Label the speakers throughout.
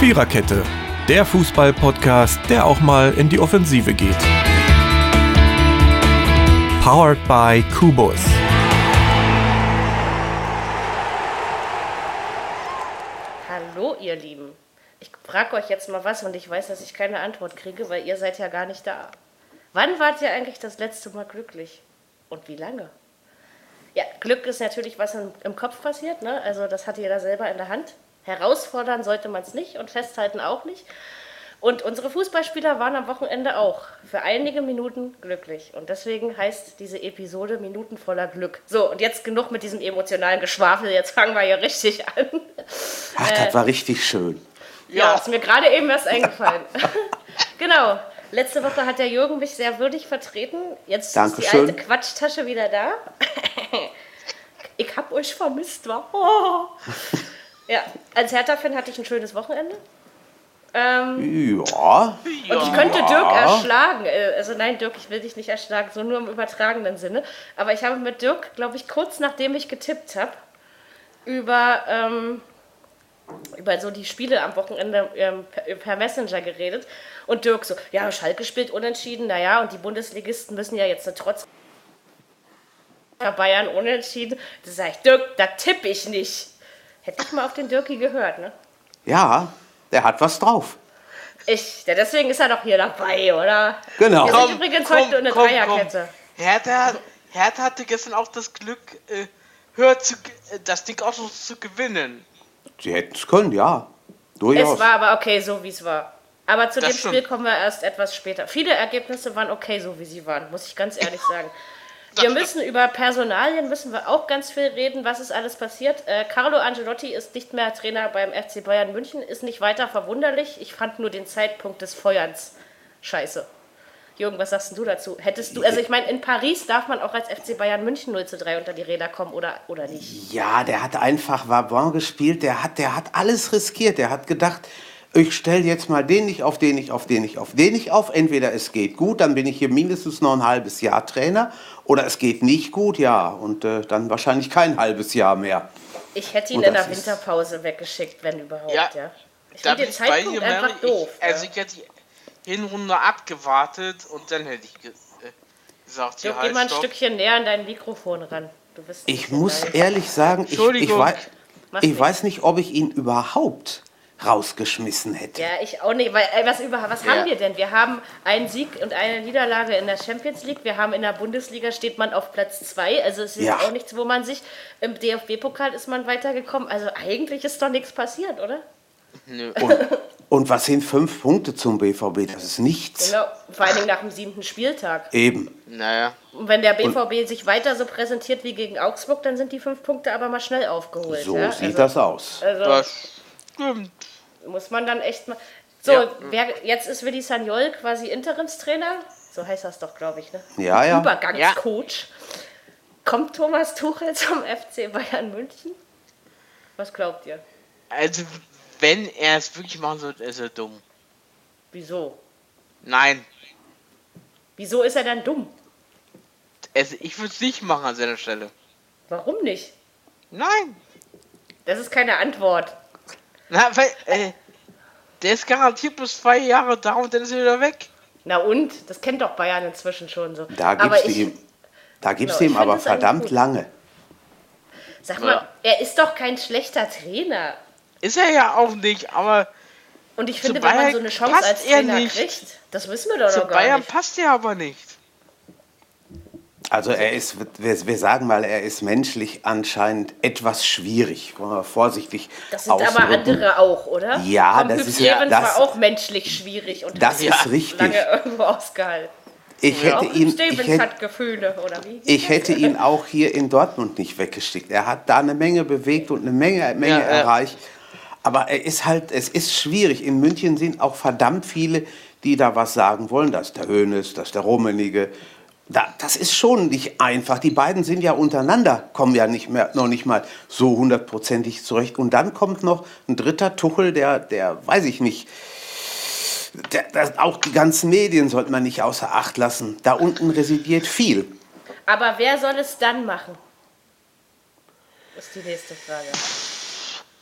Speaker 1: Viererkette, der Fußball-Podcast, der auch mal in die Offensive geht. Powered by Kubus.
Speaker 2: Hallo ihr Lieben. Ich frage euch jetzt mal was und ich weiß, dass ich keine Antwort kriege, weil ihr seid ja gar nicht da. Wann wart ihr eigentlich das letzte Mal glücklich? Und wie lange? Ja, Glück ist natürlich, was im Kopf passiert, ne? Also das hat jeder selber in der Hand. Herausfordern sollte man es nicht und festhalten auch nicht. Und unsere Fußballspieler waren am Wochenende auch für einige Minuten glücklich. Und deswegen heißt diese Episode Minuten voller Glück. So, und jetzt genug mit diesem emotionalen Geschwafel. Jetzt fangen wir hier richtig an.
Speaker 3: Ach, das war richtig schön.
Speaker 2: Ja, ist mir gerade eben erst eingefallen. Genau. Letzte Woche hat der Jürgen mich sehr würdig vertreten. Jetzt
Speaker 3: Dankeschön.
Speaker 2: Ist die alte Quatschtasche wieder da. Ich hab euch vermisst, wa? Oh. Ja, als Hertha-Fan hatte ich ein schönes Wochenende.
Speaker 3: Ja.
Speaker 2: Und ich könnte Dirk erschlagen. Also nein, Dirk, ich will dich nicht erschlagen, so nur im übertragenen Sinne. Aber ich habe mit Dirk, glaube ich, kurz nachdem ich getippt habe, über so die Spiele am Wochenende per Messenger geredet. Und Dirk so, ja, Schalke spielt unentschieden, naja, und die Bundesligisten müssen ja jetzt trotz Bayern unentschieden. Da sage ich, Dirk, da tippe ich nicht. Hätte ich mal auf den Dirki gehört, ne?
Speaker 3: Ja, der hat was drauf.
Speaker 2: Deswegen ist er doch hier dabei, oder?
Speaker 3: Genau.
Speaker 2: Wir sind übrigens heute eine Dreierkette.
Speaker 4: Hertha hatte gestern auch das Glück, das Ding auch noch zu gewinnen.
Speaker 3: Sie hätten es können, ja. Durchaus.
Speaker 2: Es war aber okay, so wie es war. Aber zu
Speaker 4: Das
Speaker 2: dem
Speaker 4: stimmt.
Speaker 2: Spiel kommen wir erst etwas später. Viele Ergebnisse waren okay, so wie sie waren, muss ich ganz ehrlich sagen. Wir müssen über Personalien auch ganz viel reden, was ist alles passiert. Carlo Ancelotti ist nicht mehr Trainer beim FC Bayern München, ist nicht weiter verwunderlich. Ich fand nur den Zeitpunkt des Feuerns scheiße. Jürgen, was sagst du dazu? Hättest du, also ich meine, in Paris darf man auch als FC Bayern München 0:3 unter die Räder kommen oder nicht?
Speaker 3: Ja, der hat einfach Vauban gespielt, der hat alles riskiert. Der hat gedacht, ich stelle jetzt mal den nicht auf, den nicht auf, den nicht auf, den nicht auf. Entweder es geht gut, dann bin ich hier mindestens noch ein halbes Jahr Trainer. Oder es geht nicht gut, ja. Und dann wahrscheinlich kein halbes Jahr mehr.
Speaker 2: Ich hätte ihn in der Winterpause weggeschickt, wenn überhaupt, ja. Ich finde den Zeitpunkt einfach doof.
Speaker 4: Also ich hätte die Hinrunde abgewartet und dann hätte ich gesagt,
Speaker 2: Dirk, geh mal ein Stückchen näher an dein Mikrofon ran. Du bist
Speaker 3: Ich muss ehrlich sagen, ich weiß nicht, ob ich ihn überhaupt rausgeschmissen hätte.
Speaker 2: Ja, ich auch nicht, weil was haben wir denn? Wir haben einen Sieg und eine Niederlage in der Champions League, wir haben in der Bundesliga steht man auf Platz 2, also es ist auch nichts, wo man sich, im DFB-Pokal ist man weitergekommen, also eigentlich ist doch nichts passiert, oder?
Speaker 4: Nö.
Speaker 3: Und was sind 5 Punkte zum BVB? Das ist nichts.
Speaker 2: Genau, vor allen Dingen nach dem 7. Spieltag.
Speaker 3: Eben.
Speaker 4: Naja.
Speaker 2: Und wenn der BVB sich weiter so präsentiert wie gegen Augsburg, dann sind die 5 Punkte aber mal schnell aufgeholt.
Speaker 3: So
Speaker 2: ja?
Speaker 3: sieht das aus.
Speaker 2: Also,
Speaker 4: Das stimmt.
Speaker 2: muss man dann echt mal... So, jetzt ist Willi Sagnol quasi Interimstrainer. So heißt das doch, glaube ich, ne?
Speaker 3: Ja, ja.
Speaker 2: Übergangscoach. Kommt Thomas Tuchel zum FC Bayern München? Was glaubt ihr?
Speaker 4: Also, wenn er es wirklich machen soll, ist er dumm.
Speaker 2: Wieso?
Speaker 4: Nein.
Speaker 2: Wieso ist er dann dumm?
Speaker 4: Also, ich würde es nicht machen an seiner Stelle.
Speaker 2: Warum nicht?
Speaker 4: Nein.
Speaker 2: Das ist keine Antwort.
Speaker 4: Na, weil, der ist garantiert bis 2 Jahre da und dann ist er wieder weg.
Speaker 2: Na und? Das kennt doch Bayern inzwischen schon so.
Speaker 3: Da gibst du ihm aber verdammt lange.
Speaker 2: Sag mal, er ist doch kein schlechter Trainer.
Speaker 4: Ist er ja auch nicht, aber
Speaker 2: Und ich finde,
Speaker 4: zu
Speaker 2: wenn man
Speaker 4: Bayern
Speaker 2: so eine Chance
Speaker 4: passt
Speaker 2: als
Speaker 4: er
Speaker 2: Trainer
Speaker 4: nicht.
Speaker 2: kriegt, das wissen wir doch
Speaker 4: zu
Speaker 2: noch gar
Speaker 4: Bayern
Speaker 2: nicht.
Speaker 4: passt er aber nicht.
Speaker 3: Also wir sagen mal, er ist menschlich anscheinend etwas schwierig, wollen wir vorsichtig
Speaker 2: Das sind aber
Speaker 3: ausdrücken.
Speaker 2: andere auch, oder?
Speaker 3: Ja,
Speaker 2: Tom
Speaker 3: das
Speaker 2: Hübsch
Speaker 3: ist
Speaker 2: Stevens
Speaker 3: das-
Speaker 2: war auch menschlich schwierig und
Speaker 3: Das
Speaker 2: hat
Speaker 3: ist richtig.
Speaker 2: lange irgendwo ausgehalten.
Speaker 3: Ich
Speaker 2: Auch
Speaker 3: hätte ihn,
Speaker 2: Stevens hat Gefühle, oder wie?
Speaker 3: ich hätte ihn auch hier in Dortmund nicht weggeschickt. Er hat da eine Menge bewegt und eine Menge erreicht. Aber es ist schwierig. In München sind auch verdammt viele, die da was sagen wollen. Das ist der Hoeneß, das ist der Rummenigge. Das ist schon nicht einfach. Die beiden sind ja untereinander, kommen ja noch nicht mal so hundertprozentig zurecht. Und dann kommt noch ein dritter Tuchel, der weiß ich nicht, auch die ganzen Medien sollte man nicht außer Acht lassen. Da unten residiert viel.
Speaker 2: Aber wer soll es dann machen? Ist die nächste Frage.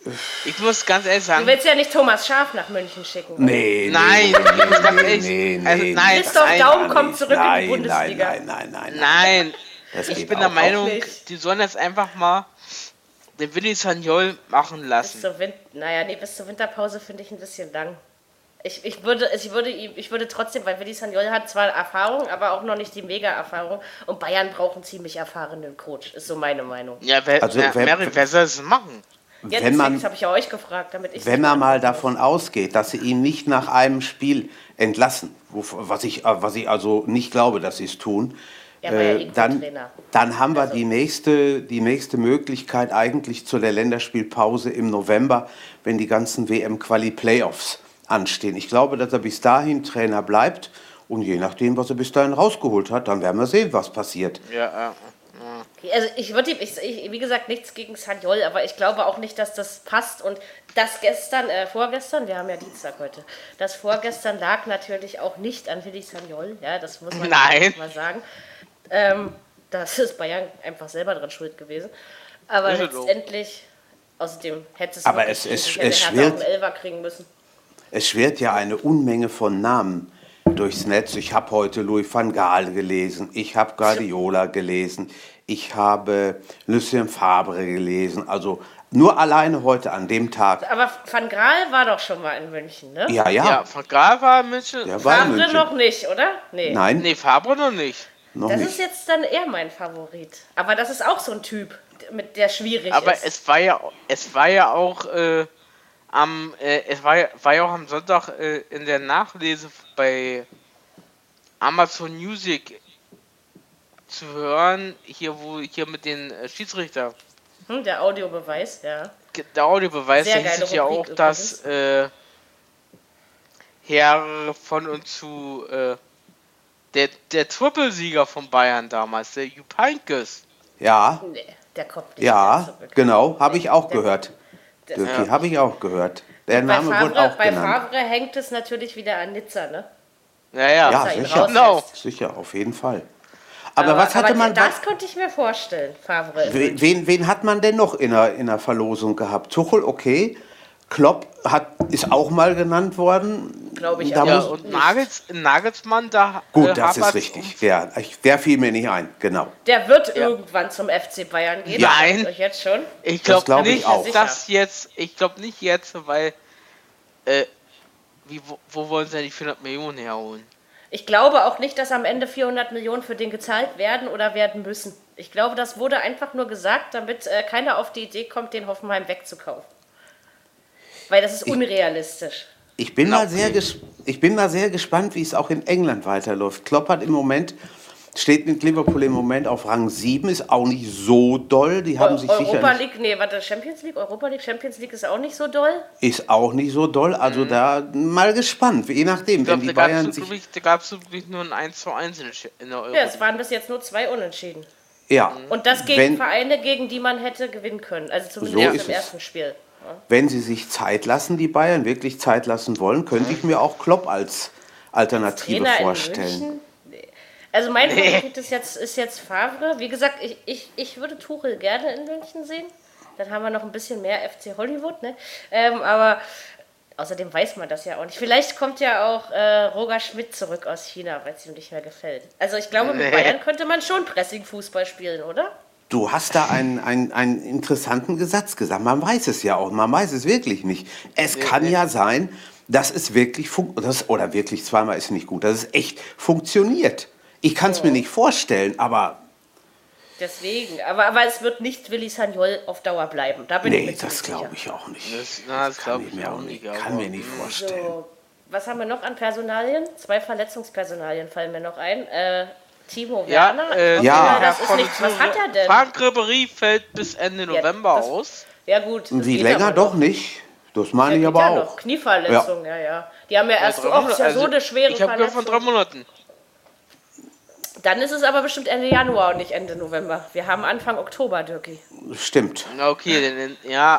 Speaker 4: Ich muss ganz ehrlich sagen.
Speaker 2: Du willst ja nicht Thomas Schaf nach München schicken.
Speaker 3: Nee,
Speaker 4: nein, ich muss ganz ehrlich. Nein,
Speaker 2: Christoph Daum kommt zurück in die Bundesliga.
Speaker 4: Nein. Ich bin der Meinung,
Speaker 3: nicht.
Speaker 4: die sollen jetzt einfach mal den Willi Sagnol machen lassen.
Speaker 2: Bis zur Winterpause finde ich ein bisschen lang. Ich würde trotzdem, weil Willi Sagnol hat zwar Erfahrung, aber auch noch nicht die Mega-Erfahrung. Und Bayern braucht einen ziemlich erfahrenen Coach, ist so meine Meinung.
Speaker 4: Ja, wer soll es machen?
Speaker 2: Ja, deswegen habe ich ja euch gefragt, damit ich.
Speaker 3: Wenn man mal davon ausgeht, dass sie ihn nicht nach einem Spiel entlassen, was ich also nicht glaube, dass sie es tun, dann haben wir die nächste Möglichkeit eigentlich zu der Länderspielpause im November, wenn die ganzen WM-Quali-Playoffs anstehen. Ich glaube, dass er bis dahin Trainer bleibt und je nachdem, was er bis dahin rausgeholt hat, dann werden wir sehen, was passiert.
Speaker 2: Ja. Also wie gesagt, nichts gegen Sagnol, aber ich glaube auch nicht, dass das passt. Und das vorgestern, wir haben ja Dienstag heute, das vorgestern lag natürlich auch nicht an Willi Sagnol, ja, das muss man mal sagen. Das ist Bayern einfach selber dran schuld gewesen. Aber letztendlich, außerdem hätte es einen Elfer kriegen müssen.
Speaker 3: Es schwirrt ja eine Unmenge von Namen durchs Netz. Ich habe heute Louis van Gaal gelesen, ich habe Guardiola gelesen, ich habe Lucien Favre gelesen, also nur alleine heute an dem Tag.
Speaker 2: Aber Van Gaal war doch schon mal in München, ne?
Speaker 3: Ja.
Speaker 4: Ja, Van Gaal war in München.
Speaker 2: Favre noch nicht, oder? Nee.
Speaker 3: Nein.
Speaker 4: Nee, Favre noch nicht.
Speaker 2: Das ist jetzt dann eher mein Favorit. Aber das ist auch so ein Typ, der schwierig ist.
Speaker 4: Aber es war ja auch am Sonntag in der Nachlese bei Amazon Music zu hören, hier mit den Schiedsrichter.
Speaker 2: Der Audiobeweis, ja.
Speaker 4: Der Audiobeweis, da hieß es ja auch, dass Herr von und zu der Trippelsieger von Bayern damals, der Jupp Heynckes.
Speaker 3: Ja.
Speaker 2: Nee, der kommt nicht.
Speaker 3: Ja, genau, habe ich auch gehört. Habe ich auch gehört. Der Name wurde auch
Speaker 2: bei
Speaker 3: genannt.
Speaker 2: Favre hängt es natürlich wieder an Nizza, ne?
Speaker 3: Ja, sicher.
Speaker 4: Genau.
Speaker 3: Sicher, auf jeden Fall. Aber was hatte man...
Speaker 2: Das könnte ich mir vorstellen, Favre.
Speaker 3: Wen hat man denn noch in der Verlosung gehabt? Tuchel, okay. Klopp ist auch mal genannt worden.
Speaker 2: Glaube ich
Speaker 4: auch. Ja, und Nagelsmann, da...
Speaker 3: Gut, das ist richtig. Der fiel mir nicht ein, genau.
Speaker 2: Der wird irgendwann zum FC Bayern gehen.
Speaker 4: Nein.
Speaker 2: Euch jetzt schon?
Speaker 4: Ich glaube nicht,
Speaker 3: auch.
Speaker 4: Ich glaube nicht jetzt, weil... wo wollen sie denn die 400 Millionen herholen?
Speaker 2: Ich glaube auch nicht, dass am Ende 400 Millionen für den gezahlt werden oder werden müssen. Ich glaube, das wurde einfach nur gesagt, damit keiner auf die Idee kommt, den Hoffenheim wegzukaufen. Weil das ist unrealistisch. Ich bin mal
Speaker 3: sehr gespannt, wie es auch in England weiterläuft. Klopp steht mit Liverpool im Moment auf Rang 7, ist auch nicht so doll. Die haben sich
Speaker 2: Champions League ist auch nicht so doll.
Speaker 3: Ist auch nicht so doll, also da mal gespannt, je nachdem.
Speaker 4: Da gab es wirklich nur ein 1:1 in der Euro.
Speaker 2: Ja, es waren bis jetzt nur 2 Unentschieden.
Speaker 3: Ja.
Speaker 2: Und das gegen Vereine, gegen die man hätte gewinnen können, also zumindest im ersten Spiel.
Speaker 3: Wenn sie sich Zeit lassen, die Bayern wirklich Zeit lassen wollen, könnte ich mir auch Klopp als Alternative vorstellen.
Speaker 2: Also mein Favorit ist jetzt Favre. Wie gesagt, ich würde Tuchel gerne in München sehen. Dann haben wir noch ein bisschen mehr FC Hollywood, ne? Aber außerdem weiß man das ja auch nicht. Vielleicht kommt ja auch Roger Schmidt zurück aus China, weil es ihm nicht mehr gefällt. Also ich glaube, mit Bayern könnte man schon Pressing-Fußball spielen, oder?
Speaker 3: Du hast da einen interessanten Gesatz gesagt. Man weiß es ja auch, man weiß es wirklich nicht. Es kann ja sein, dass es wirklich oder wirklich zweimal ist nicht gut, dass es echt funktioniert. Ich kann es mir nicht vorstellen, aber...
Speaker 2: Deswegen, aber es wird nicht Willi Sagnol auf Dauer bleiben. Da bin ich mir
Speaker 3: das glaube ich auch nicht.
Speaker 4: Das glaube ich mir auch nicht.
Speaker 3: Kann mir nicht vorstellen.
Speaker 2: So, was haben wir noch an Personalien? 2 Verletzungspersonalien fallen mir noch ein. Timo Werner? Das ist nichts. Was hat er denn?
Speaker 4: Franck Ribéry fällt bis Ende November aus.
Speaker 2: Ja gut.
Speaker 3: Wie länger doch nicht? Das meine ich aber auch. Noch.
Speaker 2: Knieverletzung, ja. Die haben ja erst so eine schwere Verletzung.
Speaker 4: Ich habe gehört von 3 Monaten.
Speaker 2: Dann ist es aber bestimmt Ende Januar und nicht Ende November. Wir haben Anfang Oktober, Dirki.
Speaker 3: Stimmt.
Speaker 4: Okay,
Speaker 3: Ja,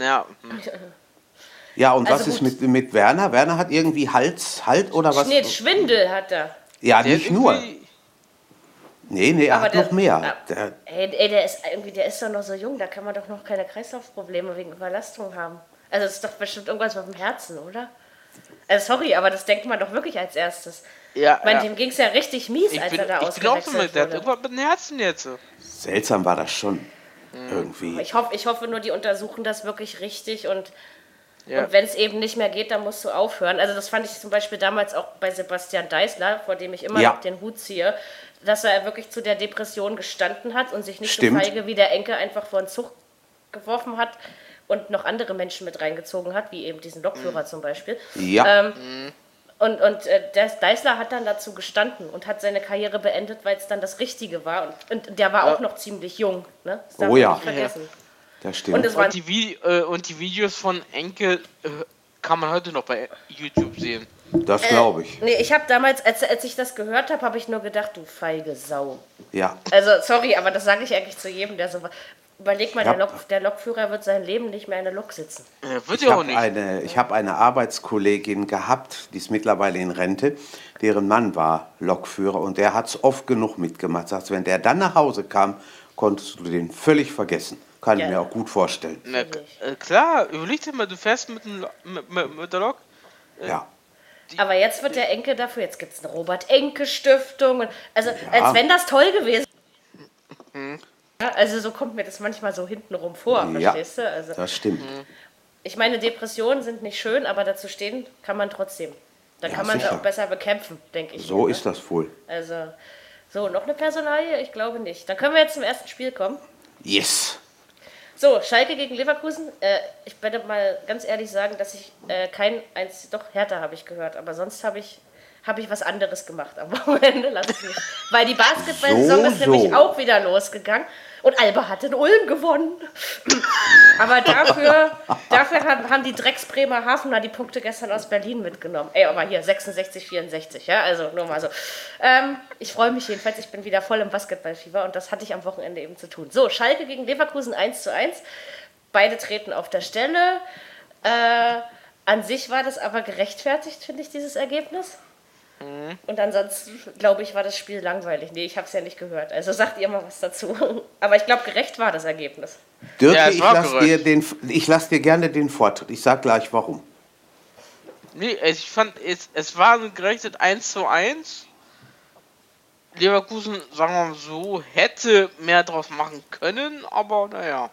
Speaker 3: und also was ist mit Werner? Werner hat irgendwie Hals oder was?
Speaker 2: Nee, Schwindel hat er.
Speaker 3: Ja, nicht nur. Nee, er
Speaker 2: Aber
Speaker 3: hat noch mehr.
Speaker 2: der ist doch noch so jung, da kann man doch noch keine Kreislaufprobleme wegen Überlastung haben. Also es ist doch bestimmt irgendwas mit dem Herzen, oder? Also sorry, aber das denkt man doch wirklich als erstes.
Speaker 4: Ja,
Speaker 2: Ich meine, dem ging es ja richtig mies, als er da
Speaker 4: ich bin auch so
Speaker 2: ausgewechselt
Speaker 4: mit, der hat
Speaker 2: wurde.
Speaker 4: irgendwas mit dem Herzen jetzt.
Speaker 3: Seltsam war das schon. Irgendwie.
Speaker 2: Ich hoffe nur, die untersuchen das wirklich richtig und
Speaker 4: Ja.
Speaker 2: Und wenn es eben nicht mehr geht, dann musst du aufhören. Also das fand ich zum Beispiel damals auch bei Sebastian Deißler, vor dem ich immer noch den Hut ziehe, dass er wirklich zu der Depression gestanden hat und sich nicht so feige wie der Enke einfach vor den Zug geworfen hat und noch andere Menschen mit reingezogen hat, wie eben diesen Lokführer zum Beispiel.
Speaker 3: Ja.
Speaker 2: Und der Deißler hat dann dazu gestanden und hat seine Karriere beendet, weil es dann das Richtige war. Und der war auch noch ziemlich jung. Ne? Das darf man nicht vergessen.
Speaker 3: Das stimmt.
Speaker 2: Und
Speaker 4: die Videos von Enke kann man heute noch bei YouTube sehen.
Speaker 3: Das glaube ich.
Speaker 2: Nee, ich habe damals, als ich das gehört habe, habe ich nur gedacht, du feige Sau.
Speaker 3: Ja.
Speaker 2: Also, sorry, aber das sage ich eigentlich zu jedem, der so... Überleg mal, der Lokführer wird sein Leben nicht mehr in der Lok sitzen.
Speaker 4: Wird ja auch nicht.
Speaker 3: Ich habe eine Arbeitskollegin gehabt, die ist mittlerweile in Rente, deren Mann war Lokführer und der hat es oft genug mitgemacht. Sagt, wenn der dann nach Hause kam, konntest du den völlig vergessen. Kann ich mir auch gut vorstellen.
Speaker 4: Na, klar, überleg dir mal, du fährst mit der Lok.
Speaker 3: Ja.
Speaker 2: Aber jetzt wird der Enke dafür, jetzt gibt es eine Robert-Enke-Stiftung. Also, als wenn das toll gewesen wäre. Ja, also so kommt mir das manchmal so hintenrum vor, verstehst du? Also,
Speaker 3: das stimmt.
Speaker 2: Ich meine, Depressionen sind nicht schön, aber dazu stehen kann man trotzdem. Da kann man sie auch besser bekämpfen, denke ich.
Speaker 3: So ist das wohl.
Speaker 2: Also, so, noch eine Personalie? Ich glaube nicht. Dann können wir jetzt zum ersten Spiel kommen.
Speaker 3: Yes.
Speaker 2: So, Schalke gegen Leverkusen. Ich werde mal ganz ehrlich sagen, dass ich doch Hertha habe ich gehört, aber sonst habe ich was anderes gemacht am Wochenende. Lass es mich. Weil die Basketball-Saison ist nämlich auch wieder losgegangen und Alba hat in Ulm gewonnen. Aber dafür haben die Drecks Bremerhavener die Punkte gestern aus Berlin mitgenommen. Aber hier 66-64, ja, also nur mal so. Ich freue mich jedenfalls, ich bin wieder voll im Basketballfieber und das hatte ich am Wochenende eben zu tun. So, Schalke gegen Leverkusen 1:1. Beide treten auf der Stelle. An sich war das aber gerechtfertigt, finde ich, dieses Ergebnis. Und ansonsten, glaube ich, war das Spiel langweilig. Nee, ich habe es ja nicht gehört. Also sagt ihr mal was dazu. Aber ich glaube, gerecht war das Ergebnis.
Speaker 3: Dirk, ich lasse dir gerne den Vortritt. Ich sag gleich warum.
Speaker 4: Nee, ich fand, es war ein gerechnet 1:1. Leverkusen, sagen wir mal so, hätte mehr draus machen können, aber naja.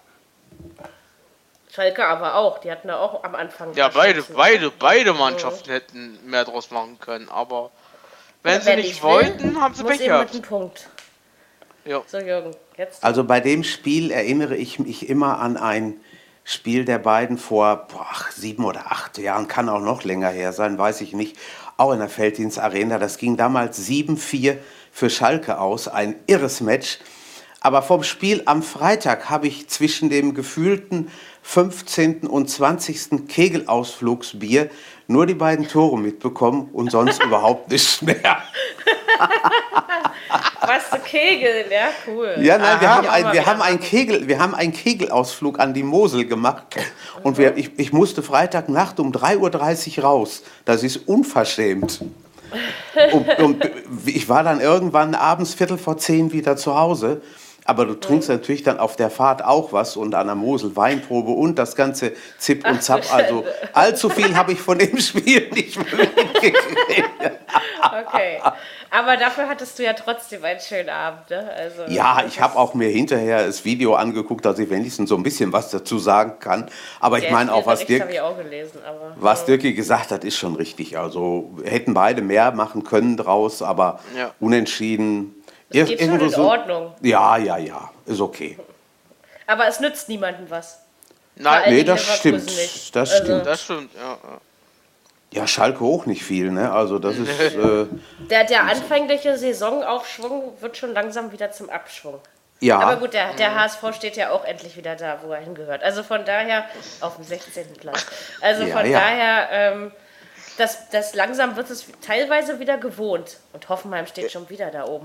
Speaker 2: Schalke aber auch, die hatten da auch am Anfang...
Speaker 4: Ja, beide Mannschaften hätten mehr draus machen können, aber wenn sie nicht wollten, haben sie Pech gehabt.
Speaker 2: Mit einem Punkt.
Speaker 4: Ja.
Speaker 2: So, Jürgen, jetzt...
Speaker 3: Also bei dem Spiel erinnere ich mich immer an ein Spiel der beiden vor 7 oder 8 Jahren, kann auch noch länger her sein, weiß ich nicht, auch in der Felddienst Arena. Das ging damals 7:4 für Schalke aus, ein irres Match. Aber vom Spiel am Freitag habe ich zwischen dem gefühlten 15. und 20. Kegelausflugsbier nur die beiden Tore mitbekommen und sonst überhaupt nichts mehr.
Speaker 2: Was zu kegeln, ja, cool.
Speaker 3: Ja, nein, wir haben einen Kegelausflug an die Mosel gemacht und ich musste Freitagnacht um 3:30 Uhr raus. Das ist unverschämt. Und ich war dann irgendwann abends 9:45 wieder zu Hause. Aber du trinkst natürlich dann auf der Fahrt auch was und an der Mosel Weinprobe und das ganze Zip und Zap. Also allzu viel habe ich von dem Spiel nicht mitgekriegt.
Speaker 2: Okay, aber dafür hattest du ja trotzdem einen schönen Abend, ne? Also,
Speaker 3: ja, ich habe auch mir hinterher das Video angeguckt, dass ich wenigstens so ein bisschen was dazu sagen kann. Aber ich meine auch, was Dirki gesagt hat, ist schon richtig. Also hätten beide mehr machen können draus, aber unentschieden...
Speaker 2: Das geht schon in Ordnung.
Speaker 3: Ja, ist okay.
Speaker 2: Aber es nützt niemandem was.
Speaker 3: Nein, nee, das stimmt. Das
Speaker 4: stimmt, ja.
Speaker 3: Ja, Schalke auch nicht viel, ne? Also das ist...
Speaker 2: Der anfängliche Saisonaufschwung wird schon langsam wieder zum Abschwung.
Speaker 3: Ja.
Speaker 2: Aber gut, der HSV steht ja auch endlich wieder da, wo er hingehört. Also von daher, auf dem 16. Platz. Also daher... Das langsam wird es teilweise wieder gewohnt. Und Hoffenheim steht schon wieder da oben.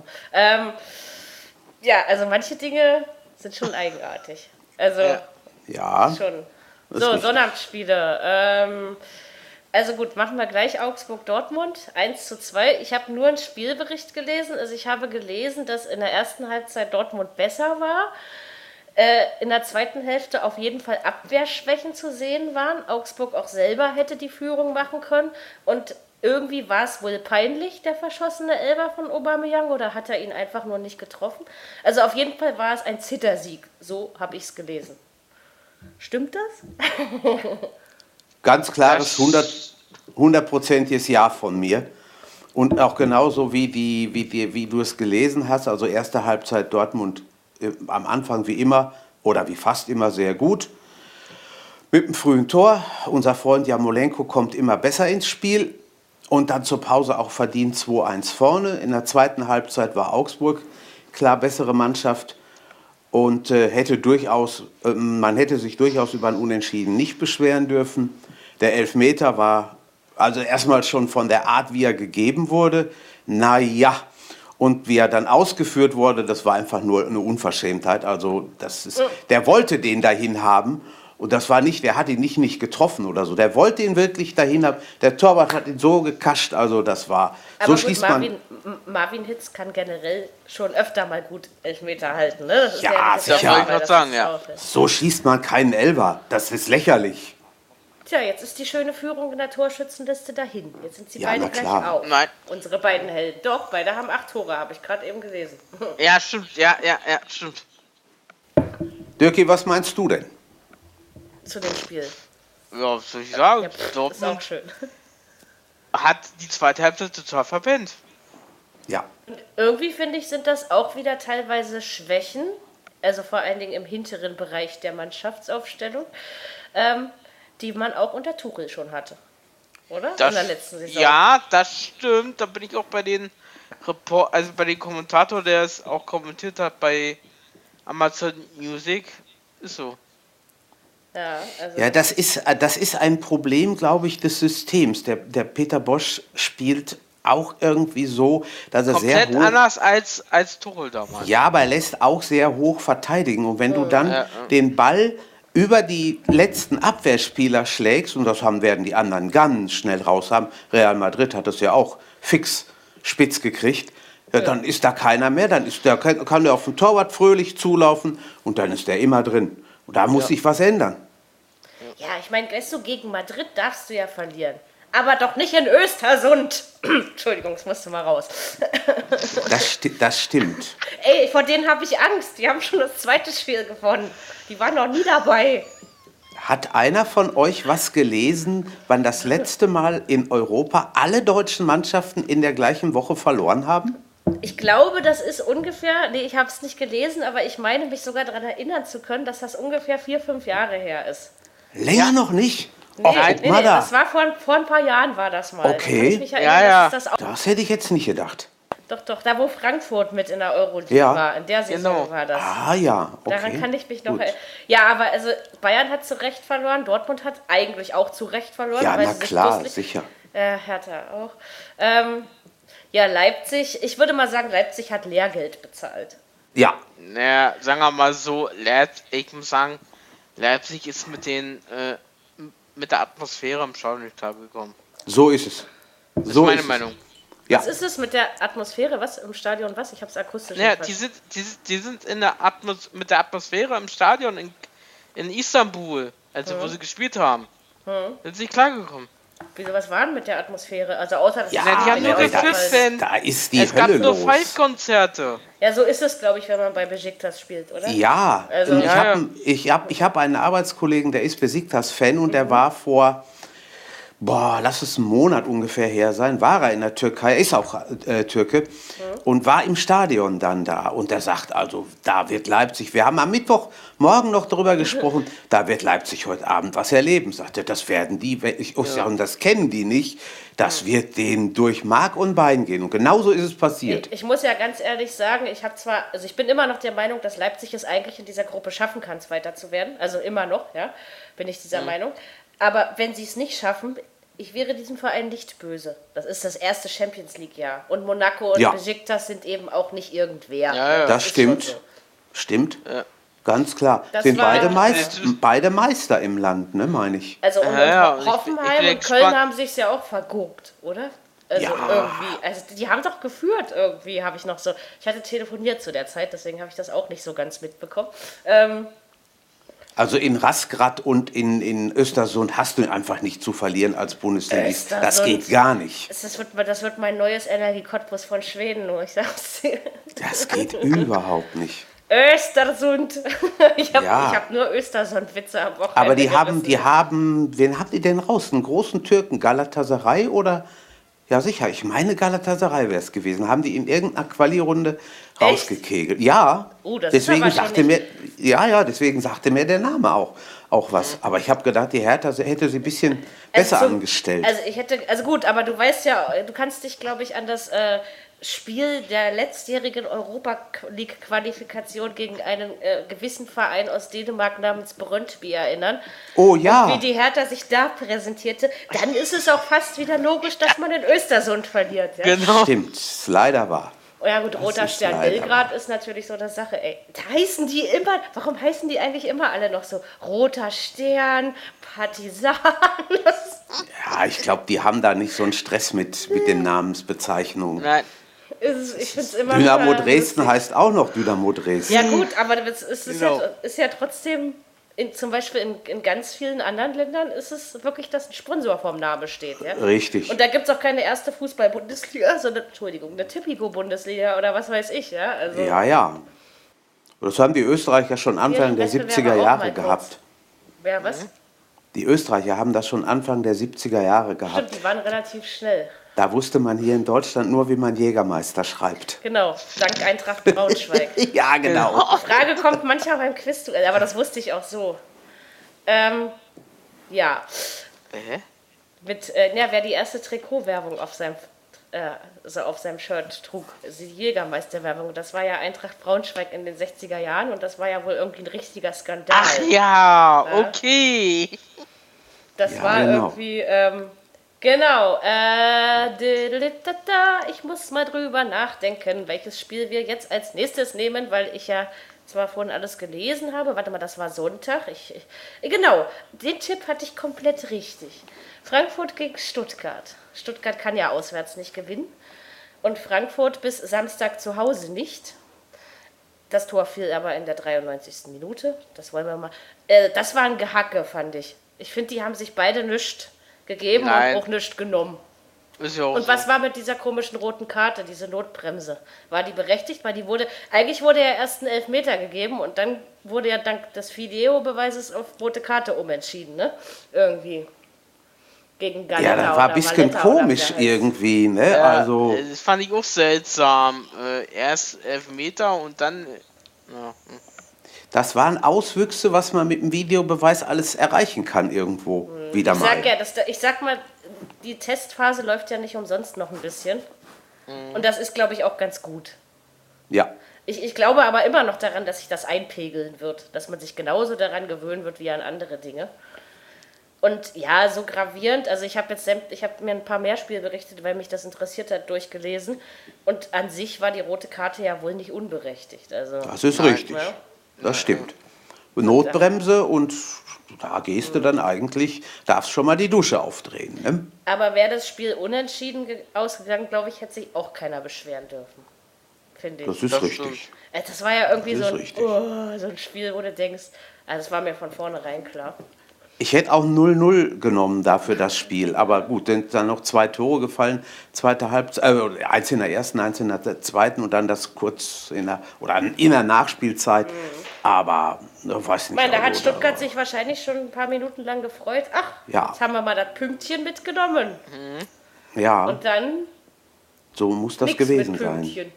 Speaker 2: Also manche Dinge sind schon eigenartig. Also schon. So, Sonnabendspiele. Also gut, machen wir gleich Augsburg-Dortmund 1:2. Ich habe nur einen Spielbericht gelesen. Also ich habe gelesen, dass in der ersten Halbzeit Dortmund besser war. In der zweiten Hälfte auf jeden Fall Abwehrschwächen zu sehen waren. Augsburg auch selber hätte die Führung machen können. Und irgendwie war es wohl peinlich, der verschossene Elfer von Aubameyang, oder hat er ihn einfach nur nicht getroffen? Also auf jeden Fall war es ein Zittersieg. So habe ich es gelesen. Stimmt das?
Speaker 3: Ganz klares 100%iges Ja von mir. Und auch genauso wie du es gelesen hast, also erste Halbzeit Dortmund am Anfang wie immer oder wie fast immer sehr gut. Mit dem frühen Tor, unser Freund Jarmolenko kommt immer besser ins Spiel und dann zur Pause auch verdient 2-1 vorne. In der zweiten Halbzeit war Augsburg klar bessere Mannschaft und man hätte sich durchaus über ein Unentschieden nicht beschweren dürfen. Der Elfmeter war also erstmal schon von der Art, wie er gegeben wurde, naja. Und wie er dann ausgeführt wurde, das war einfach nur eine Unverschämtheit. Also der wollte den dahin haben. Und das war nicht, der hat ihn nicht getroffen oder so. Der wollte ihn wirklich dahin haben. Der Torwart hat ihn so gekascht. Also das war,
Speaker 2: aber
Speaker 3: so
Speaker 2: gut,
Speaker 3: schließt man.
Speaker 2: Marvin Hitz kann generell schon öfter mal gut Elfmeter halten. Ne? Das ist
Speaker 3: Ja,
Speaker 2: nicht
Speaker 3: sicher.
Speaker 2: das erste Mal,
Speaker 4: Wollte ich
Speaker 2: dass
Speaker 4: sagen,
Speaker 2: das
Speaker 4: ja.
Speaker 2: aufhört.
Speaker 3: So schießt man keinen Elfer. Das ist lächerlich.
Speaker 2: Tja, jetzt ist die schöne Führung in der Torschützenliste dahin. Jetzt sind sie
Speaker 3: Ja,
Speaker 2: beide
Speaker 3: na
Speaker 2: gleich
Speaker 3: klar.
Speaker 2: auf.
Speaker 4: Nein.
Speaker 2: Unsere beiden Helden. Doch, beide haben 8 Tore, habe ich gerade eben gelesen.
Speaker 4: Ja, stimmt. Ja, stimmt.
Speaker 3: Dirki, was meinst du denn?
Speaker 2: Zu dem Spiel.
Speaker 4: Ja, was soll ich sagen?
Speaker 2: Ja, ist auch
Speaker 4: Dortmund
Speaker 2: schön.
Speaker 4: hat die zweite Halbzeit total verpennt.
Speaker 3: Ja.
Speaker 2: Irgendwie finde ich, sind das auch wieder teilweise Schwächen, also vor allen Dingen im hinteren Bereich der Mannschaftsaufstellung, die man auch unter Tuchel schon hatte. Oder? In der letzten Saison.
Speaker 4: Ja, das stimmt. Da bin ich auch bei den bei dem Kommentator, der es auch kommentiert hat bei Amazon Music. Ist so.
Speaker 2: Ja, also
Speaker 3: Ja, das ist ein Problem, glaube ich, des Systems. Der Peter Bosz spielt auch irgendwie so, dass er
Speaker 4: Komplett
Speaker 3: sehr hoch...
Speaker 4: anders als Tuchel damals.
Speaker 3: Ja, aber er lässt auch sehr hoch verteidigen. Und wenn du dann den Ball über die letzten Abwehrspieler schlägst, und werden die anderen ganz schnell raus haben, Real Madrid hat das ja auch fix spitz gekriegt, ja, dann ist da keiner mehr, kann der auf den Torwart fröhlich zulaufen und dann ist der immer drin. Und da muss sich was ändern.
Speaker 2: ja, ich meine, weißt du, gegen Madrid darfst du ja verlieren. Aber doch nicht in Östersund. Entschuldigung, das musste mal raus.
Speaker 3: Das stimmt.
Speaker 2: Ey, vor denen habe ich Angst. Die haben schon das zweite Spiel gewonnen. Die waren noch nie dabei.
Speaker 3: Hat einer von euch was gelesen, wann das letzte Mal in Europa alle deutschen Mannschaften in der gleichen Woche verloren haben?
Speaker 2: Ich glaube, das ist ungefähr, ich habe es nicht gelesen, aber ich meine mich sogar daran erinnern zu können, dass das ungefähr 4-5 Jahre her ist.
Speaker 3: Länger noch nicht?
Speaker 2: Nee,
Speaker 3: guck mal da.
Speaker 2: das war vor ein paar Jahren war das mal.
Speaker 3: Okay.
Speaker 2: Da kann ich mich erinnern,
Speaker 4: Ja.
Speaker 2: dass das auch,
Speaker 3: Das hätte ich jetzt nicht gedacht.
Speaker 2: doch, da wo Frankfurt mit in der Euroleague
Speaker 3: Ja.
Speaker 2: war, in der Saison
Speaker 4: Genau.
Speaker 2: war das.
Speaker 3: Ah ja, okay.
Speaker 2: Daran kann ich mich noch
Speaker 3: Gut.
Speaker 2: erinnern. Ja, aber also Bayern hat zu Recht verloren, Dortmund hat eigentlich auch zu Recht verloren.
Speaker 3: Ja,
Speaker 2: weil
Speaker 3: na
Speaker 2: sie sich
Speaker 3: klar,
Speaker 2: dusselig-
Speaker 3: sicher.
Speaker 2: Hertha auch. Ja, Leipzig, ich würde mal sagen, Leipzig hat Lehrgeld bezahlt.
Speaker 3: Ja,
Speaker 4: Naja, sagen wir mal so, ich muss sagen, Leipzig ist mit der Atmosphäre im Stadion nicht klargekommen.
Speaker 3: so ist es.
Speaker 4: Das
Speaker 3: So
Speaker 4: ist meine
Speaker 3: es.
Speaker 4: Meinung.
Speaker 3: Ja.
Speaker 2: Was ist es mit der Atmosphäre? Was im Stadion? Was? Ich habe es akustisch
Speaker 4: Naja,
Speaker 2: nicht verstanden.
Speaker 4: die sind mit der Atmosphäre im Stadion in Istanbul, also wo sie gespielt haben, sind sie nicht klargekommen.
Speaker 2: Wieso, was war denn mit der Atmosphäre? Also außer das
Speaker 3: Ja,
Speaker 4: die haben nur
Speaker 3: da,
Speaker 4: gepfiffen.
Speaker 3: da ist die
Speaker 4: Es gab
Speaker 3: Hölle
Speaker 4: nur
Speaker 3: los.
Speaker 4: Five-Konzerte.
Speaker 2: Ja, so ist es, glaube ich, wenn man bei Besiktas spielt, oder?
Speaker 3: Ja,
Speaker 2: Also-
Speaker 3: und
Speaker 4: Ja, ja.
Speaker 3: ich hab einen Arbeitskollegen, der ist Besiktas-Fan und der war vor, lass es einen Monat ungefähr her sein, war er in der Türkei, er ist auch Türke, und war im Stadion dann da. Und der sagt also, da wird Leipzig, wir haben am Mittwochmorgen noch darüber gesprochen, da wird Leipzig heute Abend was erleben. Sagt er, das werden die, und das kennen die nicht, das wird denen durch Mark und Bein gehen. Und genauso ist es passiert.
Speaker 2: Ich muss ja ganz ehrlich sagen, ich bin immer noch der Meinung, dass Leipzig es eigentlich in dieser Gruppe schaffen kann, Zweiter zu werden. Also immer noch, ja, bin ich dieser Meinung. Aber wenn sie es nicht schaffen, ich wäre diesem Verein nicht böse. Das ist das erste Champions-League-Jahr. Und Monaco und
Speaker 3: Ja.
Speaker 2: Besiktas sind eben auch nicht irgendwer.
Speaker 4: Ja, ja.
Speaker 3: Das
Speaker 2: ist
Speaker 3: stimmt.
Speaker 2: schon so.
Speaker 3: Stimmt. Ganz klar.
Speaker 2: Das
Speaker 3: Sind
Speaker 2: war-
Speaker 3: beide Meister im Land, ne, meine ich.
Speaker 2: Also und
Speaker 4: Ja,
Speaker 2: Hoffenheim
Speaker 4: ich bin
Speaker 2: und Köln
Speaker 4: gespannt.
Speaker 2: haben sich ja auch verguckt, oder? Also
Speaker 3: Ja.
Speaker 2: irgendwie. Also die haben doch geführt irgendwie, habe ich noch so. Ich hatte telefoniert zu der Zeit, deswegen habe ich das auch nicht so ganz mitbekommen.
Speaker 3: Also in Rasgrad und in Östersund hast du einfach nicht zu verlieren als Bundesligist. Das
Speaker 2: Östersund.
Speaker 3: geht gar nicht.
Speaker 2: Das wird mein neues Energie Cottbus von Schweden, nur ich sag's dir.
Speaker 3: Das geht überhaupt nicht.
Speaker 2: Östersund. Ich habe
Speaker 3: Ja.
Speaker 2: hab nur Östersund-Witze am Wochenende.
Speaker 3: Aber die
Speaker 2: gerissen.
Speaker 3: haben, wen habt ihr denn raus? Einen großen Türken, Galatasaray oder? Ja, sicher, ich meine Galatasaray wäre es gewesen. Haben die in irgendeiner Quali-Runde rausgekegelt. Ja,
Speaker 2: Das ist
Speaker 3: deswegen
Speaker 2: aber
Speaker 3: sagte
Speaker 2: schon
Speaker 3: mir, deswegen sagte mir der Name auch was. Aber ich habe gedacht, die Hertha hätte sie ein bisschen besser angestellt.
Speaker 2: Also gut, aber du weißt ja, du kannst dich, glaube ich, an das Spiel der letztjährigen Europa League Qualifikation gegen einen gewissen Verein aus Dänemark namens Brøndby erinnern.
Speaker 3: Oh ja.
Speaker 2: Und wie die Hertha sich da präsentierte, dann ist es auch fast wieder logisch, dass man in Östersund verliert. Ja?
Speaker 4: Genau.
Speaker 3: Stimmt, leider war.
Speaker 2: Oh ja gut, Roter
Speaker 3: ist
Speaker 2: Stern
Speaker 3: leider
Speaker 2: Belgrad ist natürlich so eine Sache. Ey, warum heißen die eigentlich immer alle noch so? Roter Stern, Partisan.
Speaker 3: Ja, ich glaube, die haben da nicht so einen Stress mit den Namensbezeichnungen.
Speaker 4: Nein.
Speaker 2: Ich find's immer
Speaker 3: Dynamo
Speaker 2: wieder
Speaker 3: Dresden
Speaker 2: lustig.
Speaker 3: heißt auch noch Dynamo Dresden.
Speaker 2: Ja gut, aber es ist,
Speaker 4: Genau.
Speaker 2: ist ja trotzdem, zum Beispiel in ganz vielen anderen Ländern ist es wirklich, dass ein Sponsor vom Namen steht. Ja?
Speaker 3: Richtig.
Speaker 2: Und da gibt es auch keine erste Fußball-Bundesliga, sondern, eine Tipico-Bundesliga oder was weiß ich. Ja, also,
Speaker 3: Ja. Das haben die Österreicher schon Anfang der
Speaker 2: Wettbewerber
Speaker 3: 70er
Speaker 2: auch
Speaker 3: Jahre
Speaker 2: mal kurz.
Speaker 3: gehabt.
Speaker 2: Wer was?
Speaker 3: Die Österreicher haben das schon Anfang der 70er Jahre gehabt.
Speaker 2: Stimmt, die waren relativ schnell.
Speaker 3: Da wusste man hier in Deutschland nur, wie man Jägermeister schreibt.
Speaker 2: Genau, dank Eintracht Braunschweig.
Speaker 3: Ja, genau.
Speaker 2: Die Frage kommt manchmal beim Quizduell, aber das wusste ich auch so. Ja. Wer die erste Trikotwerbung auf seinem Shirt trug, die Jägermeister-Werbung, das war ja Eintracht Braunschweig in den 60er Jahren und das war ja wohl irgendwie ein richtiger Skandal.
Speaker 4: Ach ja, okay.
Speaker 2: Das
Speaker 3: Ja,
Speaker 2: war
Speaker 3: genau.
Speaker 2: irgendwie, ich muss mal drüber nachdenken, welches Spiel wir jetzt als nächstes nehmen, weil ich ja zwar vorhin alles gelesen habe, warte mal, das war Sonntag. Genau, den Tipp hatte ich komplett richtig. Frankfurt gegen Stuttgart. Stuttgart kann ja auswärts nicht gewinnen. Und Frankfurt bis Samstag zu Hause nicht. Das Tor fiel aber in der 93. Minute. Das wollen wir mal. Das war ein Gehacke, fand ich. Ich finde, die haben sich beide nichts gegeben
Speaker 4: Nein.
Speaker 2: und auch nichts genommen.
Speaker 4: Ist ja auch
Speaker 2: Und
Speaker 4: so.
Speaker 2: was war mit dieser komischen roten Karte, diese Notbremse? War die berechtigt? Weil eigentlich wurde ja erst ein Elfmeter gegeben und dann wurde ja dank des Videobeweises auf rote Karte umentschieden, ne? Irgendwie. Gegen Galata
Speaker 3: Ja, das war ein
Speaker 2: oder
Speaker 3: bisschen
Speaker 2: Valletta oder
Speaker 3: komisch
Speaker 2: wie der heißt.
Speaker 3: irgendwie, ne?
Speaker 4: Ja,
Speaker 3: Also,
Speaker 4: das fand ich auch seltsam. Erst Elfmeter und dann.
Speaker 3: das waren Auswüchse, was man mit dem Videobeweis alles erreichen kann irgendwo. Wieder mal.
Speaker 2: Ich sag mal, die Testphase läuft ja nicht umsonst noch ein bisschen. Und das ist, glaube ich, auch ganz gut.
Speaker 3: Ja.
Speaker 2: Ich glaube aber immer noch daran, dass sich das einpegeln wird. Dass man sich genauso daran gewöhnen wird wie an andere Dinge. Und ja, so gravierend, also ich habe mir ein paar mehr Spielberichte, weil mich das interessiert hat, durchgelesen. Und an sich war die rote Karte ja wohl nicht unberechtigt. Also,
Speaker 3: Das ist richtig.
Speaker 2: Ja.
Speaker 3: Das stimmt. Notbremse und da gehst du dann eigentlich, darfst schon mal die Dusche aufdrehen. Ne?
Speaker 2: Aber wäre das Spiel unentschieden ausgegangen, glaube ich, hätte sich auch keiner beschweren dürfen. Finde ich.
Speaker 3: Das ist
Speaker 4: Das
Speaker 3: richtig.
Speaker 2: Das war ja irgendwie
Speaker 3: Das
Speaker 2: so
Speaker 3: ist richtig.
Speaker 2: so ein Spiel, wo du denkst, also das war mir von vornherein klar.
Speaker 3: Ich hätte auch 0-0 genommen dafür das Spiel. Aber gut, sind dann noch 2 Tore gefallen. Zweite Halbzeit, eins in der ersten, eins in der zweiten und dann das kurz in der Nachspielzeit. Aber weiß
Speaker 2: Ich
Speaker 3: nicht.
Speaker 2: meine, da hat
Speaker 3: also,
Speaker 2: Stuttgart sich wahrscheinlich schon ein paar Minuten lang gefreut. Ach,
Speaker 3: Ja.
Speaker 2: jetzt haben wir mal das Pünktchen mitgenommen.
Speaker 3: Ja,
Speaker 2: Und dann
Speaker 3: so muss das
Speaker 2: nix
Speaker 3: gewesen
Speaker 2: mit
Speaker 3: sein.
Speaker 2: Pünktchen.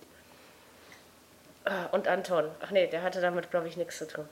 Speaker 2: Und Anton. Ach nee, der hatte damit, glaube ich, nichts zu tun.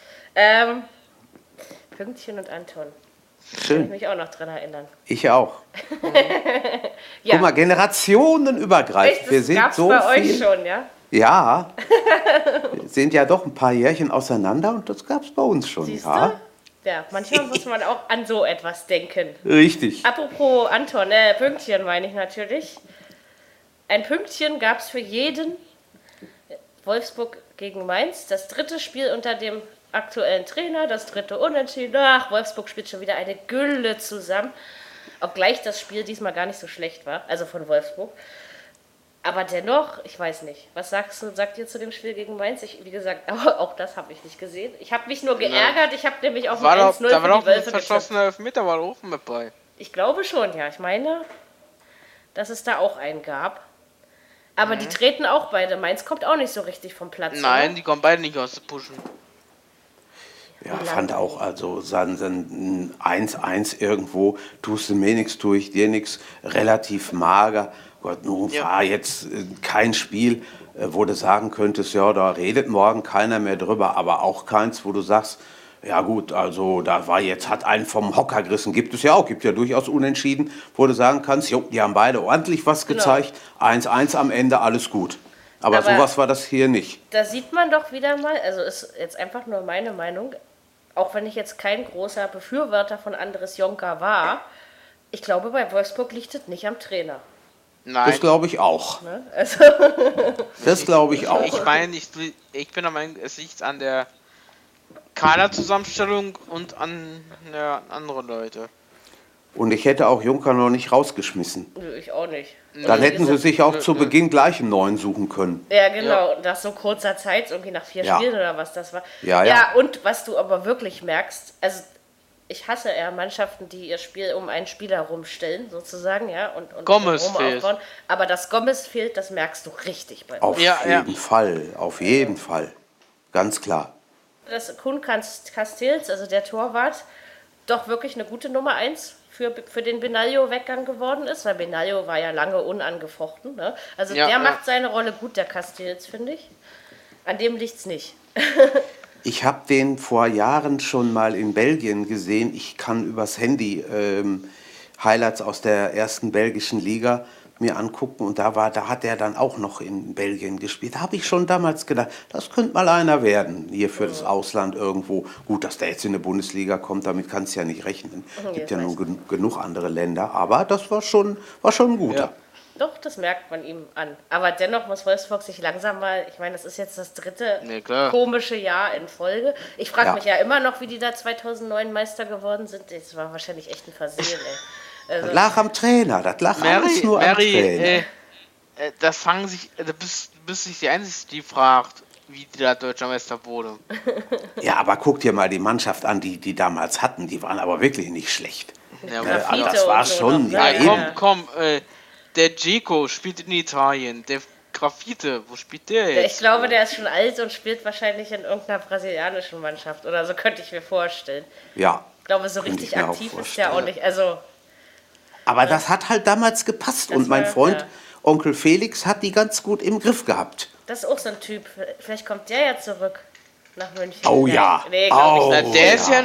Speaker 2: Pünktchen und Anton. Kann ich
Speaker 3: Schön.
Speaker 2: mich auch noch dran erinnern.
Speaker 3: Ich auch.
Speaker 2: Ja,
Speaker 3: Guck mal, generationenübergreifend.
Speaker 2: echt,
Speaker 3: Wir
Speaker 2: das
Speaker 3: sind
Speaker 2: gab's
Speaker 3: so
Speaker 2: bei
Speaker 3: viel.
Speaker 2: euch schon, ja?
Speaker 3: Ja. Wir sind ja doch ein paar Jährchen auseinander und das gab es bei uns schon.
Speaker 2: Siehst
Speaker 3: Ja.
Speaker 2: du? Ja, manchmal muss man auch an so etwas denken.
Speaker 3: Richtig.
Speaker 2: Apropos Anton, Pünktchen meine ich natürlich. Ein Pünktchen gab es für jeden. Wolfsburg gegen Mainz. Das 3. Spiel unter dem aktuellen Trainer, das 3. Unentschieden. Ach, Wolfsburg spielt schon wieder eine Gülle zusammen. Obgleich das Spiel diesmal gar nicht so schlecht war, also von Wolfsburg. Aber dennoch, ich weiß nicht. Was sagt ihr zu dem Spiel gegen Mainz? Wie gesagt, auch das habe ich nicht gesehen. Ich habe mich nur geärgert. Ich habe nämlich auch ein 1-0 für die Wölfe.
Speaker 4: Da war doch ein verschossener Elfmeter, war auch mit bei.
Speaker 2: Ich glaube schon, ja. Ich meine, dass es da auch einen gab. Aber die treten auch beide. Mainz kommt auch nicht so richtig vom Platz.
Speaker 4: Nein,
Speaker 2: oder?
Speaker 4: die kommen beide nicht aus der Pushen.
Speaker 3: Ja, fand auch, also ein 1-1 irgendwo, tust du mir nichts, tue ich dir nichts, relativ mager. Gott, nun war jetzt kein Spiel, wo du sagen könntest, ja, da redet morgen keiner mehr drüber, aber auch keins, wo du sagst, ja gut, also da war jetzt, hat einen vom Hocker gerissen, gibt es ja auch, gibt ja durchaus Unentschieden, wo du sagen kannst, jo, die haben beide ordentlich was gezeigt, 1-1 am Ende, alles gut. Aber sowas war das hier nicht.
Speaker 2: Da sieht man doch wieder mal, also ist jetzt einfach nur meine Meinung, auch wenn ich jetzt kein großer Befürworter von Andres Jonker war, ich glaube, bei Wolfsburg liegt es nicht am Trainer.
Speaker 4: Nein.
Speaker 3: Das glaube ich auch.
Speaker 2: Ne? Also
Speaker 3: Das glaube ich auch.
Speaker 4: Ich meine, ich bin der Meinung, es liegt an der Kaderzusammenstellung und an anderen Leute.
Speaker 3: Und ich hätte auch Juncker noch nicht rausgeschmissen.
Speaker 2: Nö, ich auch nicht.
Speaker 3: Dann hätten sie sich auch zu Beginn gleich einen neuen suchen können.
Speaker 2: Ja, genau. Nach so kurzer Zeit, irgendwie nach 4 Spielen oder was das war.
Speaker 3: Ja.
Speaker 2: Und was du aber wirklich merkst, also ich hasse eher Mannschaften, die ihr Spiel um einen Spieler rumstellen, sozusagen, ja, und
Speaker 4: Gomez
Speaker 2: aufbauen. Aber dass Gomez fehlt, das merkst du richtig bei uns.
Speaker 3: Auf jeden Fall, auf jeden Fall. Ganz klar.
Speaker 2: Dass Kun Castells, also der Torwart, doch wirklich eine gute Nummer 1 für den Benaglio-Weggang geworden ist, weil Benaglio war ja lange unangefochten. Ne? Also der macht seine Rolle gut, der Castells, finde ich. An dem liegt's nicht.
Speaker 3: Ich habe den vor Jahren schon mal in Belgien gesehen. Ich kann übers Handy Highlights aus der ersten belgischen Liga mir angucken. Und da hat er dann auch noch in Belgien gespielt. Da habe ich schon damals gedacht, das könnte mal einer werden, hier für das Ausland irgendwo. Gut, dass der jetzt in die Bundesliga kommt, damit kannst du ja nicht rechnen. Es gibt ja nur genug andere Länder. Aber das war schon ein guter.
Speaker 4: Ja.
Speaker 2: Doch, das merkt man ihm an. Aber dennoch muss Wolfsburg sich langsam mal, ich meine, das ist jetzt das 3. komische Jahr in Folge. Ich frage mich ja immer noch, wie die da 2009 Meister geworden sind. Das war wahrscheinlich echt ein Versehen, ey. Also,
Speaker 3: das lag am Trainer, das lag alles nur am Trainer.
Speaker 4: Du bist nicht die Einzige, die fragt, wie der deutscher Meister wurde.
Speaker 3: Ja, aber guck dir mal die Mannschaft an, die damals hatten. Die waren aber wirklich nicht schlecht.
Speaker 4: Ja,
Speaker 3: das war schon...
Speaker 4: Komm, der Dzeko spielt in Italien. Der Graffite, wo spielt der jetzt?
Speaker 2: Ich glaube, der ist schon alt und spielt wahrscheinlich in irgendeiner brasilianischen Mannschaft. Oder so könnte ich mir vorstellen.
Speaker 3: Ja.
Speaker 2: Ich glaube, so richtig aktiv ist der auch nicht. Also,
Speaker 3: aber das hat halt damals gepasst. Und mein Freund, Onkel Felix, hat die ganz gut im Griff gehabt.
Speaker 2: Das ist auch so ein Typ. Vielleicht kommt der ja zurück nach München.
Speaker 3: Oh ja.
Speaker 2: Nee,
Speaker 4: der ist ja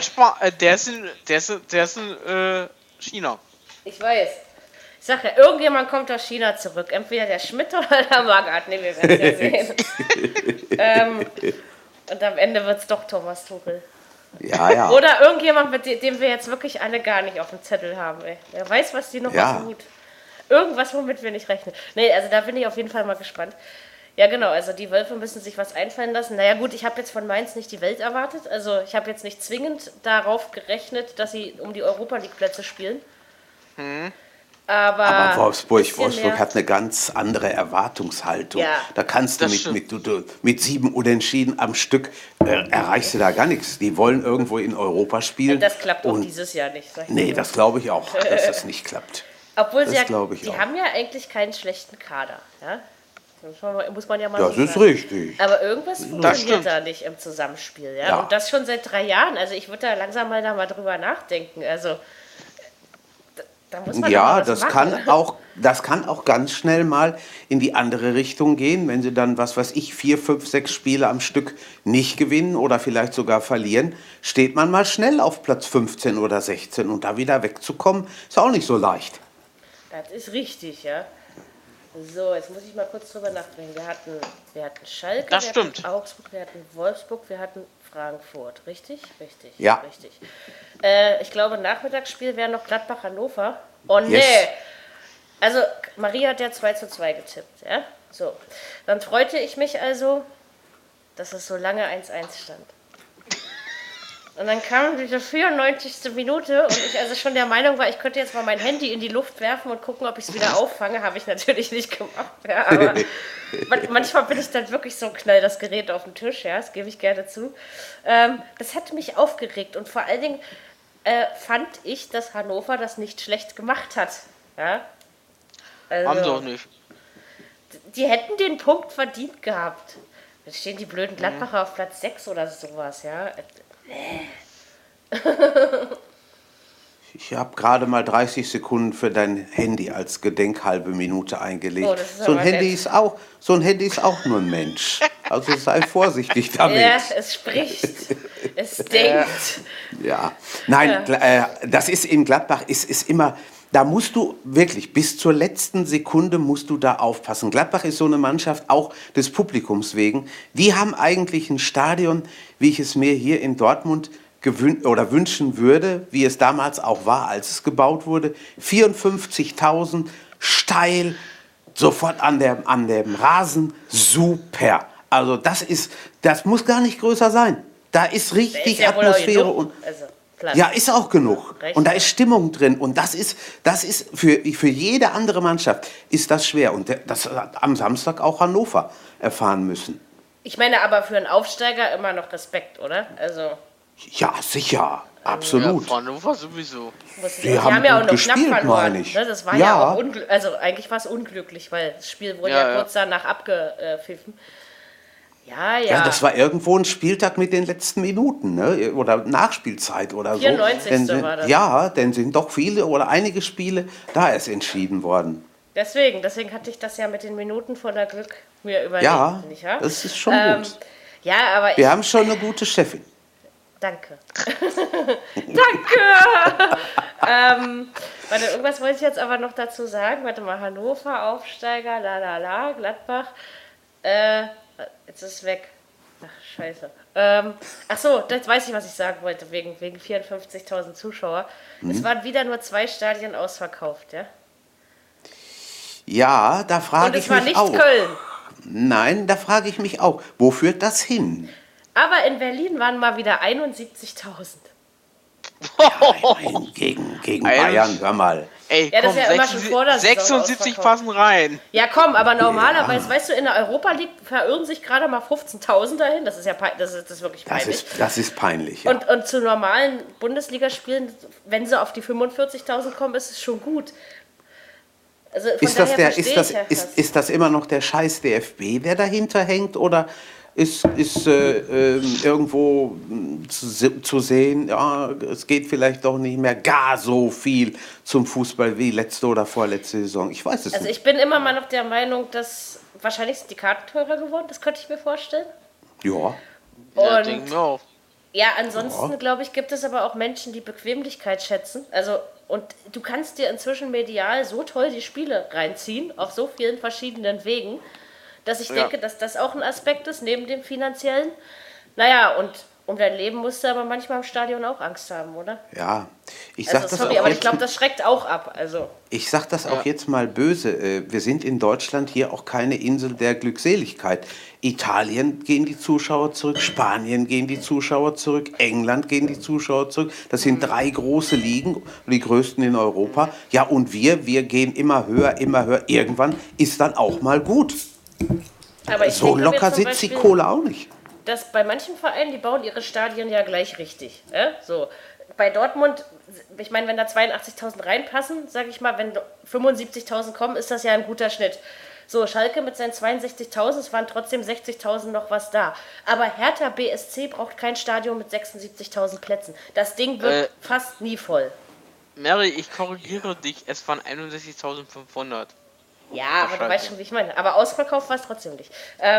Speaker 4: in China.
Speaker 2: Ich weiß. Ich sag ja, irgendjemand kommt aus China zurück. Entweder der Schmidt oder der Magath. Nee, wir werden es ja sehen. Und am Ende wird es doch Thomas Tuchel.
Speaker 3: Ja.
Speaker 2: Oder irgendjemand, mit dem wir jetzt wirklich alle gar nicht auf dem Zettel haben. Ey. Wer weiß, was die noch aus dem Hut. Irgendwas, womit wir nicht rechnen. Nee, also da bin ich auf jeden Fall mal gespannt. Ja, genau, also die Wölfe müssen sich was einfallen lassen. Naja gut, ich habe jetzt von Mainz nicht die Welt erwartet. Also ich habe jetzt nicht zwingend darauf gerechnet, dass sie um die Europa-League-Plätze spielen. Aber
Speaker 3: Wolfsburg hat eine ganz andere Erwartungshaltung.
Speaker 2: Ja,
Speaker 3: da kannst du mit 7 Unentschieden am Stück erreichst du da gar nichts. Die wollen irgendwo in Europa spielen.
Speaker 2: Das klappt auch dieses Jahr nicht.
Speaker 3: Nee, das glaube ich auch, dass das nicht klappt.
Speaker 2: Obwohl die haben ja eigentlich keinen schlechten Kader. Ja? Muss man ja mal
Speaker 3: das
Speaker 2: so
Speaker 3: ist
Speaker 2: sagen.
Speaker 3: richtig.
Speaker 2: Aber irgendwas funktioniert da nicht im Zusammenspiel. Ja? Und das schon seit 3 Jahren. Also ich würde da langsam mal drüber nachdenken. Also da muss man
Speaker 3: das kann auch ganz schnell mal in die andere Richtung gehen, wenn sie dann, 4, 5, 6 Spiele am Stück nicht gewinnen oder vielleicht sogar verlieren, steht man mal schnell auf Platz 15 oder 16 und da wieder wegzukommen, ist auch nicht so leicht.
Speaker 2: Das ist richtig, ja. So, jetzt muss ich mal kurz drüber nachdenken. Wir hatten Schalke, hatten Augsburg, wir hatten Wolfsburg, wir hatten Frankfurt. Richtig? Richtig.
Speaker 3: Ja.
Speaker 2: Richtig. Ich glaube, Nachmittagsspiel wäre noch Gladbach-Hannover. Oh nee!
Speaker 3: Yes.
Speaker 2: Also, Maria hat ja 2:2 getippt, ja? So. Dann freute ich mich also, dass es so lange 1-1 stand. Und dann kam diese 94. Minute und ich also schon der Meinung war, ich könnte jetzt mal mein Handy in die Luft werfen und gucken, ob ich es wieder auffange. Habe ich natürlich nicht gemacht. Ja, aber manchmal bin ich dann wirklich so, knall das Gerät auf den Tisch, ja, das gebe ich gerne zu. Das hat mich aufgeregt und vor allen Dingen fand ich, dass Hannover das nicht schlecht gemacht hat. Ja? Also,
Speaker 4: Haben sie auch nicht.
Speaker 2: Die hätten den Punkt verdient gehabt. Jetzt stehen die blöden Gladbacher auf Platz 6 oder sowas, ja.
Speaker 3: Ich habe gerade mal 30 Sekunden für dein Handy als Gedenkhalbe Minute eingelegt.
Speaker 2: Oh, das ist
Speaker 3: so ein
Speaker 2: aber
Speaker 3: Handy
Speaker 2: nett.
Speaker 3: ist auch nur ein Mensch. Also sei vorsichtig damit.
Speaker 2: Ja, es spricht, es denkt.
Speaker 3: Ja, nein, das ist in Gladbach, ist immer, da musst du wirklich, bis zur letzten Sekunde musst du da aufpassen. Gladbach ist so eine Mannschaft, auch des Publikums wegen. Die haben eigentlich ein Stadion, wie ich es mir hier in Dortmund wünschen würde, wie es damals auch war, als es gebaut wurde. 54.000, steil, sofort an dem Rasen, super. Also das muss gar nicht größer sein. Da ist richtig
Speaker 2: ja wohl auch
Speaker 3: Atmosphäre
Speaker 2: genug.
Speaker 3: und
Speaker 2: Also, Platz.
Speaker 3: ja, ist auch genug.
Speaker 2: Recht.
Speaker 3: Und da ist Stimmung drin. Und das ist für jede andere Mannschaft ist das schwer. Und das hat am Samstag auch Hannover erfahren müssen.
Speaker 2: Ich meine aber für einen Aufsteiger immer noch Respekt, oder? Also,
Speaker 3: Ja, sicher.
Speaker 4: Ja,
Speaker 3: Absolut.
Speaker 4: Hannover sowieso.
Speaker 3: Die
Speaker 2: haben
Speaker 3: haben
Speaker 2: ja auch
Speaker 3: gut
Speaker 2: noch
Speaker 3: gespielt,
Speaker 2: knapp verloren.
Speaker 3: meine ich.
Speaker 2: Ne? Das war
Speaker 3: Ja.
Speaker 2: ja auch also eigentlich war es unglücklich, weil das Spiel wurde ja kurz danach abgepfiffen. Ja.
Speaker 3: Das war irgendwo ein Spieltag mit den letzten Minuten, ne? Oder Nachspielzeit oder
Speaker 2: 94.
Speaker 3: so.
Speaker 2: war das.
Speaker 3: Ja, denn sind doch viele oder einige Spiele da erst entschieden worden.
Speaker 2: Deswegen hatte ich das ja mit den Minuten voller Glück mir überlegt.
Speaker 3: Ja,
Speaker 2: nicht wahr?
Speaker 3: das ist schon gut.
Speaker 2: Ja, aber
Speaker 3: Wir haben schon eine gute Chefin.
Speaker 2: Danke. Danke! Warte, irgendwas wollte ich jetzt aber noch dazu sagen. Warte mal, Hannover, Aufsteiger, Gladbach. Jetzt ist es weg. Ach, scheiße. Ach so, jetzt weiß ich, was ich sagen wollte, wegen 54.000 Zuschauer. Es waren wieder nur 2 Stadien ausverkauft, ja?
Speaker 3: Ja, da
Speaker 2: Und
Speaker 3: frage
Speaker 2: es
Speaker 3: ich
Speaker 2: war
Speaker 3: mich
Speaker 2: nicht
Speaker 3: auch.
Speaker 2: Köln.
Speaker 3: Nein, da frage ich mich auch. Wo führt das hin?
Speaker 2: Aber in Berlin waren mal wieder 71.000.
Speaker 3: Immerhin gegen Bayern, hör mal.
Speaker 4: Ey,
Speaker 2: Ja, das
Speaker 4: komm,
Speaker 2: ist ja immer schon vor der Saison
Speaker 4: 76
Speaker 2: ausverkauft.
Speaker 4: passen rein.
Speaker 2: Ja, komm, aber normalerweise, weißt du, in der Europa League verirren sich gerade mal 15.000 dahin. Das ist ja das ist wirklich peinlich.
Speaker 3: Das ist peinlich. Ja.
Speaker 2: Und zu normalen Bundesligaspielen, wenn sie auf die 45.000 kommen, ist es schon gut. Also von daher verstehe ich ja das.
Speaker 3: Ist das immer noch der scheiß DFB, der dahinter hängt? Oder ist irgendwo zu sehen, ja, es geht vielleicht doch nicht mehr gar so viel zum Fußball wie letzte oder vorletzte Saison? Ich weiß es
Speaker 2: Also
Speaker 3: nicht.
Speaker 2: ich bin immer mal noch der Meinung, dass wahrscheinlich sind die Karten teurer geworden. Das könnte ich mir vorstellen.
Speaker 3: Ja,
Speaker 4: Ja,
Speaker 2: Und
Speaker 4: denken wir auch.
Speaker 2: ja, ansonsten, glaube ich, gibt es aber auch Menschen, die Bequemlichkeit schätzen. Also, und du kannst dir inzwischen medial so toll die Spiele reinziehen, auf so vielen verschiedenen Wegen, dass ich denke, dass das auch ein Aspekt ist, neben dem finanziellen. Naja, und um dein Leben musst du aber manchmal im Stadion auch Angst haben, oder?
Speaker 3: ja. Ich sag
Speaker 2: Also,
Speaker 3: das
Speaker 2: sorry,
Speaker 3: auch
Speaker 2: aber ich
Speaker 3: jetzt-
Speaker 2: glaube, das schreckt auch ab. Also,
Speaker 3: Ich sage das auch jetzt mal böse. Wir sind in Deutschland hier auch keine Insel der Glückseligkeit. Italien gehen die Zuschauer zurück, Spanien gehen die Zuschauer zurück, England gehen die Zuschauer zurück. Das sind 3 große Ligen, die größten in Europa. Ja, und wir gehen immer höher, immer höher. Irgendwann ist dann auch mal gut.
Speaker 2: aber ich
Speaker 3: So
Speaker 2: denke mir
Speaker 3: locker
Speaker 2: zum
Speaker 3: sitzt die
Speaker 2: Beispiel,
Speaker 3: Kohle auch nicht.
Speaker 2: dass bei manchen Vereinen, die bauen ihre Stadien ja gleich richtig. So. Bei Dortmund, ich meine, wenn da 82.000 reinpassen, sage ich mal, wenn 75.000 kommen, ist das ja ein guter Schnitt. So, Schalke mit seinen 62.000, es waren trotzdem 60.000 noch was da. Aber Hertha BSC braucht kein Stadion mit 76.000 Plätzen. Das Ding wird fast nie voll.
Speaker 4: Mary, ich korrigiere dich, es waren 61.500.
Speaker 2: Ja, aber du
Speaker 4: Schalke.
Speaker 2: weißt schon, wie ich meine. Aber ausverkauft war es trotzdem nicht.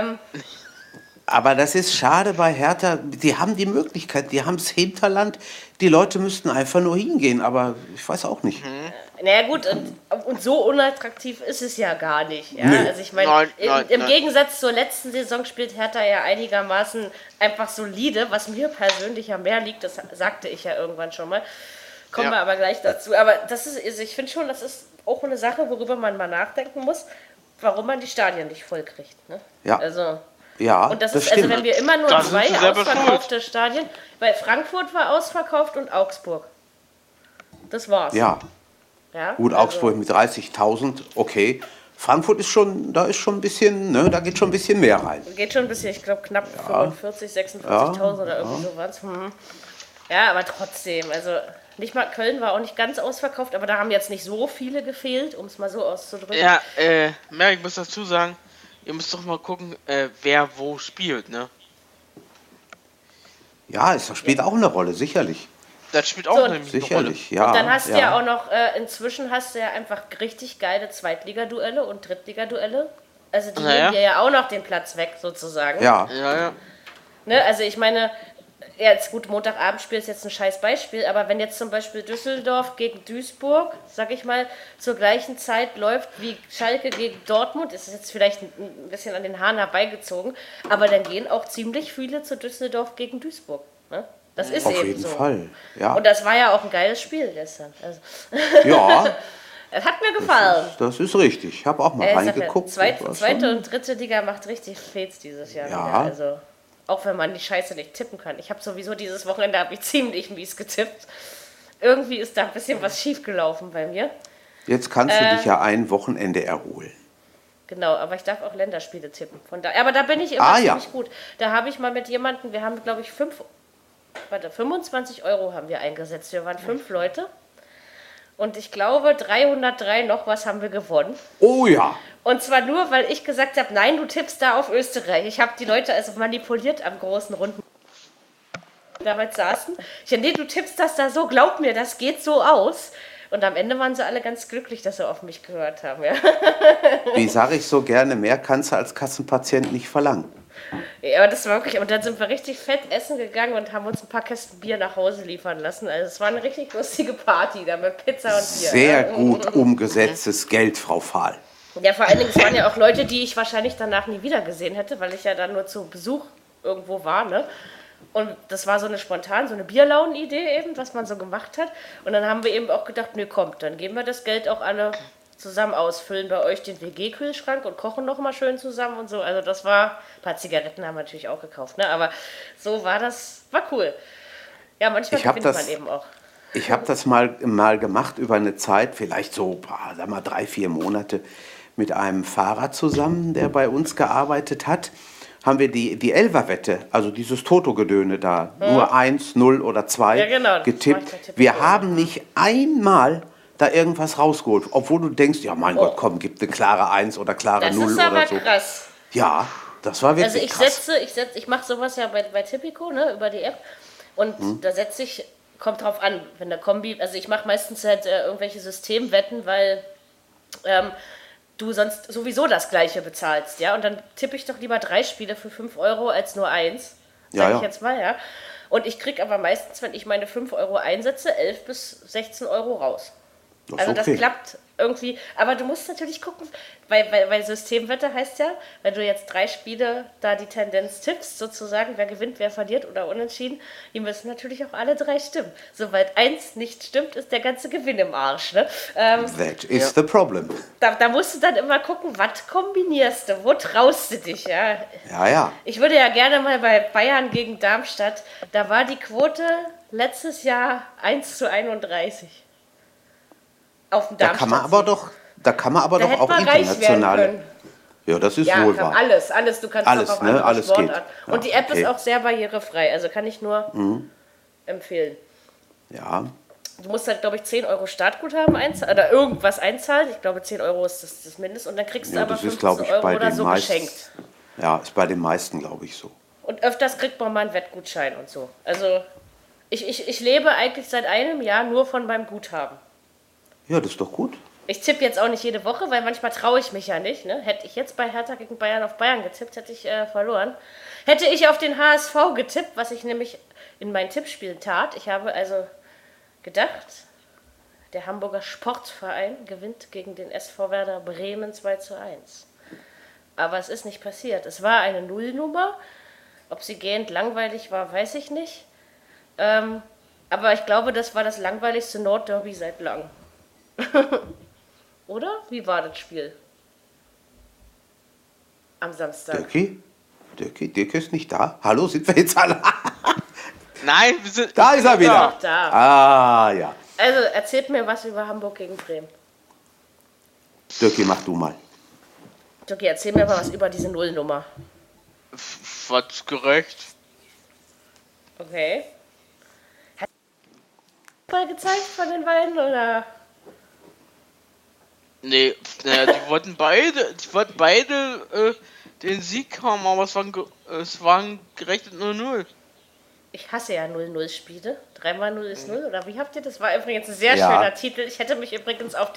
Speaker 3: Aber das ist schade bei Hertha. Die haben die Möglichkeit, die haben das Hinterland. Die Leute müssten einfach nur hingehen, aber ich weiß auch nicht.
Speaker 2: Naja gut, und so unattraktiv ist es ja gar nicht. Ja?
Speaker 3: Nö.
Speaker 2: Also ich meine,
Speaker 4: Nein,
Speaker 2: im
Speaker 4: nein.
Speaker 2: Gegensatz zur letzten Saison spielt Hertha ja einigermaßen einfach solide, was mir persönlich ja mehr liegt, das sagte ich ja irgendwann schon mal. Kommen
Speaker 4: Ja.
Speaker 2: wir aber gleich dazu. Aber das ist, also ich finde schon, das ist auch eine Sache, worüber man mal nachdenken muss, warum man die Stadien nicht voll kriegt. Ne?
Speaker 3: Ja.
Speaker 2: Also
Speaker 3: Ja,
Speaker 2: Und das
Speaker 3: das
Speaker 2: ist, also
Speaker 3: stimmt.
Speaker 2: wenn wir immer nur
Speaker 4: Da sind
Speaker 2: 2
Speaker 4: sie selber
Speaker 2: ausverkaufte Stadien, weil Frankfurt war ausverkauft und Augsburg. Das war's.
Speaker 3: Ja,
Speaker 2: Ja,
Speaker 3: gut,
Speaker 2: also,
Speaker 3: Augsburg mit 30.000, okay. Frankfurt ist schon, da ist schon ein bisschen, ne, da geht schon ein bisschen mehr rein.
Speaker 2: Geht schon ein bisschen, ich glaube knapp 45, 46.000 oder irgendwie sowas. Ja, aber trotzdem, also nicht mal Köln war auch nicht ganz ausverkauft, aber da haben jetzt nicht so viele gefehlt, um es mal so auszudrücken.
Speaker 4: Ja, ich muss dazu sagen, ihr müsst doch mal gucken, wer wo spielt, ne?
Speaker 3: Ja, es spielt auch eine Rolle, sicherlich.
Speaker 4: Das spielt auch
Speaker 2: So,
Speaker 4: nämlich eine Rolle.
Speaker 3: Sicherlich, ja.
Speaker 2: Und dann hast du ja auch noch, inzwischen hast du ja einfach richtig geile Zweitligaduelle und Drittligaduelle. Also die nehmen dir ja auch noch den Platz weg, sozusagen.
Speaker 3: Ja,
Speaker 4: Ja.
Speaker 2: Ne? Also ich meine, jetzt gut, Montagabendspiel ist jetzt ein scheiß Beispiel, aber wenn jetzt zum Beispiel Düsseldorf gegen Duisburg, sag ich mal, zur gleichen Zeit läuft wie Schalke gegen Dortmund, ist es jetzt vielleicht ein bisschen an den Haaren herbeigezogen, aber dann gehen auch ziemlich viele zu Düsseldorf gegen Duisburg. Ne? Das ist
Speaker 3: auf
Speaker 2: eben
Speaker 3: jeden
Speaker 2: so.
Speaker 3: Fall. Ja,
Speaker 2: Und das war ja auch ein geiles Spiel gestern. Also,
Speaker 3: ja,
Speaker 2: es hat mir gefallen.
Speaker 3: das ist richtig. Ich habe auch mal
Speaker 2: Ich sag ja,
Speaker 3: reingeguckt.
Speaker 2: zweite
Speaker 3: Das war schon-
Speaker 2: und dritte Liga macht richtig Fets dieses Jahr.
Speaker 3: Ja.
Speaker 2: Wieder. Also, auch wenn man die Scheiße nicht tippen kann. Ich habe sowieso dieses Wochenende hab ich ziemlich mies getippt. Irgendwie ist da ein bisschen was schiefgelaufen bei mir.
Speaker 3: Jetzt kannst du dich ja ein Wochenende erholen.
Speaker 2: Genau, aber ich darf auch Länderspiele tippen. Aber da bin ich immer ziemlich gut. Da habe ich mal mit jemandem, wir haben glaube ich 25 € haben wir eingesetzt. Wir waren 5 Leute. Und ich glaube 303 noch was haben wir gewonnen.
Speaker 3: Oh ja.
Speaker 2: Und zwar nur, weil ich gesagt habe, nein, du tippst da auf Österreich. Ich habe die Leute also manipuliert am großen Runden. Damals saßen. Ich dachte, nee, du tippst das da so, glaub mir, das geht so aus. Und am Ende waren sie alle ganz glücklich, dass sie auf mich gehört haben. Ja,
Speaker 3: Wie sage ich so gerne, mehr kannst du als Kassenpatient nicht verlangen.
Speaker 2: ja, aber das war wirklich, und dann sind wir richtig fett essen gegangen und haben uns ein paar Kästen Bier nach Hause liefern lassen. Also es war eine richtig lustige Party da mit Pizza und Bier.
Speaker 3: Sehr
Speaker 2: Ja.
Speaker 3: gut umgesetztes Geld, Frau Fahl.
Speaker 2: Ja, vor allen Dingen, es waren ja auch Leute, die ich wahrscheinlich danach nie wieder gesehen hätte, weil ich ja dann nur zu Besuch irgendwo war, ne? Und das war so eine Bierlaunen-Idee eben, was man so gemacht hat. Und dann haben wir eben auch gedacht, nee, kommt, dann geben wir das Geld auch alle zusammen aus, füllen bei euch den WG-Kühlschrank und kochen noch mal schön zusammen und so. Also das war, ein paar Zigaretten haben wir natürlich auch gekauft, ne? Aber so war das, war cool. Ja, manchmal gewinnt man eben auch.
Speaker 3: Ich habe das mal gemacht über eine Zeit, vielleicht so, sagen wir 3-4 Monate, mit einem Fahrer zusammen, der bei uns gearbeitet hat. Haben wir die Elferwette, also dieses Toto-Gedöne da, nur 1, 0 oder 2
Speaker 2: Ja, genau, das
Speaker 3: getippt.
Speaker 2: mache ich bei Tipp
Speaker 3: Wir
Speaker 2: auch.
Speaker 3: haben nicht einmal da irgendwas rausgeholt, obwohl du denkst, ja mein Gott, komm, gib eine klare 1 oder klare
Speaker 2: Das
Speaker 3: 0
Speaker 2: ist aber
Speaker 3: oder so.
Speaker 2: krass.
Speaker 3: Ja, das war wirklich
Speaker 2: Also
Speaker 3: krass.
Speaker 2: ich mache sowas ja bei Tipico, ne, über die App. Und da setze ich, kommt drauf an, wenn der Kombi, also ich mache meistens halt irgendwelche Systemwetten, weil du sonst sowieso das Gleiche bezahlst, ja. Und dann tippe ich doch lieber 3 Spiele für 5 € als nur 1. Sag ich jetzt mal, ja. Und ich kriege aber meistens, wenn ich meine 5 € einsetze, 11 bis 16 € raus.
Speaker 3: Das ist
Speaker 2: Also das
Speaker 3: okay.
Speaker 2: klappt irgendwie. Aber du musst natürlich gucken, weil Systemwette heißt ja, wenn du jetzt 3 Spiele da die Tendenz tippst, sozusagen, wer gewinnt, wer verliert oder unentschieden, die müssen natürlich auch alle 3 stimmen. Sobald 1 nicht stimmt, ist der ganze Gewinn im Arsch. Ne?
Speaker 3: That is the problem.
Speaker 2: Da musst du dann immer gucken, was kombinierst du, wo traust du dich. Ja?
Speaker 3: Ja, ja.
Speaker 2: Ich würde ja gerne mal bei Bayern gegen Darmstadt, da war die Quote letztes Jahr 1:31. Auf dem
Speaker 3: Da
Speaker 2: Darmstadt.
Speaker 3: kann man aber doch
Speaker 2: Da hätte
Speaker 3: auch
Speaker 2: man reich werden
Speaker 3: internationale.
Speaker 2: können.
Speaker 3: Ja, das ist
Speaker 2: Ja,
Speaker 3: wohl
Speaker 2: kann
Speaker 3: wahr.
Speaker 2: alles. Du kannst
Speaker 3: Alles,
Speaker 2: auch auf
Speaker 3: ne?
Speaker 2: andere
Speaker 3: Alles
Speaker 2: Sportarten.
Speaker 3: geht. Ja,
Speaker 2: Und die App
Speaker 3: okay.
Speaker 2: ist auch sehr barrierefrei, also kann ich nur empfehlen.
Speaker 3: Ja,
Speaker 2: Du musst halt, glaube ich, 10 € Startguthaben einzahlen oder irgendwas einzahlen. Ich glaube, 10 € ist das Mindest. Und dann kriegst du
Speaker 3: ja
Speaker 2: aber
Speaker 3: das
Speaker 2: 15
Speaker 3: ist, glaube ich,
Speaker 2: €
Speaker 3: bei
Speaker 2: oder
Speaker 3: den
Speaker 2: so
Speaker 3: meisten.
Speaker 2: geschenkt.
Speaker 3: Ja, ist bei den meisten, glaube ich, so.
Speaker 2: Und öfters kriegt man mal einen Wettgutschein und so. Also ich lebe eigentlich seit einem Jahr nur von meinem Guthaben.
Speaker 3: Ja, das ist doch gut.
Speaker 2: Ich tippe jetzt auch nicht jede Woche, weil manchmal traue ich mich ja nicht. Ne? Hätte ich jetzt bei Hertha gegen Bayern auf Bayern getippt, hätte ich verloren. Hätte ich auf den HSV getippt, was ich nämlich in meinen Tippspielen tat. Ich habe also gedacht, der Hamburger Sportverein gewinnt gegen den SV Werder Bremen 2:1. Aber es ist nicht passiert. Es war eine Nullnummer. Ob sie gähnt langweilig war, weiß ich nicht. Aber ich glaube, das war das langweiligste Nordderby seit langem. Oder? Wie war das Spiel? Am Samstag.
Speaker 3: Dirki? Dirk ist nicht da. Hallo, sind wir jetzt alle?
Speaker 4: Nein, wir sind.
Speaker 3: Da ist er wieder.
Speaker 2: Doch, da.
Speaker 3: Ah, ja.
Speaker 2: Also, erzählt mir was über Hamburg gegen Bremen.
Speaker 3: Dirki, mach du mal.
Speaker 2: Dirki, erzähl mir mal was über diese Nullnummer.
Speaker 4: Was gerecht.
Speaker 2: Okay. Hat mal gezeigt von den beiden, oder?
Speaker 4: Nee, die wollten beide den Sieg haben, aber es waren gerechnet 0-0.
Speaker 2: Ich hasse ja 0-0-Spiele. 3x0 ist 0, oder wie habt ihr das? War übrigens ein sehr
Speaker 3: Ja.
Speaker 2: schöner Titel. Ich hätte mich übrigens auf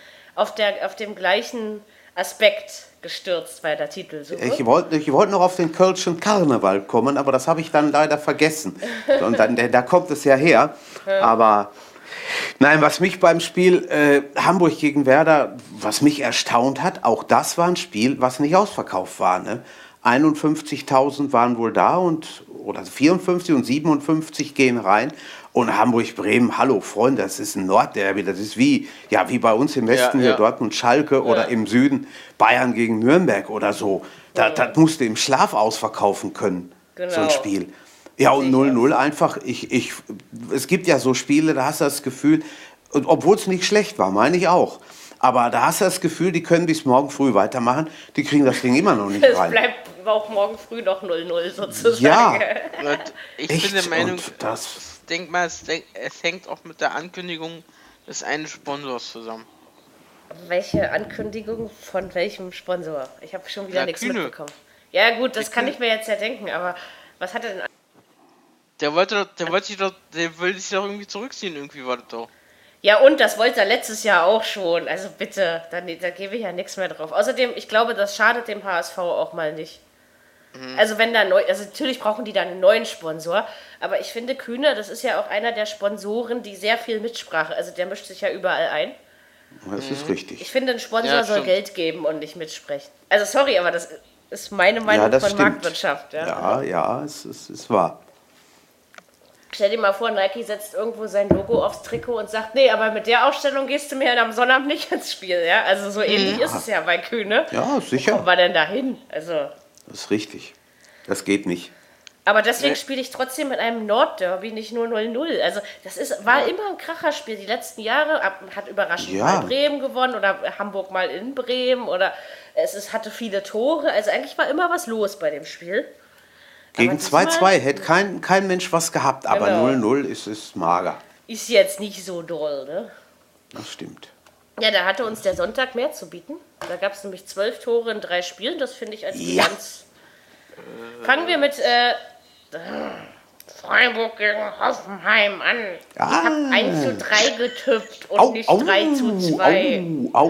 Speaker 2: dem gleichen Aspekt gestürzt bei der Titelsuche.
Speaker 3: Ich wollte noch auf den Kölschen Karneval kommen, aber das habe ich dann leider vergessen. Und dann, da kommt es ja her. Aber nein, was mich beim Spiel Hamburg gegen Werder, was mich erstaunt hat, auch das war ein Spiel, was nicht ausverkauft war. Ne? 51.000 waren wohl da oder 54 und 57 gehen rein. Und Hamburg-Bremen, hallo Freunde, das ist ein Nordderby, das ist wie bei uns im Westen hier Dortmund-Schalke oder im Süden Bayern gegen Nürnberg oder so. Das musst du im Schlaf ausverkaufen können, so ein Spiel. Ja, und 0-0 einfach, es gibt ja so Spiele, da hast du das Gefühl, obwohl es nicht schlecht war, meine ich auch, aber da hast du das Gefühl, die können bis morgen früh weitermachen, die kriegen das Ding immer noch nicht
Speaker 2: Es
Speaker 3: rein.
Speaker 2: bleibt auch morgen früh noch 0-0 sozusagen.
Speaker 3: Ja.
Speaker 4: Ich
Speaker 3: Echt?
Speaker 4: bin der Meinung,
Speaker 3: Und das-
Speaker 4: ich denke mal, es hängt auch mit der Ankündigung des einen Sponsors zusammen.
Speaker 2: Welche Ankündigung von welchem Sponsor? Ich habe schon wieder
Speaker 4: Na,
Speaker 2: nichts
Speaker 4: Kühne.
Speaker 2: mitbekommen. Ja gut, das
Speaker 4: Die
Speaker 2: kann
Speaker 4: Kühne.
Speaker 2: ich mir jetzt ja denken, aber was hat er denn...
Speaker 4: Der will sich doch irgendwie zurückziehen, irgendwie war das doch.
Speaker 2: Ja und, das wollte er letztes Jahr auch schon. Also bitte, da gebe ich ja nichts mehr drauf. Außerdem, ich glaube, das schadet dem HSV auch mal nicht. Also wenn da also natürlich brauchen die da einen neuen Sponsor, aber ich finde Kühne, das ist ja auch einer der Sponsoren, die sehr viel Mitsprache, also der mischt sich ja überall ein.
Speaker 3: Das ist richtig.
Speaker 2: Ich finde, ein Sponsor
Speaker 4: Ja,
Speaker 2: soll
Speaker 4: stimmt.
Speaker 2: Geld geben und nicht mitsprechen. Also sorry, aber das ist meine Meinung
Speaker 3: Ja, das
Speaker 2: von
Speaker 3: stimmt.
Speaker 2: Marktwirtschaft.
Speaker 3: Ja, es ist wahr.
Speaker 2: Stell dir mal vor, Nike setzt irgendwo sein Logo aufs Trikot und sagt, nee, aber mit der Aufstellung gehst du mir am Sonnabend nicht ins Spiel. Ja? Also so ähnlich ist es ja bei Kühne.
Speaker 3: Ja, sicher.
Speaker 2: Wo kommen wir denn da hin? Also...
Speaker 3: Das ist richtig. Das geht nicht.
Speaker 2: Aber deswegen spiele ich trotzdem mit einem Nordderby, nicht nur 0-0. Also das war immer ein Kracherspiel. Die letzten Jahre hat überraschend
Speaker 3: Ja.
Speaker 2: mal Bremen gewonnen oder Hamburg mal in Bremen oder hatte viele Tore. Also eigentlich war immer was los bei dem Spiel.
Speaker 3: Gegen
Speaker 2: Aber diesmal
Speaker 3: 2-2 hätte kein Mensch was gehabt, aber
Speaker 2: Genau.
Speaker 3: 0-0 ist mager.
Speaker 2: ist jetzt nicht so doll, ne?
Speaker 3: Das stimmt.
Speaker 2: Ja, da hatte uns der Sonntag mehr zu bieten. Da gab es nämlich 12 Tore in 3 Spielen. Das finde ich als
Speaker 3: Ja.
Speaker 2: Bilanz. Fangen wir mit Freiburg gegen Hoffenheim an. Ich habe 1:3 getippt und nicht 3:2.
Speaker 3: Au.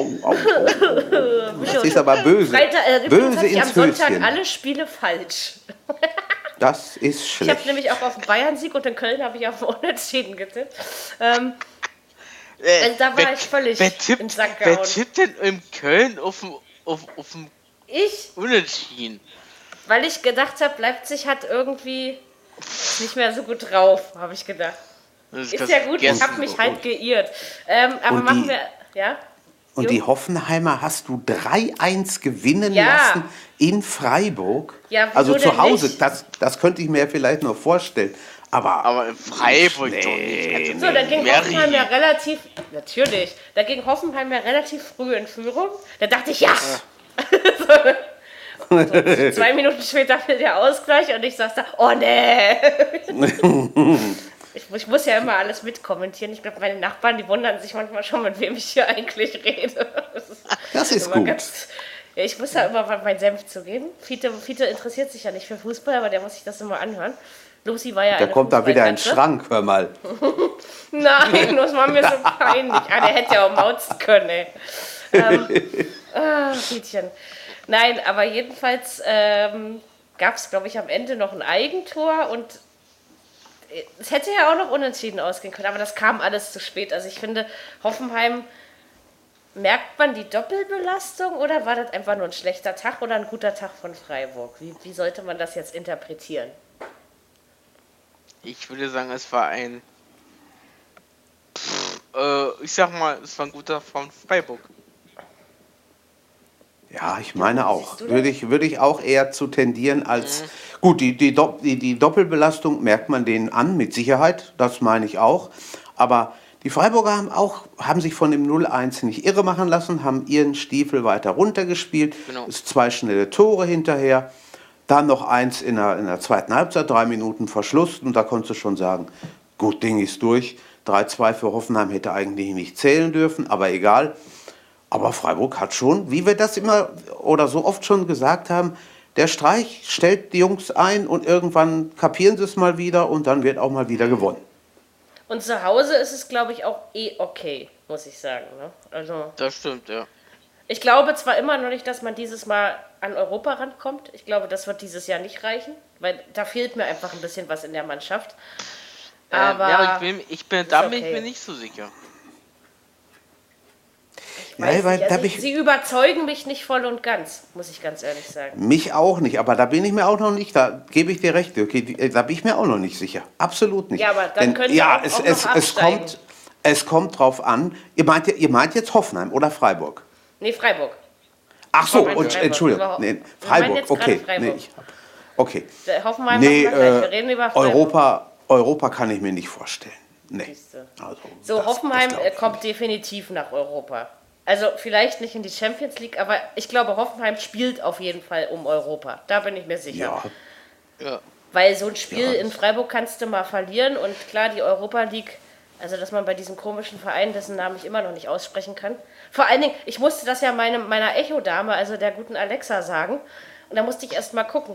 Speaker 3: Das ist aber böse.
Speaker 2: Übrigens
Speaker 3: Böse
Speaker 2: hatte ich am
Speaker 3: ins
Speaker 2: Sonntag
Speaker 3: Höschen.
Speaker 2: alle Spiele falsch.
Speaker 3: Das ist
Speaker 2: Ich habe
Speaker 3: schlecht.
Speaker 2: nämlich auch auf den Bayern-Sieg und in Köln habe ich auf den Unentschieden getippt. Also da war ich völlig in den Sack
Speaker 4: Wer
Speaker 2: gehauen.
Speaker 4: tippt denn in Köln auf dem
Speaker 2: Ich,
Speaker 4: Unentschieden?
Speaker 2: weil ich gedacht habe, Leipzig hat irgendwie nicht mehr so gut drauf, habe ich gedacht.
Speaker 4: Das
Speaker 2: Ist ja gut, ich habe mich halt geirrt. Aber
Speaker 3: Und
Speaker 2: machen
Speaker 3: die-
Speaker 2: wir, ja?
Speaker 3: Und
Speaker 2: Jo.
Speaker 3: die Hoffenheimer hast du 3-1 gewinnen
Speaker 2: Ja.
Speaker 3: lassen in Freiburg.
Speaker 2: Ja, wieso
Speaker 3: also
Speaker 2: denn
Speaker 3: zu Hause,
Speaker 2: nicht?
Speaker 3: das könnte ich mir vielleicht noch vorstellen.
Speaker 4: Aber in Freiburg doch nicht. Also
Speaker 2: So, dagegen
Speaker 4: Mary.
Speaker 2: Hoffenheim ja relativ früh in Führung. Da dachte ich, ja! So, 2 Minuten später fällt der Ausgleich und ich saß da, oh nee! Ich muss ja immer alles mitkommentieren. Ich glaube, meine Nachbarn, die wundern sich manchmal schon, mit wem ich hier eigentlich rede.
Speaker 3: Das ist
Speaker 2: immer
Speaker 3: gut.
Speaker 2: Ja, ich muss da immer meinen Senf zugeben. Fiete interessiert sich ja nicht für Fußball, aber der muss sich das immer anhören. Lucy war ja
Speaker 3: Da
Speaker 2: eine
Speaker 3: kommt da wieder ein
Speaker 2: Fußballkatze.
Speaker 3: Schrank, hör mal.
Speaker 2: Nein, das war mir so peinlich. Der hätte ja auch mauzen können, ey. Fietchen. Nein, aber jedenfalls gab es, glaube ich, am Ende noch ein Eigentor und es hätte ja auch noch unentschieden ausgehen können, aber das kam alles zu spät. Also ich finde, Hoffenheim, merkt man die Doppelbelastung oder war das einfach nur ein schlechter Tag oder ein guter Tag von Freiburg? Wie sollte man das jetzt interpretieren?
Speaker 4: Ich würde sagen, es war ich sag mal, es war ein guter von Freiburg.
Speaker 3: Ja, ich meine auch. Würde ich auch eher zu tendieren als. Gut, die Doppelbelastung merkt man denen an, mit Sicherheit, das meine ich auch. Aber die Freiburger haben sich von dem 0-1 nicht irre machen lassen, haben ihren Stiefel weiter runtergespielt.
Speaker 4: Genau.
Speaker 3: Es 2 schnelle Tore hinterher. Dann noch eins in der zweiten Halbzeit, 3 Minuten Verschluss. Und da konntest du schon sagen, gut, Ding ist durch. 3-2 für Hoffenheim hätte eigentlich nicht zählen dürfen, aber egal. Aber Freiburg hat schon, wie wir das immer oder so oft schon gesagt haben, der Streich stellt die Jungs ein und irgendwann kapieren sie es mal wieder und dann wird auch mal wieder gewonnen.
Speaker 2: Und zu Hause ist es, glaube ich, auch okay, muss ich sagen. Ne? Also,
Speaker 4: Das stimmt, ja.
Speaker 2: ich glaube zwar immer noch nicht, dass man dieses Mal an Europa rankommt. Ich glaube, das wird dieses Jahr nicht reichen, weil da fehlt mir einfach ein bisschen was in der Mannschaft. Aber
Speaker 4: ja, ich bin
Speaker 2: okay.
Speaker 4: mir nicht so sicher.
Speaker 2: Weiß
Speaker 3: weil
Speaker 2: nicht.
Speaker 3: da
Speaker 2: Also sie überzeugen mich nicht voll und ganz, muss ich ganz ehrlich sagen.
Speaker 3: Mich auch nicht, aber da bin ich mir auch noch nicht, da gebe ich dir recht, okay, da bin ich mir auch noch nicht sicher. Absolut nicht.
Speaker 2: Ja, aber dann können sie auch noch absteigen.
Speaker 3: Es kommt drauf an. Ihr meint jetzt Hoffenheim oder Freiburg?
Speaker 2: Nee, Freiburg.
Speaker 3: Ach so,
Speaker 2: Freiburg.
Speaker 3: und Entschuldigung. Nee,
Speaker 2: Wir meinen
Speaker 3: Freiburg,
Speaker 2: jetzt
Speaker 3: okay.
Speaker 2: gerade Freiburg.
Speaker 3: Nee, okay.
Speaker 2: Hoffenheim
Speaker 3: Nee,
Speaker 2: machen wir gleich. Wir reden über Freiburg.
Speaker 3: Europa kann ich mir nicht vorstellen. Nee.
Speaker 2: Siehste.
Speaker 3: Also,
Speaker 2: So, Hoffenheim
Speaker 3: glaub ich
Speaker 2: kommt
Speaker 3: nicht.
Speaker 2: definitiv nach Europa. Also vielleicht nicht in die Champions League, aber ich glaube, Hoffenheim spielt auf jeden Fall um Europa. Da bin ich mir sicher.
Speaker 3: Ja,
Speaker 4: Ja.
Speaker 2: Weil so ein Spiel
Speaker 3: Ja.
Speaker 2: in Freiburg kannst du mal verlieren und klar, die Europa League, also dass man bei diesem komischen Verein, dessen Namen ich immer noch nicht aussprechen kann. Vor allen Dingen, ich musste das ja meiner Echo-Dame, also der guten Alexa, sagen. Und da musste ich erst mal gucken.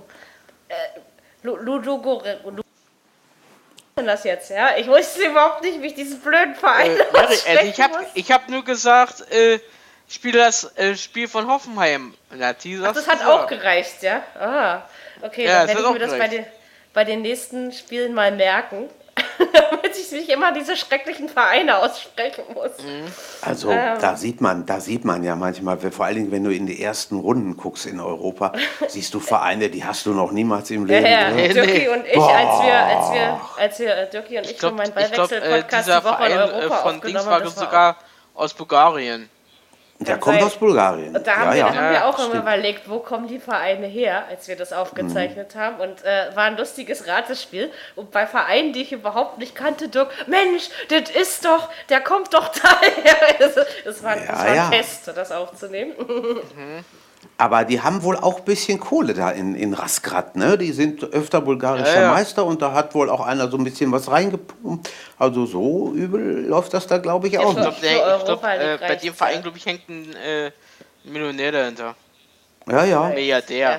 Speaker 2: Das jetzt, ja? Ich wusste überhaupt nicht, wie ich diesen blöden Verein aussprechen muss.
Speaker 4: Ich hab nur gesagt, spiele das Spiel von Hoffenheim.
Speaker 2: Ach, das hat auch gereicht, ja? Ah, okay,
Speaker 4: Ja,
Speaker 2: dann werde ich mir das bei den nächsten Spielen mal merken, damit ich nicht immer diese schrecklichen Vereine aussprechen muss.
Speaker 3: Also da sieht man ja manchmal, vor allen Dingen, wenn du in die ersten Runden guckst in Europa, siehst du Vereine, die hast du noch niemals im Leben gehört.
Speaker 2: Dirki und ich, als wir Dirki und ich für meinen Ballwechsel-Podcast
Speaker 4: dieser
Speaker 2: die Woche in
Speaker 4: Verein
Speaker 2: Europa
Speaker 4: von
Speaker 2: aufgenommen
Speaker 4: Dings
Speaker 2: haben,
Speaker 4: war
Speaker 2: das war
Speaker 4: sogar aus Bulgarien.
Speaker 3: Der kommt aus Bulgarien.
Speaker 2: Und da haben wir auch immer
Speaker 3: stimmt.
Speaker 2: überlegt, wo kommen die Vereine her, als wir das aufgezeichnet haben. Und war ein lustiges Ratespiel. Und bei Vereinen, die ich überhaupt nicht kannte, Dirk, Mensch, das ist doch, der kommt doch daher. Das war ein Fest, das aufzunehmen.
Speaker 3: Aber die haben wohl auch ein bisschen Kohle da in Razgrad, ne? Die sind öfter bulgarischer Meister und da hat wohl auch einer so ein bisschen was reingepumpt. Also so übel läuft das da, glaube ich, auch
Speaker 2: für-
Speaker 3: nicht.
Speaker 2: für Europa
Speaker 4: Bei
Speaker 2: reicht's,
Speaker 4: dem Verein, glaube ich, hängt ein Millionär dahinter.
Speaker 3: Ja.
Speaker 4: Milliardär.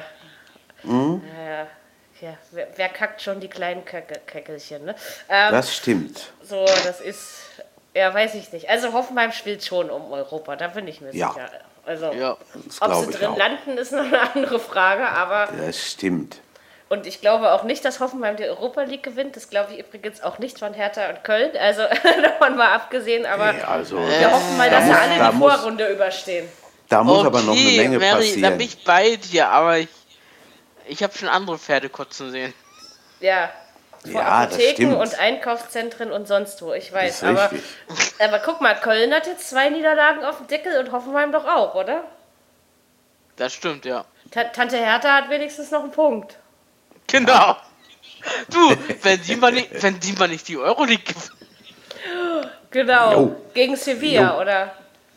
Speaker 2: Ja, wer kackt schon die kleinen Käckelchen, ne?
Speaker 3: Das stimmt.
Speaker 2: So, das ist, ja, weiß ich nicht. Also Hoffenheim spielt schon um Europa, da bin ich mir
Speaker 3: Ja.
Speaker 2: sicher. Also,
Speaker 4: Ja.
Speaker 3: Das
Speaker 2: ob
Speaker 3: glaube
Speaker 2: sie
Speaker 3: ich
Speaker 2: drin
Speaker 3: auch.
Speaker 2: landen, ist noch eine andere Frage, aber
Speaker 3: Das stimmt.
Speaker 2: und ich glaube auch nicht, dass Hoffenheim die Europa League gewinnt. Das glaube ich übrigens auch nicht von Hertha und Köln. Also davon mal abgesehen, aber
Speaker 3: Nee, also,
Speaker 2: wir hoffen mal, dass sie alle die Vorrunde überstehen.
Speaker 3: Da muss aber noch eine Menge
Speaker 4: Mary, da
Speaker 3: passieren.
Speaker 4: bin ich bei dir, aber ich habe schon andere Pferde kotzen sehen.
Speaker 2: Ja, vor
Speaker 3: Ja, das
Speaker 2: Apotheken
Speaker 3: stimmt.
Speaker 2: und Einkaufszentren und sonst wo, ich weiß.
Speaker 3: Das ist
Speaker 2: Aber,
Speaker 3: richtig.
Speaker 2: aber guck mal, Köln hat jetzt 2 Niederlagen auf dem Deckel und Hoffenheim doch auch, oder?
Speaker 4: Das stimmt, ja.
Speaker 2: Tante Hertha hat wenigstens noch einen Punkt.
Speaker 4: Genau. Du, wenn die mal nicht die Euroleague gewinnen.
Speaker 2: Genau,
Speaker 3: Jo.
Speaker 2: gegen Sevilla,
Speaker 3: Jo.
Speaker 2: oder?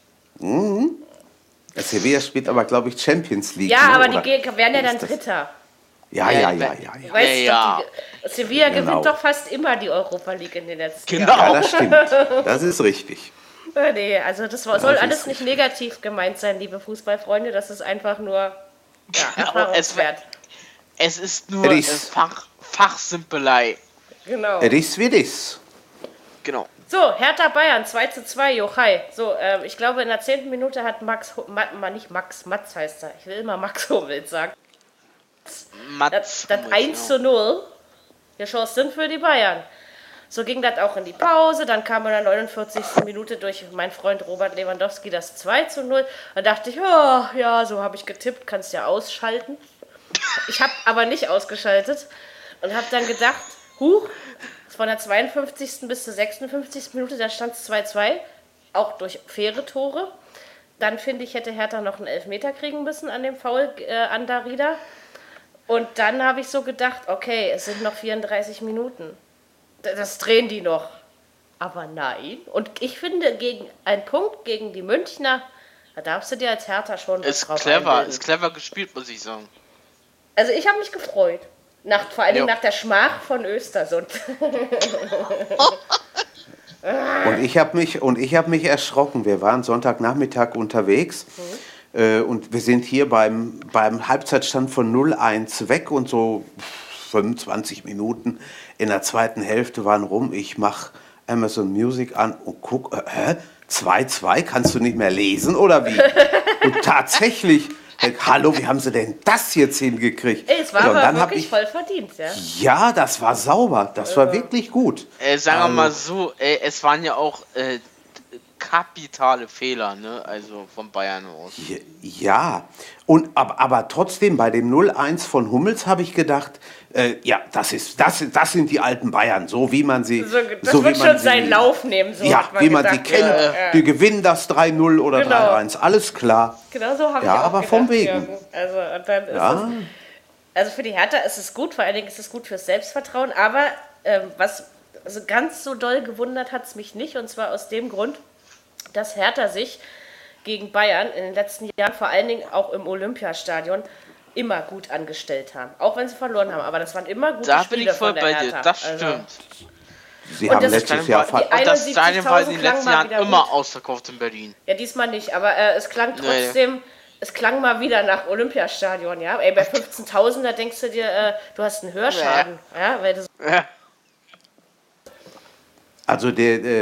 Speaker 3: Sevilla spielt aber, glaube ich, Champions League.
Speaker 2: Ja,
Speaker 3: ne?
Speaker 2: aber
Speaker 3: Oder
Speaker 2: die werden ja dann
Speaker 3: ist das-
Speaker 2: Dritter.
Speaker 3: Ja.
Speaker 2: Weißt du,
Speaker 4: Ja.
Speaker 2: Sevilla
Speaker 3: Genau.
Speaker 2: gewinnt doch fast immer die Europa League in den letzten
Speaker 4: Genau.
Speaker 3: Ja, das stimmt. Das ist richtig.
Speaker 2: Jahren. Nee, also das soll
Speaker 3: ist
Speaker 2: alles nicht negativ gemeint sein, liebe Fußballfreunde. Das ist einfach nur Erfahrungswert.
Speaker 4: Es ist nur
Speaker 3: Ries.
Speaker 4: Fachsimpelei.
Speaker 2: Genau.
Speaker 3: Es ist wie das.
Speaker 4: Genau.
Speaker 2: So, Hertha Bayern 2:2, Jochai. So, ich glaube, in der 10. Minute hat Mats heißt er. Ich will immer Max Hummels sagen. Das 1:0 geschossen für die Bayern. So ging das auch in die Pause. Dann kam in der 49. Minute durch meinen Freund Robert Lewandowski das 2:0. Dann dachte ich, oh, ja, so habe ich getippt, kannst ja ausschalten. Ich habe aber nicht ausgeschaltet und habe dann gedacht, von der 52. bis zur 56. Minute, da stand es 2:2, auch durch faire Tore. Dann finde ich, hätte Hertha noch einen Elfmeter kriegen müssen an dem Foul an Darida. Und dann habe ich so gedacht, okay, es sind noch 34 Minuten. Das drehen die noch. Aber nein. Und ich finde, gegen einen Punkt gegen die Münchner, da darfst du dir als Hertha schon was drauf einbilden.
Speaker 4: Ist clever gespielt, muss ich sagen.
Speaker 2: Also ich habe mich gefreut. Vor allem nach der Schmach von Östersund.
Speaker 3: Und ich habe mich erschrocken. Wir waren Sonntagnachmittag unterwegs und wir sind hier beim Halbzeitstand von 0-1 weg und so 25 Minuten in der zweiten Hälfte waren rum. Ich mache Amazon Music an und guck, 2-2, kannst du nicht mehr lesen oder wie? Und tatsächlich, hallo, wie haben sie denn das jetzt hingekriegt?
Speaker 2: Es war aber wirklich voll verdient, ja?
Speaker 3: Ja, das war sauber, das war wirklich gut.
Speaker 4: Sagen wir mal so, es waren ja auch kapitale Fehler, ne? Also von Bayern aus.
Speaker 3: Ja, und aber trotzdem bei dem 0-1 von Hummels habe ich gedacht, ja, das sind die alten Bayern, so wie man sie...
Speaker 2: Das wird schon seinen Lauf nehmen, so
Speaker 3: ja,
Speaker 2: hat man
Speaker 3: wie man
Speaker 2: gedacht,
Speaker 3: sie kennt, die gewinnen das 3-0 oder
Speaker 2: Genau.
Speaker 3: 3-1, alles klar.
Speaker 2: Genau so habe ich
Speaker 3: Ja,
Speaker 2: auch
Speaker 3: aber
Speaker 2: gedacht,
Speaker 3: vom Wegen.
Speaker 2: Jürgen. Also, und dann ist also für die Hertha ist es gut, vor allen Dingen ist es gut fürs Selbstvertrauen, aber also ganz so doll gewundert hat es mich nicht, und zwar aus dem Grund, dass Hertha sich gegen Bayern in den letzten Jahren, vor allen Dingen auch im Olympiastadion, immer gut angestellt haben. Auch wenn sie verloren haben, aber das waren immer gute
Speaker 4: Da
Speaker 2: Spiele
Speaker 4: bin ich voll
Speaker 2: von der
Speaker 4: bei
Speaker 2: Hertha.
Speaker 4: dir, das
Speaker 2: Also,
Speaker 4: stimmt.
Speaker 3: Sie haben letztes Jahr...
Speaker 4: Und das Stadion war in den
Speaker 2: 71.000
Speaker 4: letzten
Speaker 2: klang
Speaker 4: Jahren
Speaker 2: mal wieder
Speaker 4: immer
Speaker 2: gut.
Speaker 4: ausverkauft in Berlin.
Speaker 2: Ja, diesmal nicht, aber es klang trotzdem, es klang mal wieder nach Olympiastadion, ja. Ey, bei 15.000, da denkst du dir, du hast einen Hörschaden, ja, weil du
Speaker 3: Also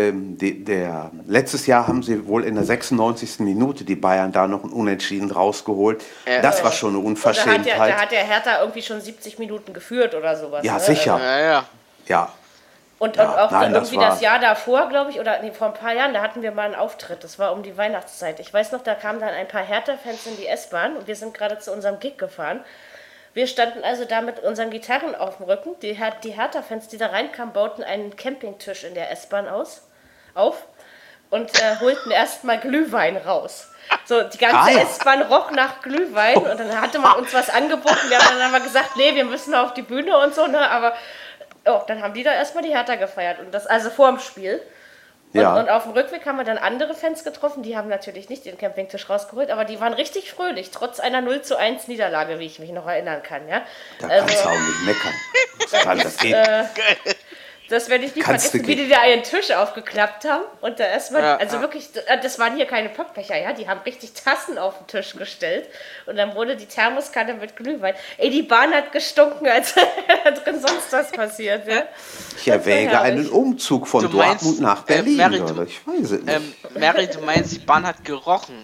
Speaker 3: letztes Jahr haben sie wohl in der 96. Minute die Bayern da noch ein Unentschieden rausgeholt. Das war schon eine Unverschämtheit.
Speaker 2: Da hat der Hertha irgendwie schon 70 Minuten geführt oder sowas.
Speaker 3: Ja,
Speaker 2: ne?
Speaker 3: sicher. Ja.
Speaker 2: Und
Speaker 3: Ja,
Speaker 2: auch
Speaker 3: nein,
Speaker 2: irgendwie
Speaker 3: das
Speaker 2: das Jahr davor, glaube ich, oder nee, vor ein paar Jahren, da hatten wir mal einen Auftritt. Das war um die Weihnachtszeit. Ich weiß noch, da kamen dann ein paar Hertha-Fans in die S-Bahn und wir sind gerade zu unserem Gig gefahren. Wir standen also da mit unseren Gitarren auf dem Rücken. Die Hertha-Fans, die da reinkamen, bauten einen Campingtisch in der S-Bahn auf und holten erstmal Glühwein raus. So, die ganze S-Bahn roch nach Glühwein und dann hatte man uns was angeboten. Wir haben dann aber gesagt, nee, wir müssen auf die Bühne und so, ne, aber dann haben die da erstmal die Hertha gefeiert und das also vor dem Spiel. Und auf dem Rückweg haben wir dann andere Fans getroffen, die haben natürlich nicht den Campingtisch rausgeholt, aber die waren richtig fröhlich, trotz einer 0-1 Niederlage, wie ich mich noch erinnern kann. Ja?
Speaker 3: Da kannst du auch nicht meckern. Das geht.
Speaker 2: Das werde ich nicht vergessen, wie die da ihren Tisch aufgeklappt haben. Und da erstmal, wirklich, das waren hier keine Pappbecher, ja, die haben richtig Tassen auf den Tisch gestellt. Und dann wurde die Thermoskanne mit Glühwein. Ey, die Bahn hat gestunken, als da drin sonst was passiert. Ja?
Speaker 3: Ich erwäge einen Umzug von Dortmund nach Berlin. Ich weiß es nicht.
Speaker 4: Mary, du meinst, die Bahn hat gerochen.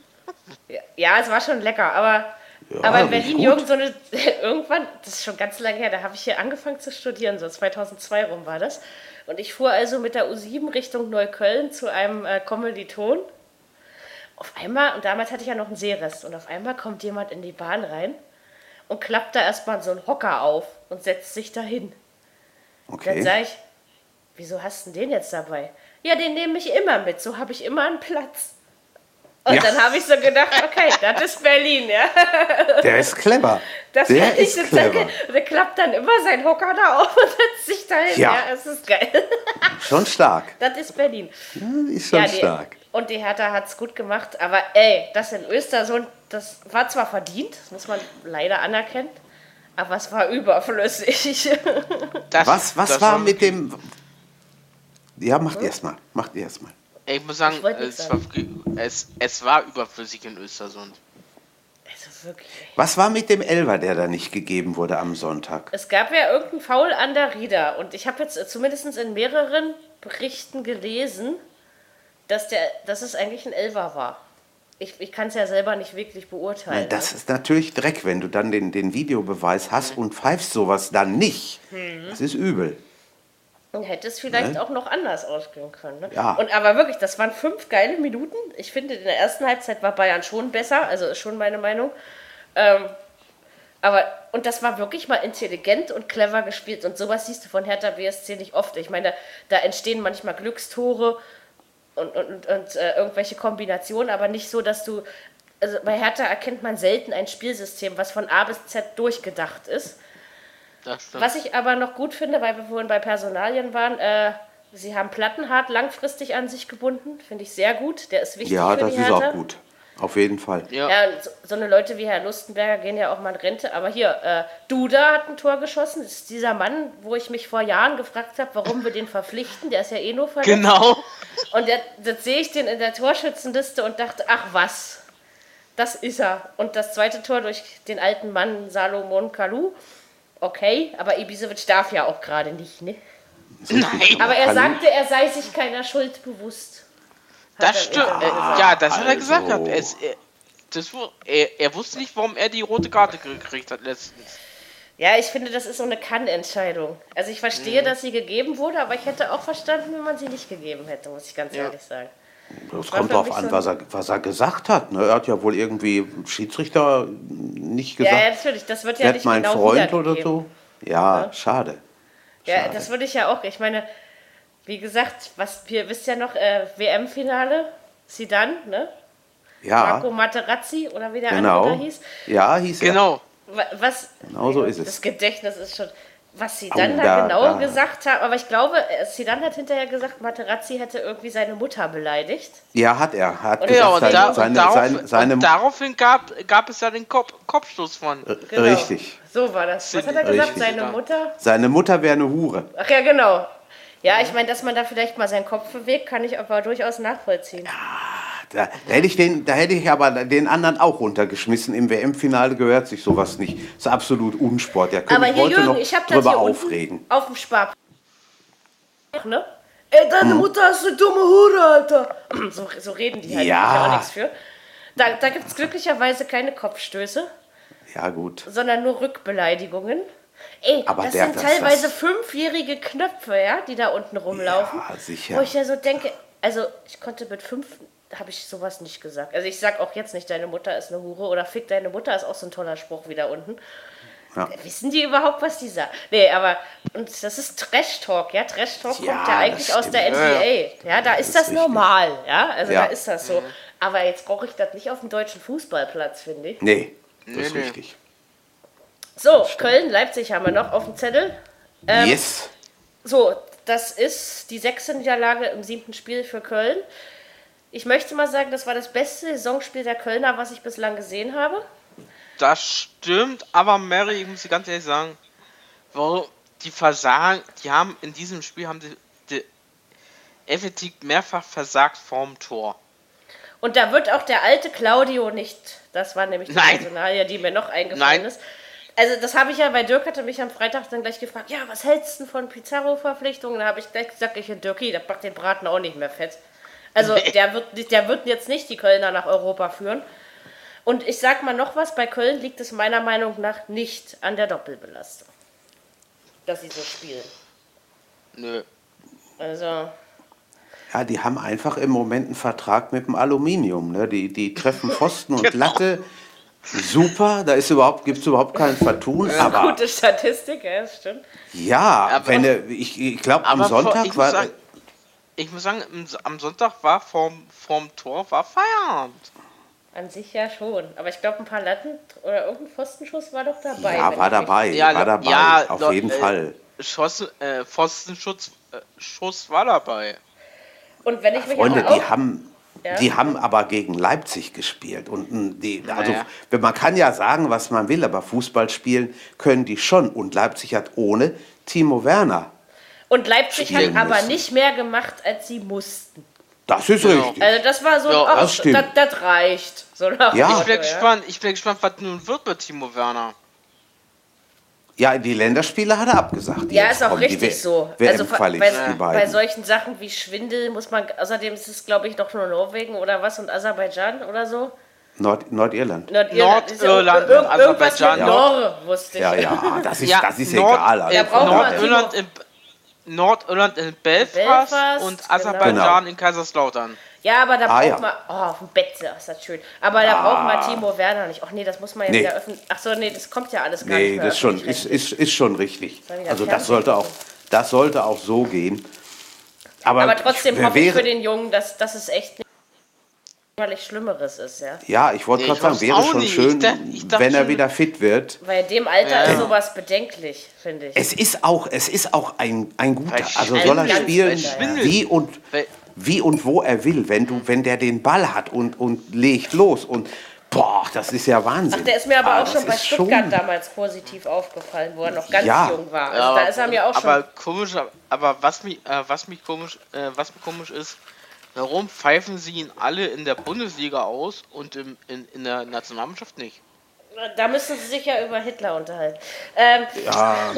Speaker 2: Ja, es war schon lecker, aber in Berlin, Jürgen, irgendwann, das ist schon ganz lange her, da habe ich hier angefangen zu studieren, so 2002 rum war das. Und ich fuhr also mit der U7 Richtung Neukölln zu einem Kommiliton. Auf einmal, und damals hatte ich ja noch einen Seerest, und auf einmal kommt jemand in die Bahn rein und klappt da erstmal so einen Hocker auf und setzt sich da hin.
Speaker 3: Okay.
Speaker 2: Dann sage ich, wieso hast du den jetzt dabei? Ja, den nehme ich immer mit, so habe ich immer einen Platz. Und dann habe ich so gedacht, okay, das ist Berlin, ja.
Speaker 3: Der ist clever. Der ist clever.
Speaker 2: Der klappt dann immer seinen Hocker da auf und setzt sich da hin. Ja, es ist geil.
Speaker 3: Schon stark.
Speaker 2: Das ist Berlin.
Speaker 3: Ja, ist schon stark.
Speaker 2: Und die Hertha hat es gut gemacht, aber ey, das in Östersund, das war zwar verdient, das muss man leider anerkennen, aber es war überflüssig.
Speaker 3: Was war mit dem... Ja, macht ihr erstmal.
Speaker 4: Ich muss sagen, es war überflüssig in Östersund.
Speaker 2: Also wirklich.
Speaker 3: Was war mit dem Elfer, der da nicht gegeben wurde am Sonntag?
Speaker 2: Es gab ja irgendeinen Foul an der Rieder und ich habe jetzt zumindest in mehreren Berichten gelesen, dass es eigentlich ein Elfer war. Ich kann es ja selber nicht wirklich beurteilen.
Speaker 3: Nein, das ist natürlich Dreck, wenn du dann den Videobeweis hast und pfeifst sowas dann nicht. Das ist übel.
Speaker 2: Und hätte es vielleicht auch noch anders ausgehen können. Ne?
Speaker 3: Ja.
Speaker 2: Aber wirklich, das waren 5 geile Minuten. Ich finde, in der ersten Halbzeit war Bayern schon besser, also ist schon meine Meinung. Und das war wirklich mal intelligent und clever gespielt. Und sowas siehst du von Hertha BSC nicht oft. Ich meine, da entstehen manchmal Glückstore. und irgendwelche Kombinationen, aber nicht so, dass du, also bei Hertha erkennt man selten ein Spielsystem, was von A bis Z durchgedacht ist.
Speaker 4: Das stimmt.
Speaker 2: Was ich aber noch gut finde, weil wir vorhin bei Personalien waren, sie haben Plattenhardt langfristig an sich gebunden, finde ich sehr gut, der ist wichtig
Speaker 3: Ja,
Speaker 2: für
Speaker 3: das
Speaker 2: die
Speaker 3: ist
Speaker 2: Hertha.
Speaker 3: auch gut. Auf jeden Fall.
Speaker 4: Ja.
Speaker 2: Ja, so eine Leute wie Herr Lustenberger gehen ja auch mal in Rente. Aber hier, Duda hat ein Tor geschossen. Das ist dieser Mann, wo ich mich vor Jahren gefragt habe, warum wir den verpflichten. Der ist ja eh nur verletzt.
Speaker 4: Genau.
Speaker 2: Und das sehe ich den in der Torschützenliste und dachte, ach was, das ist er. Und das zweite Tor durch den alten Mann Salomon Kalou. Okay, aber Ibisevic darf ja auch gerade nicht, ne?
Speaker 4: Nein.
Speaker 2: Aber er sagte, er sei sich keiner Schuld bewusst.
Speaker 4: Das stimmt. Ja, das hat er gesagt.
Speaker 3: Also.
Speaker 4: Er wusste nicht, warum er die rote Karte gekriegt hat letztens.
Speaker 2: Ja, ich finde, das ist so eine Kann-Entscheidung. Also ich verstehe, dass sie gegeben wurde, aber ich hätte auch verstanden, wenn man sie nicht gegeben hätte, muss ich ganz ehrlich sagen.
Speaker 3: Das kommt drauf an, was er gesagt hat. Ne? Er hat ja wohl irgendwie Schiedsrichter nicht gesagt.
Speaker 2: Ja, natürlich, das wird ja
Speaker 3: Werd
Speaker 2: nicht
Speaker 3: mein
Speaker 2: genau
Speaker 3: Freund oder
Speaker 2: wiedergegeben.
Speaker 3: so. Ja, schade.
Speaker 2: Ja,
Speaker 3: Schade.
Speaker 2: das würde ich ja auch. Ich meine, wie gesagt, ihr wisst ja noch, WM-Finale, Zidane, ne?
Speaker 3: Ja,
Speaker 2: Marco Materazzi oder wie der
Speaker 3: genau.
Speaker 2: andere hieß.
Speaker 3: Ja, hieß er.
Speaker 4: Genau.
Speaker 2: Was,
Speaker 3: Genau so ist es.
Speaker 2: Das Gedächtnis ist schon, was Zidane
Speaker 3: Oh,
Speaker 2: da genau
Speaker 3: da.
Speaker 2: gesagt hat. Aber ich glaube, Zidane hat hinterher gesagt, Materazzi hätte irgendwie seine Mutter beleidigt.
Speaker 3: Ja, hat er. Hat
Speaker 4: Ja,
Speaker 3: gesagt,
Speaker 4: und,
Speaker 3: seine
Speaker 4: daraufhin gab es ja den Kopfstoß von.
Speaker 2: Genau.
Speaker 3: Richtig.
Speaker 2: So war das. Was hat er gesagt?
Speaker 3: Richtig.
Speaker 2: Seine Mutter?
Speaker 3: Seine Mutter wäre eine Hure.
Speaker 2: Ach ja, genau. Ja, ich meine, dass man da vielleicht mal seinen Kopf bewegt, kann ich aber durchaus nachvollziehen.
Speaker 3: Da hätte ich aber den anderen auch runtergeschmissen. Im WM-Finale gehört sich sowas nicht. Das ist absolut Unsport. Ja,
Speaker 2: Aber
Speaker 3: können
Speaker 2: hier,
Speaker 3: heute
Speaker 2: Jürgen,
Speaker 3: noch
Speaker 2: ich habe das
Speaker 3: drüber
Speaker 2: hier
Speaker 3: aufregen.
Speaker 2: unten auf dem Sparplan. Ne? Ey, deine Mutter ist eine dumme Hure, Alter. So reden die halt.
Speaker 3: Ja.
Speaker 2: Da auch nichts für. Da gibt es glücklicherweise keine Kopfstöße,
Speaker 3: Ja, gut.
Speaker 2: sondern nur Rückbeleidigungen. Ey,
Speaker 3: Aber
Speaker 2: das
Speaker 3: der-
Speaker 2: sind
Speaker 3: das-
Speaker 2: teilweise
Speaker 3: das-
Speaker 2: 5-jährige Knöpfe, ja, die da unten rumlaufen.
Speaker 3: Ja, sicher.
Speaker 2: Wo ich ja so denke, also ich konnte mit 5, habe ich sowas nicht gesagt. Also ich sag auch jetzt nicht, deine Mutter ist eine Hure oder fick deine Mutter, ist auch so ein toller Spruch wie da unten.
Speaker 3: Ja.
Speaker 2: Wissen die überhaupt, was die sagen? Nee, aber und das ist Trash-Talk, ja. Trash-Talk
Speaker 3: Ja,
Speaker 2: kommt ja eigentlich
Speaker 3: das
Speaker 2: aus der
Speaker 3: stimmt.
Speaker 2: NBA. Ja, da ist das
Speaker 3: richtig.
Speaker 2: normal, ja. Also
Speaker 3: Ja.
Speaker 2: da ist das so. Aber jetzt brauche ich das nicht auf dem deutschen Fußballplatz, finde ich.
Speaker 3: Nee, das ist
Speaker 4: Nee.
Speaker 3: richtig.
Speaker 2: So, Köln, Leipzig haben wir noch auf dem Zettel.
Speaker 3: Yes.
Speaker 2: So, das ist die 6. Niederlage im 7. Spiel für Köln. Ich möchte mal sagen, das war das beste Saisonspiel der Kölner, was ich bislang gesehen habe.
Speaker 4: Das stimmt, aber Mary, ich muss dir ganz ehrlich sagen, warum die versagen, die haben in diesem Spiel die effektiv mehrfach versagt vorm Tor.
Speaker 2: Und da wird auch der alte Claudio nicht, das war nämlich die
Speaker 4: Nein.
Speaker 2: Personalie, die mir noch eingefallen
Speaker 4: Nein.
Speaker 2: ist. Also das habe ich ja bei Dirk, hatte mich am Freitag dann gleich gefragt, ja, was hältst du denn von Pizarro-Verpflichtungen? Da habe ich gleich gesagt, ich Dirki, der macht den Braten auch nicht mehr fett. Also der wird jetzt nicht die Kölner nach Europa führen. Und ich sag mal noch was, bei Köln liegt es meiner Meinung nach nicht an der Doppelbelastung, dass sie so spielen.
Speaker 4: Nö.
Speaker 2: Also,
Speaker 3: Ja, die haben einfach im Moment einen Vertrag mit dem Aluminium. Ne? Die treffen Pfosten und
Speaker 4: Genau.
Speaker 3: Latte. Super, da gibt es überhaupt kein Vertun. Aber
Speaker 2: gute Statistik, ja, das stimmt.
Speaker 3: ja,
Speaker 4: Aber-
Speaker 3: ich glaube, am
Speaker 4: Aber
Speaker 3: Sonntag
Speaker 4: ich
Speaker 3: war.
Speaker 4: muss sagen, am Sonntag war vorm Tor war Feierabend.
Speaker 2: An sich ja schon. Aber ich glaube, ein paar Latten oder irgendein Pfostenschuss war doch dabei.
Speaker 3: Ja,
Speaker 2: wenn
Speaker 3: war
Speaker 2: ich mich-
Speaker 3: dabei,
Speaker 4: Ja,
Speaker 3: war dabei,
Speaker 4: ja,
Speaker 3: auf jeden Fall.
Speaker 4: Pfostenschuss Schuss war dabei.
Speaker 2: Und wenn ich mich
Speaker 3: Freunde,
Speaker 2: aber
Speaker 3: die
Speaker 2: auch...
Speaker 3: haben aber gegen Leipzig gespielt. Und also,
Speaker 4: Naja.
Speaker 3: man kann ja sagen, was man will, aber Fußball spielen können die schon. Und Leipzig hat ohne Timo Werner.
Speaker 2: Und Leipzig hat
Speaker 3: spielen
Speaker 2: aber
Speaker 3: müssen.
Speaker 2: nicht mehr gemacht, als sie mussten.
Speaker 3: Das ist
Speaker 4: Genau.
Speaker 3: richtig.
Speaker 2: Also das war so,
Speaker 4: Ja,
Speaker 2: ach,
Speaker 3: das stimmt.
Speaker 2: das reicht. So nach
Speaker 3: Ja.
Speaker 2: dem
Speaker 4: Ich
Speaker 2: Motto,
Speaker 4: bin gespannt, was nun wird mit Timo Werner.
Speaker 3: Ja, die Länderspiele hat er abgesagt. die
Speaker 2: Ja,
Speaker 3: jetzt
Speaker 2: ist auch
Speaker 3: kommen, die
Speaker 2: richtig so.
Speaker 3: WM-Quali,
Speaker 2: bei,
Speaker 3: die
Speaker 2: bei
Speaker 3: beiden.
Speaker 2: solchen Sachen wie Schwindel muss man, außerdem ist es, glaube ich, doch nur Norwegen oder was und Aserbaidschan oder so.
Speaker 3: Nordirland.
Speaker 2: Nordirland, irgendwas
Speaker 4: Aserbaidschan.
Speaker 2: mit Nor, wusste ich.
Speaker 3: Ja, das ist
Speaker 4: Nord-
Speaker 3: egal. Also
Speaker 2: Da braucht man-
Speaker 4: Nordirland in Belfast,
Speaker 2: Belfast,
Speaker 4: und
Speaker 2: genau.
Speaker 4: Aserbaidschan in Kaiserslautern.
Speaker 2: Ja, aber da
Speaker 3: Ah,
Speaker 2: braucht
Speaker 3: ja.
Speaker 2: man, auf dem Bett, ist das schön. Aber da braucht man Timo Werner nicht. Ach nee, das muss man jetzt
Speaker 3: Nee.
Speaker 2: ja öffentlich. Ach so, nee, das kommt ja alles gar
Speaker 3: Nee,
Speaker 2: nicht mehr.
Speaker 3: das schon,
Speaker 2: öffentlich-rechtlich.
Speaker 3: ist schon richtig.
Speaker 2: Soll wieder
Speaker 3: Also
Speaker 2: Fernsehen
Speaker 3: das sollte auch so gehen.
Speaker 2: Aber trotzdem hoffe ich für den Jungen, dass es echt nicht Schlimmeres ist, ja.
Speaker 3: Ja, ich wollte gerade sagen, wäre schon schön, wenn er wieder fit wird.
Speaker 2: Weil in dem Alter ist sowas bedenklich, finde ich.
Speaker 3: Es ist auch ein guter, also soll er spielen, wie und wo er will, wenn der den Ball hat und legt los und boah, das ist ja Wahnsinn.
Speaker 2: Ach, der ist mir aber auch schon bei Stuttgart damals positiv aufgefallen, wo er noch ganz jung war. Also da ist er mir auch
Speaker 4: aber komisch, aber was mir komisch ist, warum pfeifen sie ihn alle in der Bundesliga aus und in der Nationalmannschaft nicht?
Speaker 2: Da müssen sie sich ja über Hitler unterhalten.
Speaker 3: Ja.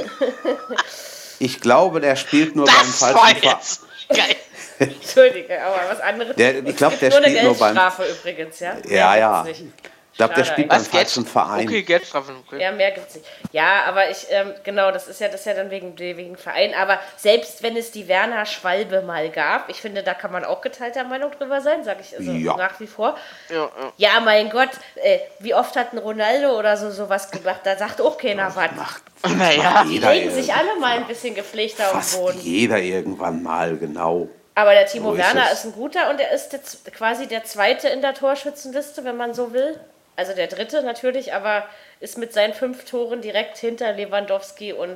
Speaker 3: Ich glaube, der spielt nur beim falschen Verein.
Speaker 4: Geil.
Speaker 2: Entschuldige, aber was anderes.
Speaker 3: Ich glaube, der spielt nur beim...
Speaker 2: Geldstrafe übrigens, ja?
Speaker 3: Ja. Ich glaube, der spielt beim falschen Verein.
Speaker 4: Okay, Geldstrafe. Okay.
Speaker 2: Ja, mehr gibt's nicht. Ja, aber genau, das ist ja dann wegen Verein. Aber selbst wenn es die Werner Schwalbe mal gab, ich finde, da kann man auch geteilter Meinung drüber sein, sage ich nach wie vor. Ja, mein Gott, wie oft hat ein Ronaldo oder sowas gemacht? Da sagt auch keiner was. Die legen sich alle mal ein bisschen gepflegter am Boden.
Speaker 3: Jeder irgendwann mal, genau.
Speaker 2: Aber der Timo Werner ist ein guter und er ist jetzt quasi der Zweite in der Torschützenliste, wenn man so will. Also der Dritte natürlich, aber ist mit seinen 5 Toren direkt hinter Lewandowski und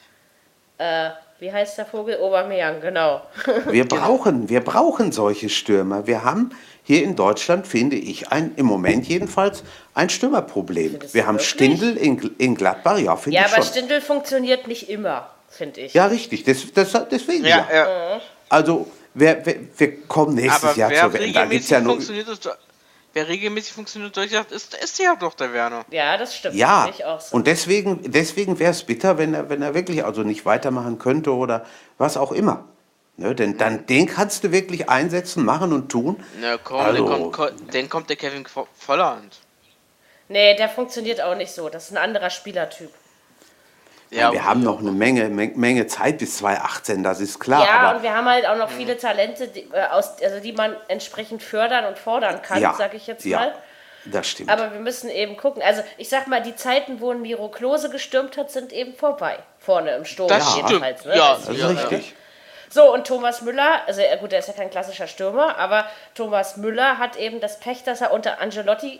Speaker 2: wie heißt der Vogel? Aubameyang, genau.
Speaker 3: Wir brauchen solche Stürmer. Wir haben hier in Deutschland, finde ich, im Moment jedenfalls ein Stürmerproblem. Wir haben Stindl in Gladbach, ja, finde ich schon.
Speaker 2: Ja, aber Stindl funktioniert nicht immer, finde ich.
Speaker 3: Ja, richtig, deswegen ja. Also, wir kommen nächstes Jahr zur WM. Da gibt's ja nur...
Speaker 4: Wer regelmäßig funktioniert, ist ja doch der Werner.
Speaker 2: Ja, das stimmt.
Speaker 3: Ja,
Speaker 2: das ich auch so.
Speaker 3: Und deswegen wäre es bitter, wenn er wirklich also nicht weitermachen könnte oder was auch immer. Ne, denn den kannst du wirklich einsetzen, machen und tun.
Speaker 4: Na komm, dann kommt der Kevin Volland.
Speaker 2: Nee, der funktioniert auch nicht so. Das ist ein anderer Spielertyp.
Speaker 3: Ja, wir haben noch eine Menge Zeit bis 2018, das ist klar.
Speaker 2: Ja, aber und wir haben halt auch noch viele Talente, die man entsprechend fördern und fordern kann, sag ich jetzt mal.
Speaker 3: Ja, das stimmt.
Speaker 2: Aber wir müssen eben gucken. Also ich sag mal, die Zeiten, wo ein Miro Klose gestürmt hat, sind eben vorbei. Vorne im Sturm jedenfalls. Ne?
Speaker 3: Ja, das ist richtig.
Speaker 2: So, und Thomas Müller, also gut, der ist ja kein klassischer Stürmer, aber Thomas Müller hat eben das Pech, dass er unter Ancelotti,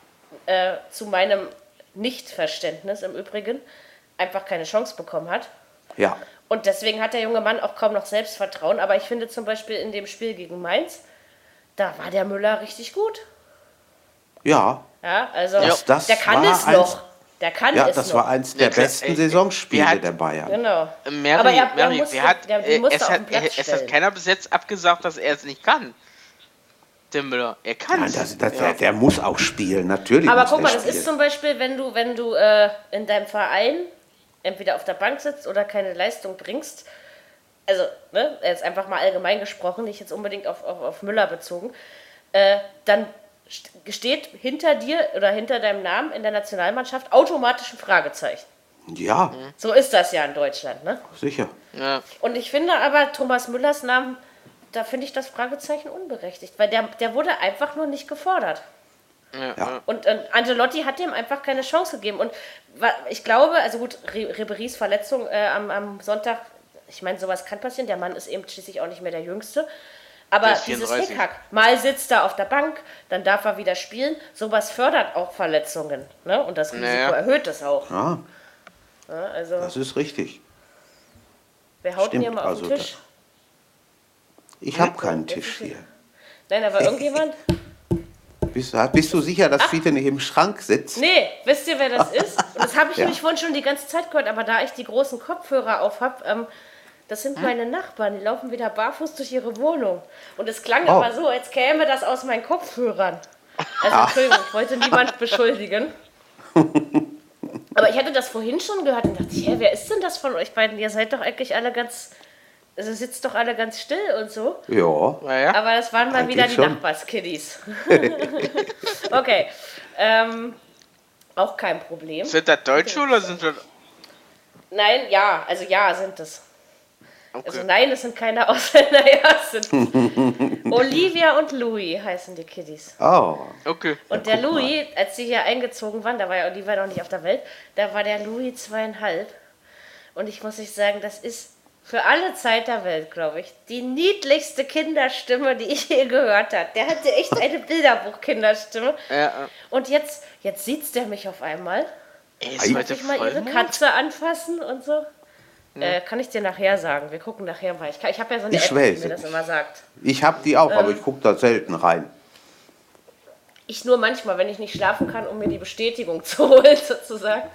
Speaker 2: zu meinem Nichtverständnis im Übrigen, einfach keine Chance bekommen hat.
Speaker 3: Ja.
Speaker 2: Und deswegen hat der junge Mann auch kaum noch Selbstvertrauen. Aber ich finde zum Beispiel in dem Spiel gegen Mainz, da war der Müller richtig gut.
Speaker 3: Ja.
Speaker 2: Ja, also der kann es noch. Der kann es noch.
Speaker 3: Das war eins der besten Saisonspiele der Bayern.
Speaker 2: Genau.
Speaker 4: Aber es hat keiner bis jetzt abgesagt, dass er es nicht kann. Der Müller, er kann es.
Speaker 3: Der muss auch spielen, natürlich.
Speaker 2: Aber guck mal, das ist zum Beispiel, wenn du in deinem Verein entweder auf der Bank sitzt oder keine Leistung bringst, also jetzt einfach mal allgemein gesprochen, nicht jetzt unbedingt auf Müller bezogen, dann steht hinter dir oder hinter deinem Namen in der Nationalmannschaft automatisch ein Fragezeichen.
Speaker 3: Ja.
Speaker 2: So ist das ja in Deutschland, ne?
Speaker 3: Sicher.
Speaker 2: Ja. Und ich finde aber, Thomas Müllers Namen, da finde ich das Fragezeichen unberechtigt, weil der wurde einfach nur nicht gefordert.
Speaker 3: Ja.
Speaker 2: Und Ancelotti hat dem einfach keine Chance gegeben. Und ich glaube, also gut, Ribéry's Verletzung am Sonntag, ich meine, sowas kann passieren. Der Mann ist eben schließlich auch nicht mehr der Jüngste. Aber dieses Hickhack, mal sitzt er auf der Bank, dann darf er wieder spielen. Sowas fördert auch Verletzungen. Ne? Und das Risiko erhöht es auch.
Speaker 3: Ja.
Speaker 2: Also,
Speaker 3: das ist richtig.
Speaker 2: Wer haut mir mal auf den Tisch?
Speaker 3: Ich habe keinen Tisch hier.
Speaker 2: Nein, aber irgendjemand...
Speaker 3: Bist du sicher, dass Fiete nicht im Schrank sitzt?
Speaker 2: Nee, wisst ihr, wer das ist? Und das habe ich nämlich vorhin schon die ganze Zeit gehört, aber da ich die großen Kopfhörer auf habe, das sind meine Nachbarn, die laufen wieder barfuß durch ihre Wohnung. Und es klang aber so, als käme das aus meinen Kopfhörern. Also Entschuldigung, ich wollte niemand beschuldigen. Aber ich hatte das vorhin schon gehört und dachte, wer ist denn das von euch beiden? Ihr seid doch eigentlich alle ganz... Also sitzt doch alle ganz still und so.
Speaker 3: Ja.
Speaker 2: Aber das waren mal wieder die Nachbarskiddies. Okay. Auch kein Problem.
Speaker 4: Sind das Deutsche oder sind das...
Speaker 2: Nein, sind es.
Speaker 4: Okay.
Speaker 2: Also nein, es sind keine Ausländer, es sind Olivia und Louis heißen die Kiddies.
Speaker 3: Oh.
Speaker 4: Okay.
Speaker 2: Und der Louis, als sie hier eingezogen waren, da war ja Olivia noch nicht auf der Welt, da war der Louis 2,5. Und ich muss euch sagen, das ist für alle Zeit der Welt, glaube ich, die niedlichste Kinderstimme, die ich je gehört habe. Der hatte echt eine Bilderbuch-Kinderstimme.
Speaker 4: Ja.
Speaker 2: Und jetzt sieht's der mich auf einmal.
Speaker 4: Ist
Speaker 2: Darf
Speaker 4: heute
Speaker 2: ich mal ihre
Speaker 4: Vollmond?
Speaker 2: Katze anfassen und so? Kann ich dir nachher sagen. Wir gucken nachher mal. Ich habe ja so eine
Speaker 3: Ich
Speaker 2: App,
Speaker 3: weiß
Speaker 2: die mir das
Speaker 3: nicht.
Speaker 2: immer sagt.
Speaker 3: Ich habe die auch, aber ich gucke da selten rein.
Speaker 2: Ich nur manchmal, wenn ich nicht schlafen kann, um mir die Bestätigung zu holen, sozusagen.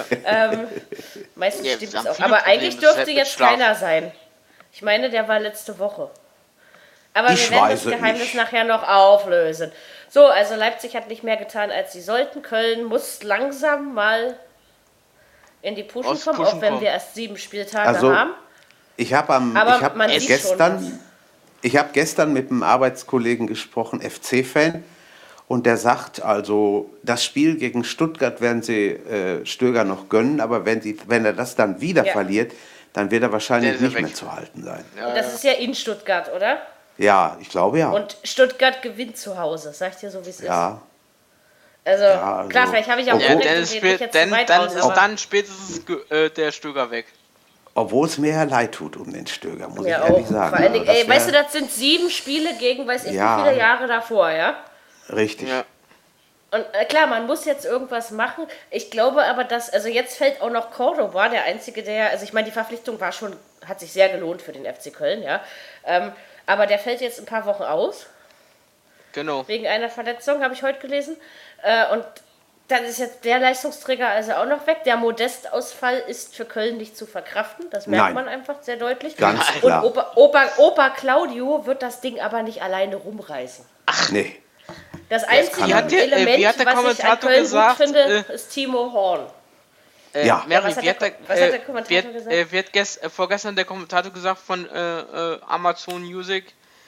Speaker 2: Meistens
Speaker 4: Ja,
Speaker 2: stimmt
Speaker 4: wir
Speaker 2: es
Speaker 4: haben
Speaker 2: auch.
Speaker 4: viele
Speaker 2: Aber
Speaker 4: Probleme
Speaker 2: eigentlich
Speaker 4: deshalb
Speaker 2: dürfte
Speaker 4: mit
Speaker 2: jetzt
Speaker 4: Schlaf.
Speaker 2: keiner sein. Ich meine, der war letzte Woche. Aber
Speaker 3: Ich
Speaker 2: wir werden das
Speaker 3: weiß es
Speaker 2: Geheimnis
Speaker 3: nicht.
Speaker 2: nachher noch auflösen. So, also Leipzig hat nicht mehr getan, als sie sollten. Köln muss langsam mal in die Puschen
Speaker 4: Aus
Speaker 2: kommen,
Speaker 4: Puschen
Speaker 2: auch wenn
Speaker 4: kommen.
Speaker 2: wir erst 7 Spieltage
Speaker 3: Also,
Speaker 2: haben.
Speaker 3: Ich habe
Speaker 2: Aber man sieht schon was.
Speaker 3: gestern mit einem Arbeitskollegen gesprochen, FC-Fan, und der sagt, also das Spiel gegen Stuttgart werden sie Stöger noch gönnen, aber wenn er das dann wieder
Speaker 2: Ja.
Speaker 3: verliert, dann wird er wahrscheinlich
Speaker 4: Der ist ja
Speaker 3: nicht mehr
Speaker 4: weg.
Speaker 3: zu halten sein.
Speaker 2: Und das ist ja in Stuttgart, oder?
Speaker 3: Ja, ich glaube ja.
Speaker 2: Und Stuttgart gewinnt zu Hause, sag ich dir so, wie es ist.
Speaker 3: Ja,
Speaker 2: Also,
Speaker 3: also-
Speaker 2: klar, vielleicht habe ich auch
Speaker 3: Obwohl-
Speaker 4: Ja,
Speaker 2: recht
Speaker 4: dann
Speaker 2: und
Speaker 4: ist,
Speaker 2: rede mich jetzt zu
Speaker 4: dann,
Speaker 2: weit
Speaker 4: dann
Speaker 2: aus,
Speaker 4: ist
Speaker 2: aber
Speaker 4: dann spätestens der Stöger weg.
Speaker 3: obwohl es mir ja leid tut um den Stöger, muss
Speaker 2: ja
Speaker 3: ich ehrlich
Speaker 2: auch.
Speaker 3: sagen.
Speaker 2: Vor allen Dingen,
Speaker 3: Also das
Speaker 2: ey, weißt du,
Speaker 3: wär-
Speaker 2: das sind 7 Spiele gegen weiß ich
Speaker 3: Ja.
Speaker 2: wie viele Jahre davor, ja?
Speaker 3: Richtig.
Speaker 4: Ja.
Speaker 2: Und klar, man muss jetzt irgendwas machen. Ich glaube aber, dass, also jetzt fällt auch noch Cordoba, der Einzige, der, also ich meine, die Verpflichtung war schon, hat sich sehr gelohnt für den FC Köln, ja. Aber der fällt jetzt ein paar Wochen aus,
Speaker 4: Genau.
Speaker 2: wegen einer Verletzung, habe ich heute gelesen. Und dann ist jetzt der Leistungsträger also auch noch weg. Der Modestausfall ist für Köln nicht zu verkraften, das merkt
Speaker 3: Nein.
Speaker 2: man einfach sehr deutlich.
Speaker 3: Ganz
Speaker 2: Und
Speaker 3: klar.
Speaker 2: Opa Claudio wird das Ding aber nicht alleine rumreißen.
Speaker 3: Nee.
Speaker 2: Das einzige
Speaker 3: kann er nicht.
Speaker 2: Element,
Speaker 4: Wie hat der
Speaker 2: was ich an
Speaker 4: Kommentator
Speaker 2: Köln
Speaker 4: gesagt,
Speaker 2: gut finde, ist Timo Horn.
Speaker 3: Ja.
Speaker 4: Mary,
Speaker 2: was hat
Speaker 4: wie hat
Speaker 2: der-
Speaker 4: der,
Speaker 2: was hat der Kommentator gesagt?
Speaker 4: vorgestern der Kommentator gesagt von Amazon Music,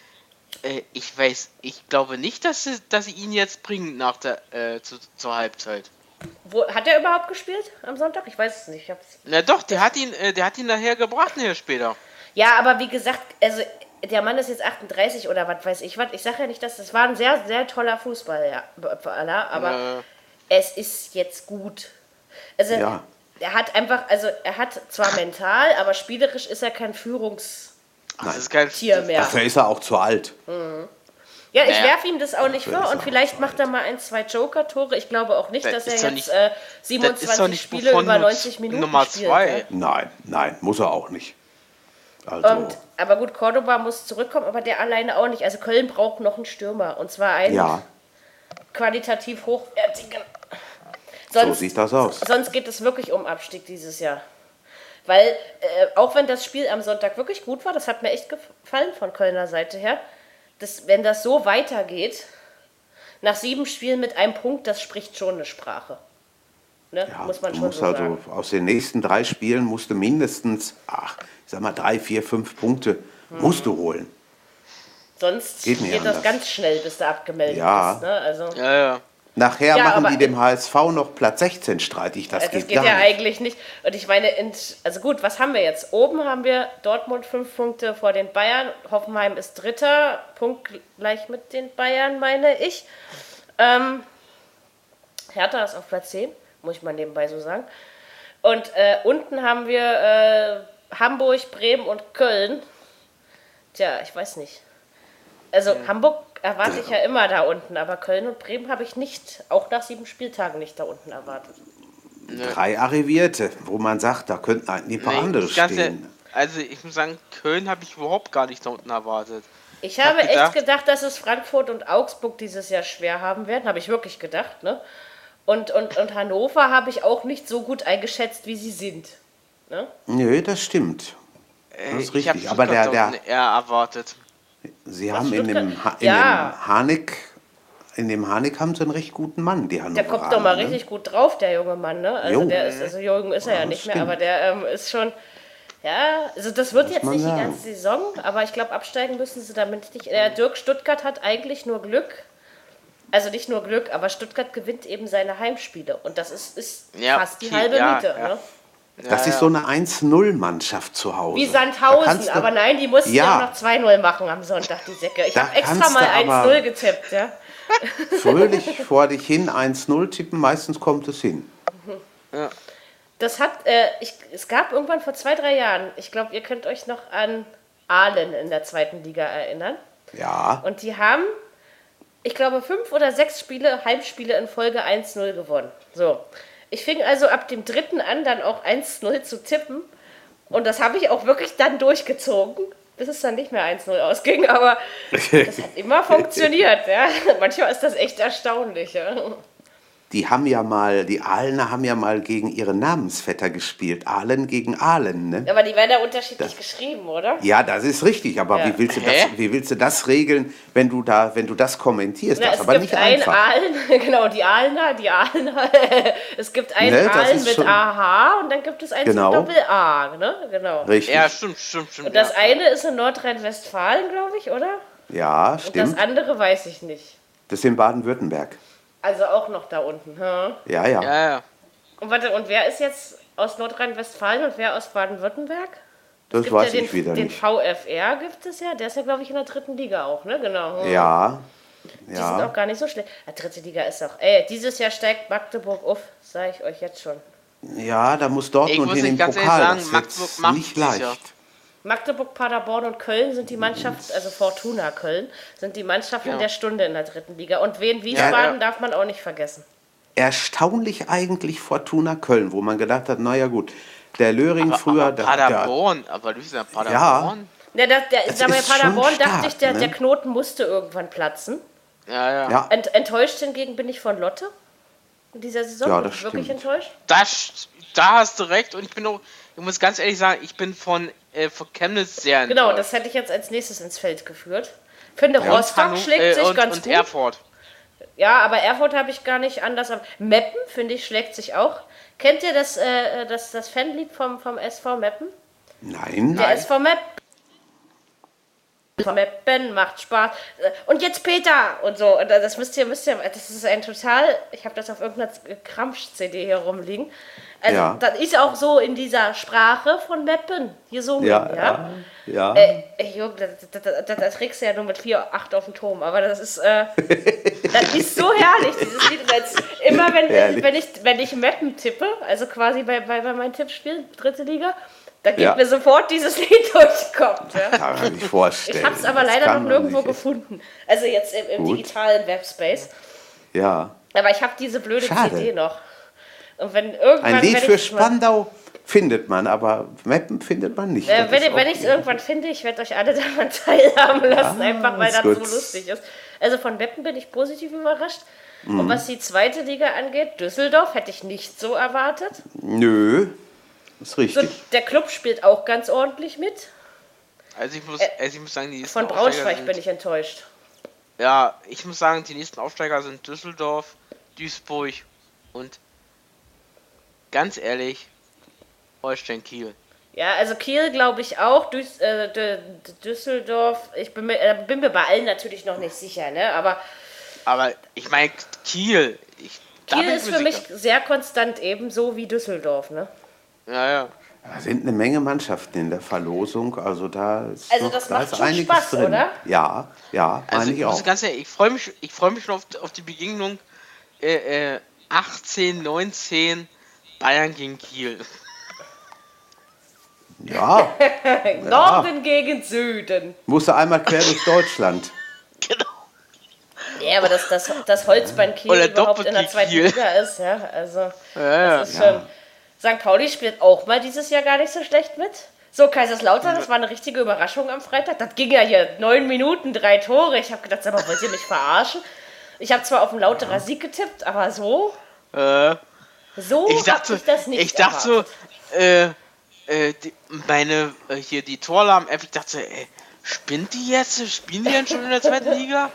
Speaker 4: ich glaube nicht, dass sie ihn jetzt bringen nach der zur Halbzeit.
Speaker 2: Hat er überhaupt gespielt am Sonntag? Ich weiß es nicht.
Speaker 4: Na doch, der hat ihn nachher gebracht, nachher später.
Speaker 2: Ja, aber wie gesagt, also der Mann ist jetzt 38 oder was weiß ich was. Ich sage ja nicht, dass das war ein sehr, sehr toller Fußballer, aber es ist jetzt gut. Also
Speaker 3: Ja.
Speaker 2: er hat einfach, also er hat zwar mental, aber spielerisch ist er kein Führungstier
Speaker 4: Das ist kein
Speaker 2: mehr.
Speaker 3: Dafür ist er auch zu alt.
Speaker 2: Ja, ich
Speaker 4: Naja.
Speaker 2: werfe ihm das auch nicht
Speaker 3: Dafür
Speaker 2: vor
Speaker 3: ist
Speaker 2: und
Speaker 3: er
Speaker 2: vielleicht
Speaker 3: auch
Speaker 2: macht er mal 1, 2 Joker-Tore. Ich glaube auch nicht,
Speaker 4: Das
Speaker 2: dass er
Speaker 4: ist doch
Speaker 2: jetzt
Speaker 4: nicht- Das ist doch
Speaker 2: 27
Speaker 4: nicht
Speaker 2: Spiele
Speaker 4: Buffon
Speaker 2: über 90 Minuten
Speaker 4: Nummer
Speaker 2: spielt.
Speaker 4: 2.
Speaker 2: Ja?
Speaker 3: Nein, muss er auch nicht. Also,
Speaker 2: Aber gut, Cordoba muss zurückkommen, aber der alleine auch nicht. Also Köln braucht noch einen Stürmer und zwar einen
Speaker 3: ja,
Speaker 2: qualitativ hochwertigen.
Speaker 3: so sieht das aus.
Speaker 2: Sonst geht es wirklich um Abstieg dieses Jahr. Weil, auch wenn das Spiel am Sonntag wirklich gut war, das hat mir echt gefallen von Kölner Seite her, wenn das so weitergeht, nach 7 Spielen mit einem Punkt, das spricht schon eine Sprache. Ne?
Speaker 3: Ja,
Speaker 2: Muss man
Speaker 3: du
Speaker 2: schon
Speaker 3: musst
Speaker 2: so
Speaker 3: also
Speaker 2: sagen.
Speaker 3: aus den nächsten 3 Spielen musst du mindestens, ich sag mal 3, 4, 5 Punkte musst du holen.
Speaker 2: Sonst
Speaker 3: geht nicht
Speaker 2: geht das
Speaker 3: anders.
Speaker 2: ganz schnell, bis du abgemeldet
Speaker 3: Ja.
Speaker 2: bist. Ne? Also,
Speaker 4: Ja.
Speaker 3: Nachher
Speaker 2: Ja,
Speaker 3: machen
Speaker 2: aber
Speaker 3: die dem HSV noch Platz 16 streitig. Das
Speaker 2: das
Speaker 3: geht
Speaker 2: geht
Speaker 3: gar
Speaker 2: ja
Speaker 3: nicht.
Speaker 2: eigentlich nicht. Und ich meine, also gut, was haben wir jetzt? Oben haben wir Dortmund 5 Punkte vor den Bayern. Hoffenheim ist Dritter, punktgleich mit den Bayern, meine ich. Hertha ist auf Platz 10, muss ich mal nebenbei so sagen. Und unten haben wir Hamburg, Bremen und Köln. Tja, ich weiß nicht. Also Hamburg erwarte ich ja immer da unten, aber Köln und Bremen habe ich nicht, auch nach 7 Spieltagen nicht da unten erwartet.
Speaker 3: 3 Arrivierte, wo man sagt, da könnten eigentlich ein paar andere stehen.
Speaker 4: Also ich muss sagen, Köln habe ich überhaupt gar nicht da unten erwartet.
Speaker 2: Ich habe
Speaker 4: hab
Speaker 2: echt gedacht, dass es Frankfurt und Augsburg dieses Jahr schwer haben werden. Habe ich wirklich gedacht. Ne? Und Hannover habe ich auch nicht so gut eingeschätzt, wie sie sind. Ne?
Speaker 3: Nö, das stimmt. Das ist
Speaker 4: Ich habe
Speaker 3: richtig. Aber
Speaker 4: Stuttgart da
Speaker 3: der,
Speaker 4: unten eher erwartet.
Speaker 3: sie haben in dem,
Speaker 2: Stuttgart?
Speaker 3: in
Speaker 2: Ja.
Speaker 3: dem Harnik, haben sie einen recht guten Mann, die Hannoveraner.
Speaker 2: Der kommt doch mal
Speaker 3: ne?
Speaker 2: richtig gut drauf, der junge Mann. Ne? Also
Speaker 3: Jo.
Speaker 2: der ist, also jung ist er ja
Speaker 3: das
Speaker 2: nicht mehr,
Speaker 3: stimmt.
Speaker 2: aber der ist schon. Ja, also das wird jetzt
Speaker 3: man
Speaker 2: nicht die
Speaker 3: sagen.
Speaker 2: ganze Saison, aber ich glaube, absteigen müssen sie damit nicht. Dirk Stuttgart hat eigentlich nur Glück. Also nicht nur Glück, aber Stuttgart gewinnt eben seine Heimspiele. Und das ist
Speaker 4: Ja,
Speaker 2: fast die
Speaker 4: okay,
Speaker 2: halbe
Speaker 4: ja,
Speaker 2: Miete.
Speaker 4: ja.
Speaker 2: Ne?
Speaker 3: Das ist so eine 1-0-Mannschaft zu Hause.
Speaker 2: Wie
Speaker 3: Da
Speaker 2: Sandhausen,
Speaker 3: kannst du-
Speaker 2: aber nein, die mussten
Speaker 3: Ja.
Speaker 2: ja noch 2-0 machen am Sonntag, die Säcke. Ich
Speaker 3: Da
Speaker 2: habe extra
Speaker 3: kannst
Speaker 2: mal
Speaker 3: du aber-
Speaker 2: 1-0 getippt, ja.
Speaker 3: fröhlich vor dich hin 1-0 tippen, meistens kommt es hin.
Speaker 2: Es gab irgendwann vor 2-3 Jahren, ich glaube, ihr könnt euch noch an Aalen in der 2. Liga erinnern.
Speaker 3: Ja.
Speaker 2: Und die haben, ich glaube, 5 oder 6 Heimspiele in Folge 1-0 gewonnen. So. Ich fing also ab dem 3. an, dann auch 1-0 zu tippen. Und das habe ich auch wirklich dann durchgezogen, bis es dann nicht mehr 1-0 ausging. Aber das hat immer funktioniert. Ja. Manchmal ist das echt erstaunlich. Ja.
Speaker 3: Die Ahlener haben ja mal gegen ihre Namensvetter gespielt. Ahlen gegen Ahlen, ne?
Speaker 2: Aber die werden ja unterschiedlich geschrieben, oder?
Speaker 3: Ja, das ist richtig, aber
Speaker 2: Ja.
Speaker 3: wie willst du das regeln, wenn du das kommentierst? Das ist aber nicht
Speaker 2: einen
Speaker 3: einfach.
Speaker 2: Aalen, genau, die Ahlener. Es gibt einen
Speaker 3: Ne, das
Speaker 2: Aalen
Speaker 3: ist
Speaker 2: mit
Speaker 3: schon-
Speaker 2: AH und dann gibt es einen
Speaker 3: Genau.
Speaker 2: mit Doppel-A, ne? Genau.
Speaker 3: Richtig.
Speaker 4: Ja, stimmt.
Speaker 2: Und das
Speaker 4: ja.
Speaker 2: eine ist in Nordrhein-Westfalen, glaube ich, oder?
Speaker 3: Ja,
Speaker 2: Und
Speaker 3: stimmt.
Speaker 2: das andere weiß ich nicht.
Speaker 3: Das ist in Baden-Württemberg.
Speaker 2: Also auch noch da unten. Hm?
Speaker 3: Ja.
Speaker 4: Ja.
Speaker 2: Und warte, und wer ist jetzt aus Nordrhein-Westfalen und wer aus Baden-Württemberg?
Speaker 3: Das
Speaker 2: Gibt
Speaker 3: weiß
Speaker 2: ja
Speaker 3: ich wieder
Speaker 2: den
Speaker 3: nicht.
Speaker 2: VfR gibt es ja, der ist ja, glaube ich, in der 3. Liga auch, ne? Genau. Hm.
Speaker 3: Ja.
Speaker 2: Die sind auch gar nicht so schlecht. Die 3. Liga ist auch. Dieses Jahr steigt Magdeburg auf, sage ich euch jetzt schon.
Speaker 3: Ja, da muss
Speaker 4: Ich
Speaker 3: Dortmund
Speaker 4: muss
Speaker 3: hin im
Speaker 4: nicht ganz ehrlich
Speaker 3: Pokal.
Speaker 4: sagen,
Speaker 3: Das
Speaker 4: Magdeburg
Speaker 3: wird
Speaker 4: macht
Speaker 3: nicht
Speaker 4: dieses
Speaker 3: leicht.
Speaker 4: Jahr.
Speaker 2: Magdeburg, Paderborn und Köln sind die Mannschaft, also Fortuna Köln, sind die Mannschaften
Speaker 4: Ja.
Speaker 2: der Stunde in der 3. Liga. Und Wien-Wiesbaden
Speaker 4: Ja.
Speaker 2: darf man auch nicht vergessen.
Speaker 3: Erstaunlich eigentlich Fortuna Köln, wo man gedacht hat, naja gut, der Löring früher...
Speaker 4: Aber Paderborn, aber du bist ja Paderborn.
Speaker 2: Ja,
Speaker 3: Das
Speaker 2: bei
Speaker 3: ist schon
Speaker 2: Paderborn
Speaker 3: stark,
Speaker 2: dachte ich,
Speaker 3: ne?
Speaker 2: der Knoten musste irgendwann platzen.
Speaker 4: Ja.
Speaker 3: Ja,
Speaker 2: Enttäuscht hingegen bin ich von Lotte in dieser Saison.
Speaker 3: Ja,
Speaker 2: Bin
Speaker 3: das
Speaker 2: ich wirklich
Speaker 3: stimmt.
Speaker 2: enttäuscht.
Speaker 4: Da hast du recht und ich muss ganz ehrlich sagen, ich bin von Chemnitz sehr
Speaker 2: Genau,
Speaker 4: enttäuscht.
Speaker 2: das hätte ich jetzt als nächstes ins Feld geführt. Finde,
Speaker 4: Und
Speaker 2: Rostock schlägt sich ganz
Speaker 4: und
Speaker 2: gut.
Speaker 4: Erfurt.
Speaker 2: Ja, aber Erfurt habe ich gar nicht anders. Meppen, finde ich, schlägt sich auch. Kennt ihr das Fanlied vom SV Meppen?
Speaker 3: nein.
Speaker 2: Der SV Meppen macht Spaß. Und jetzt Peter! Und so. Und das müsst ihr, das ist ein total, ich habe das auf irgendeiner Krampf-CD hier rumliegen. Also,
Speaker 3: Ja.
Speaker 2: das ist auch so in dieser Sprache von Meppen gesungen, ja.
Speaker 3: Ja.
Speaker 2: Junge, das kriegst du ja nur mit 4,8 auf den Turm, aber das ist so herrlich, dieses Lied. Immer wenn ich Meppen tippe, also quasi bei meinem Tippspiel, 3. Liga, da geht
Speaker 3: Ja.
Speaker 2: mir sofort dieses Lied durch den Kopf. Ja.
Speaker 3: Kann man sich vorstellen.
Speaker 2: Ich habe es aber
Speaker 3: Das
Speaker 2: leider
Speaker 3: kann
Speaker 2: noch
Speaker 3: man
Speaker 2: nirgendwo
Speaker 3: nicht.
Speaker 2: gefunden. Also jetzt im
Speaker 3: Gut.
Speaker 2: digitalen Webspace.
Speaker 3: Ja.
Speaker 2: Aber ich habe diese blöde
Speaker 3: Schade.
Speaker 2: CD noch. Und wenn irgendwann...
Speaker 3: Ein Lied
Speaker 2: wenn
Speaker 3: für
Speaker 2: ich's mal-
Speaker 3: Spandau findet man, aber Mappen findet man nicht. Das ist auch
Speaker 2: wenn ich es irgendwann finde, ich werde euch alle daran teilhaben lassen, einfach weil
Speaker 3: ist
Speaker 2: das
Speaker 3: gut.
Speaker 2: so lustig ist. Also von Meppen bin ich positiv überrascht. Und was die 2. Liga angeht, Düsseldorf hätte ich nicht so erwartet.
Speaker 3: Nö, ist
Speaker 2: So,
Speaker 3: richtig.
Speaker 2: der Club spielt auch ganz ordentlich mit.
Speaker 4: Also ich muss sagen, die nächsten
Speaker 2: Von
Speaker 4: Aufsteiger
Speaker 2: Braunschweig
Speaker 4: sind,
Speaker 2: bin ich enttäuscht.
Speaker 4: Ja, ich muss sagen, die nächsten Aufsteiger sind Düsseldorf, Duisburg und ganz ehrlich, Holstein Kiel.
Speaker 2: Ja, also Kiel glaube ich auch, Düsseldorf, ich bin mir bei allen natürlich noch nicht sicher, ne? Aber
Speaker 4: Aber ich meine, Kiel. Da
Speaker 2: Kiel
Speaker 4: bin ich
Speaker 2: ist
Speaker 4: mir
Speaker 2: für mich
Speaker 4: sicher.
Speaker 2: sehr konstant ebenso wie Düsseldorf, ne?
Speaker 4: Ja.
Speaker 3: Da sind eine Menge Mannschaften in der Verlosung, also da ist,
Speaker 2: Also
Speaker 3: noch,
Speaker 2: das
Speaker 3: da
Speaker 2: macht
Speaker 3: ist
Speaker 2: schon
Speaker 3: einiges
Speaker 2: Spaß,
Speaker 3: drin.
Speaker 2: oder?
Speaker 3: Ja,
Speaker 4: Also
Speaker 3: meine
Speaker 4: ich
Speaker 3: ich
Speaker 4: muss
Speaker 3: auch.
Speaker 4: ganz ehrlich, ich freue mich schon auf die Begegnung 18, 19 Bayern gegen Kiel.
Speaker 3: Ja,
Speaker 2: Norden gegen Süden.
Speaker 3: musst du einmal quer durch Deutschland.
Speaker 4: Genau.
Speaker 2: Ja, aber das Holzbein Kiel
Speaker 4: Oder
Speaker 2: überhaupt in der
Speaker 4: Doppelkick
Speaker 2: 2.
Speaker 4: Kiel.
Speaker 2: Liga ist, ja. Also,
Speaker 4: Ja.
Speaker 2: das ist schon. St. Pauli spielt auch mal dieses Jahr gar nicht so schlecht mit. So, Kaiserslautern, das war eine richtige Überraschung am Freitag. Das ging ja hier 9 Minuten, 3 Tore. Ich habe gedacht, sag mal, wollt ihr mich verarschen? Ich habe zwar auf einen lauterer Sieg getippt, aber so
Speaker 4: Ich
Speaker 2: hab
Speaker 4: dachte,
Speaker 2: ich das nicht
Speaker 4: ich dachte
Speaker 2: erwartet.
Speaker 4: die Torlahm-App, ich dachte, spinnt die jetzt? Spielen die denn schon in der 2. Liga?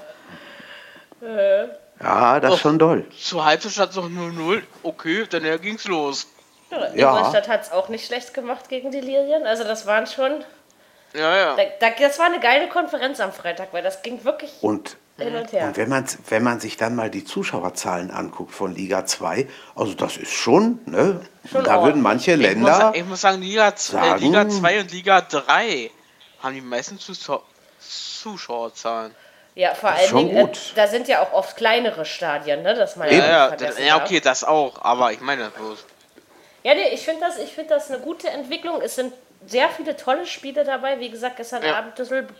Speaker 3: Ja, das ist schon doll.
Speaker 4: Zur Halbzeit stand es noch 0-0. Okay, dann ging's los.
Speaker 3: Ja.
Speaker 2: Ingolstadt hat es auch nicht schlecht gemacht gegen die Lilien. Also das waren schon...
Speaker 4: Ja.
Speaker 2: Das war eine geile Konferenz am Freitag, weil das ging wirklich
Speaker 3: Und,
Speaker 2: hin und her.
Speaker 3: und wenn man sich dann mal die Zuschauerzahlen anguckt von Liga 2, also das ist schon, ne?
Speaker 2: Schon
Speaker 3: Da würden
Speaker 2: ordentlich.
Speaker 3: manche Länder...
Speaker 4: Ich muss sagen, Liga 2 und Liga 3 haben die meisten Zuschauerzahlen.
Speaker 2: Ja, vor allen
Speaker 3: schon
Speaker 2: Dingen,
Speaker 3: gut.
Speaker 2: da sind ja auch oft kleinere Stadien, ne? Das man
Speaker 3: Eben.
Speaker 2: nicht
Speaker 4: Ja,
Speaker 2: vergessen
Speaker 4: ja,
Speaker 2: darf.
Speaker 4: okay, das auch, aber ich meine bloß.
Speaker 2: Ja, nee, ich finde das eine gute Entwicklung. Es sind sehr viele tolle Spiele dabei. Wie gesagt, gestern Abend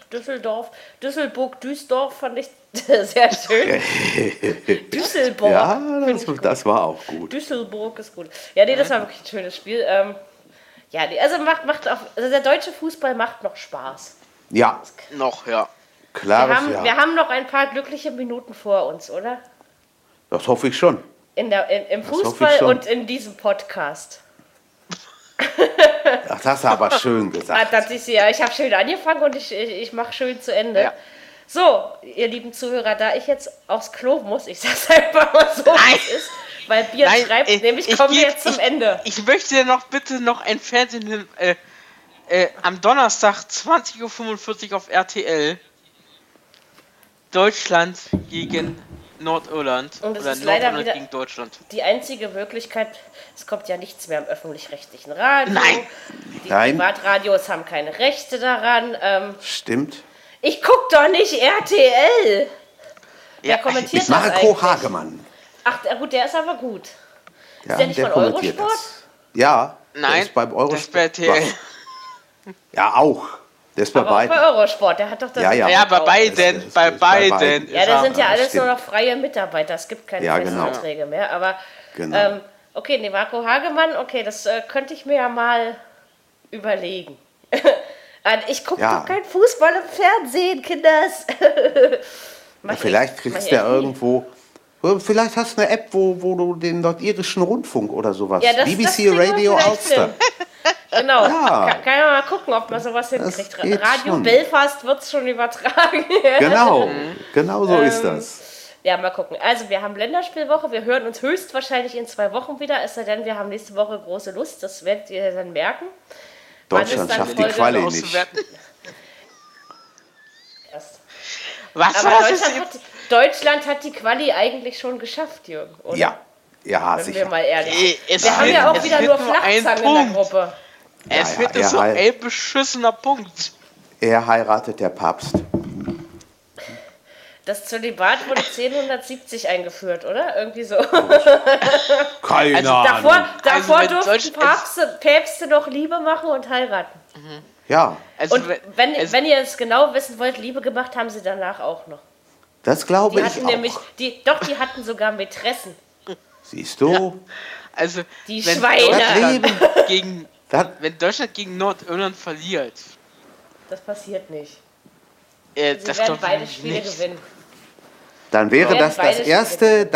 Speaker 2: Duisburg fand ich sehr schön. Düsselburg.
Speaker 3: Ja, das war auch gut.
Speaker 2: Düsselburg ist gut. Ja, nee, das war wirklich ein schönes Spiel. Ja, nee, also also der deutsche Fußball macht noch Spaß.
Speaker 3: Ja.
Speaker 4: Noch, ja.
Speaker 3: Klares Ja.
Speaker 2: Wir haben noch ein paar glückliche Minuten vor uns, oder?
Speaker 3: Das hoffe ich schon.
Speaker 2: Im Fußball und in diesem Podcast.
Speaker 3: Ach, das hast du aber schön gesagt.
Speaker 2: Ich habe schön angefangen und ich mache schön zu Ende. Ja. So, ihr lieben Zuhörer, da ich jetzt aufs Klo muss, ich sag's einfach mal so, wie es ist, weil Bier schreibt, nämlich kommen wir jetzt zum Ende.
Speaker 4: Ich möchte dir bitte noch ein Fernsehen am Donnerstag 20:45 Uhr auf RTL. Deutschland gegen Nordirland.
Speaker 2: Und
Speaker 4: oder
Speaker 2: ist leider
Speaker 4: Nordirland
Speaker 2: wieder
Speaker 4: gegen Deutschland.
Speaker 2: Die einzige Möglichkeit, es kommt ja nichts mehr im öffentlich-rechtlichen Radio.
Speaker 4: Nein.
Speaker 2: Die Privatradios haben keine Rechte daran.
Speaker 3: Stimmt.
Speaker 2: Ich guck doch nicht RTL. Wer kommentiert das eigentlich?
Speaker 3: Marco Hagemann.
Speaker 2: Ach, gut, der ist aber gut.
Speaker 3: Ja,
Speaker 2: ist der nicht von Eurosport?
Speaker 3: Ja.
Speaker 4: Nein,
Speaker 3: der ist beim Eurosport.
Speaker 4: das ist bei RTL.
Speaker 3: Ja, auch. Der ist bei beiden.
Speaker 2: Bei Eurosport, der hat doch das.
Speaker 3: Ja,
Speaker 4: bei beiden. Bei beiden.
Speaker 2: Ja, da sind ja alles nur noch freie Mitarbeiter. Es gibt keine festen
Speaker 3: genau.
Speaker 2: Verträge mehr. Aber,
Speaker 3: Genau.
Speaker 2: okay, nee, Marco Hagemann, okay, das könnte ich mir ja mal überlegen. Ich gucke doch kein Fußball im Fernsehen, Kinders.
Speaker 3: Vielleicht kriegst du ja irgendwo. Vielleicht hast du eine App, wo du den nordirischen Rundfunk oder sowas.
Speaker 2: Ja,
Speaker 3: BBC Radio Ulster.
Speaker 2: Genau, kann man mal gucken, ob man sowas hinkriegt. Radio schon. Belfast wird es schon übertragen.
Speaker 3: Genau so ist das.
Speaker 2: Ja, mal gucken. Also wir haben Länderspielwoche, wir hören uns höchstwahrscheinlich in 2 Wochen wieder, es sei denn, wir haben nächste Woche große Lust, das werdet ihr dann merken.
Speaker 3: Deutschland schafft die Quali nicht.
Speaker 2: Aber Deutschland hat die Quali eigentlich schon geschafft, Jürgen, oder?
Speaker 3: Ja,
Speaker 2: wenn
Speaker 3: sicher.
Speaker 2: wir mal ehrlich sind. Wir haben ja auch wieder nur Flachzangen in der Gruppe.
Speaker 4: Es wird so ein beschissener Punkt.
Speaker 3: Er heiratet der Papst.
Speaker 2: Das Zölibat wurde 1070 eingeführt, oder? Irgendwie so.
Speaker 3: Keine Ahnung.
Speaker 2: Davor durften Päpste noch Liebe machen und heiraten.
Speaker 3: Ja.
Speaker 2: Und wenn ihr es genau wissen wollt, Liebe gemacht haben sie danach auch noch.
Speaker 3: Das glaube ich auch.
Speaker 2: Die hatten sogar Mätressen.
Speaker 3: Siehst du?
Speaker 4: Ja. Also,
Speaker 2: die Schweine.
Speaker 4: Wenn Deutschland gegen Nordirland verliert.
Speaker 2: Das passiert nicht.
Speaker 4: Sie
Speaker 2: werden beide Spiele gewinnen.
Speaker 3: Dann wäre das erste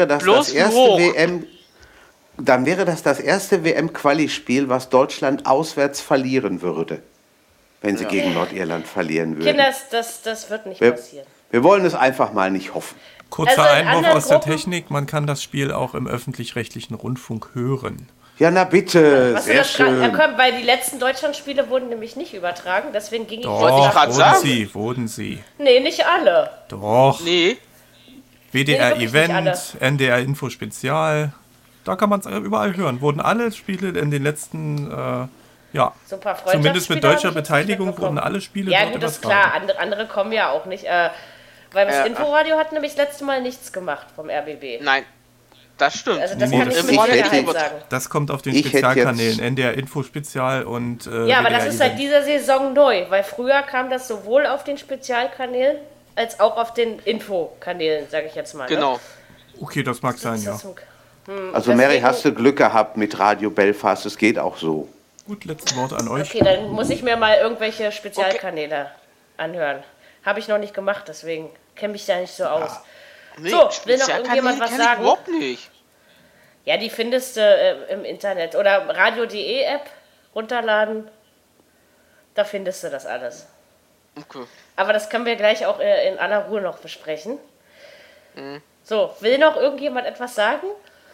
Speaker 3: WM-Quali-Spiel, was Deutschland auswärts verlieren würde, wenn sie gegen Nordirland verlieren würden.
Speaker 2: Kinders, das wird nicht passieren.
Speaker 3: Wir wollen es einfach mal nicht hoffen.
Speaker 1: Kurzer Einwurf aus der Technik, man kann das Spiel auch im öffentlich-rechtlichen Rundfunk hören.
Speaker 3: Ja, na bitte, sehr schön.
Speaker 2: Weil die letzten Deutschlandspiele wurden nämlich nicht übertragen, deswegen ging
Speaker 1: wurden sie.
Speaker 2: Nee, nicht alle.
Speaker 1: Doch.
Speaker 4: Nee.
Speaker 1: WDR Event, NDR Info Spezial, da kann man es überall hören. Wurden alle Spiele in den letzten,
Speaker 2: so
Speaker 1: zumindest mit deutscher Beteiligung, wurden alle Spiele dort
Speaker 2: gut, das ist klar. Andere kommen ja auch nicht. Weil das Inforadio hat nämlich das letzte Mal nichts gemacht vom RBB.
Speaker 4: Nein, das stimmt.
Speaker 2: Also das kann ich mit Sicherheit sagen.
Speaker 1: Das kommt auf den Spezialkanälen, NDR Info Spezial und
Speaker 2: ja, aber das ist seit dieser Saison neu, weil früher kam das sowohl auf den Spezialkanälen als auch auf den Infokanälen, sage ich jetzt mal.
Speaker 4: Genau.
Speaker 2: Ne?
Speaker 1: Okay, das mag sein, ja.
Speaker 3: Also Mary, hast du Glück gehabt mit Radio Belfast, es geht auch so.
Speaker 1: Gut, letzte Worte an euch.
Speaker 2: Okay, dann muss ich mir mal irgendwelche Spezialkanäle anhören. Habe ich noch nicht gemacht, deswegen kenne mich da nicht so aus.
Speaker 4: Nee,
Speaker 2: so, will noch irgendjemand was sagen?
Speaker 4: Überhaupt nicht.
Speaker 2: Ja, die findest du im Internet. Oder Radio.de App runterladen. Da findest du das alles.
Speaker 4: Okay.
Speaker 2: Aber das können wir gleich auch in aller Ruhe noch besprechen. So, will noch irgendjemand etwas sagen?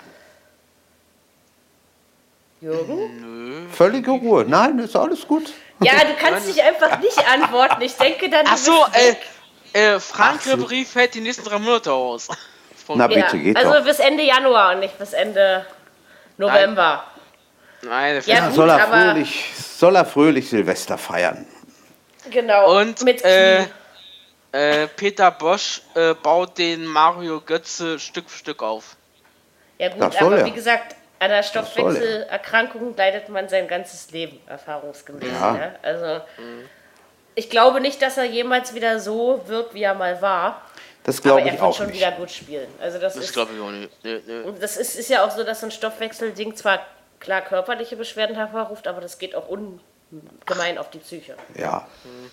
Speaker 2: Jürgen?
Speaker 3: Nö. Völlige Ruhe. Nein, ist alles gut.
Speaker 2: Ja, du kannst dich einfach nicht antworten. Ich denke dann...
Speaker 4: Achso, Frank Ribéry fällt die nächsten 3 Monate aus.
Speaker 3: Na bitte, geht
Speaker 2: also
Speaker 3: doch.
Speaker 2: bis Ende Januar und nicht bis Ende November.
Speaker 4: Nein,
Speaker 3: soll er fröhlich Silvester feiern.
Speaker 2: Genau.
Speaker 4: Und
Speaker 2: mit
Speaker 4: Peter Bosch baut den Mario Götze Stück für Stück auf.
Speaker 2: Ja gut, aber wie gesagt, einer Stoffwechselerkrankung leidet man sein ganzes Leben, erfahrungsgemäß.
Speaker 3: Ja.
Speaker 2: Ne? Also ich glaube nicht, dass er jemals wieder so wird, wie er mal war.
Speaker 3: Das glaube ich
Speaker 2: aber er
Speaker 3: auch
Speaker 2: wird schon
Speaker 3: nicht.
Speaker 2: wieder gut spielen. Also das
Speaker 4: glaube ich auch nicht. Nee.
Speaker 2: Das ist ja auch so, dass so ein Stoffwechselding zwar klar körperliche Beschwerden hervorruft, aber das geht auch ungemein auf die Psyche.
Speaker 3: Ja.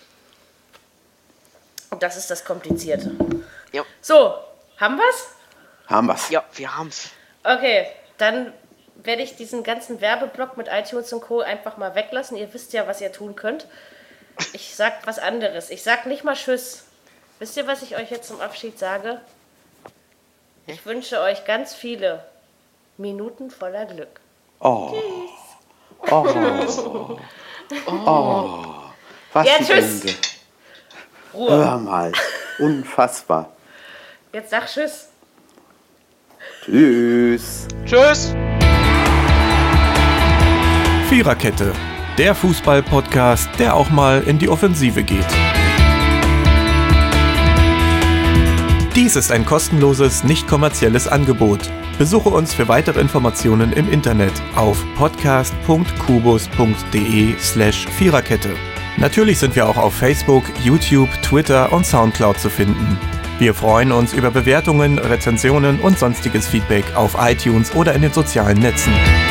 Speaker 2: Und das ist das Komplizierte.
Speaker 4: Ja.
Speaker 2: So, haben wir's?
Speaker 3: Haben wir's.
Speaker 4: Ja, wir haben's.
Speaker 2: Okay, dann werde ich diesen ganzen Werbeblock mit iTunes und Co. einfach mal weglassen. Ihr wisst ja, was ihr tun könnt. Ich sag was anderes. Ich sag nicht mal Tschüss. Wisst ihr, was ich euch jetzt zum Abschied sage? Ich wünsche euch ganz viele Minuten voller Glück.
Speaker 3: Oh.
Speaker 2: Tschüss.
Speaker 3: Oh. Oh. Was
Speaker 2: Ja,
Speaker 3: ein
Speaker 2: tschüss.
Speaker 3: Ende.
Speaker 2: Ruhe.
Speaker 3: Hör mal. Unfassbar.
Speaker 2: Jetzt sag Tschüss.
Speaker 3: Tschüss.
Speaker 4: Tschüss.
Speaker 1: Viererkette, der Fußball-Podcast, der auch mal in die Offensive geht. Dies ist ein kostenloses, nicht kommerzielles Angebot. Besuche uns für weitere Informationen im Internet auf podcast.kubus.de/Viererkette. Natürlich sind wir auch auf Facebook, YouTube, Twitter und Soundcloud zu finden. Wir freuen uns über Bewertungen, Rezensionen und sonstiges Feedback auf iTunes oder in den sozialen Netzen.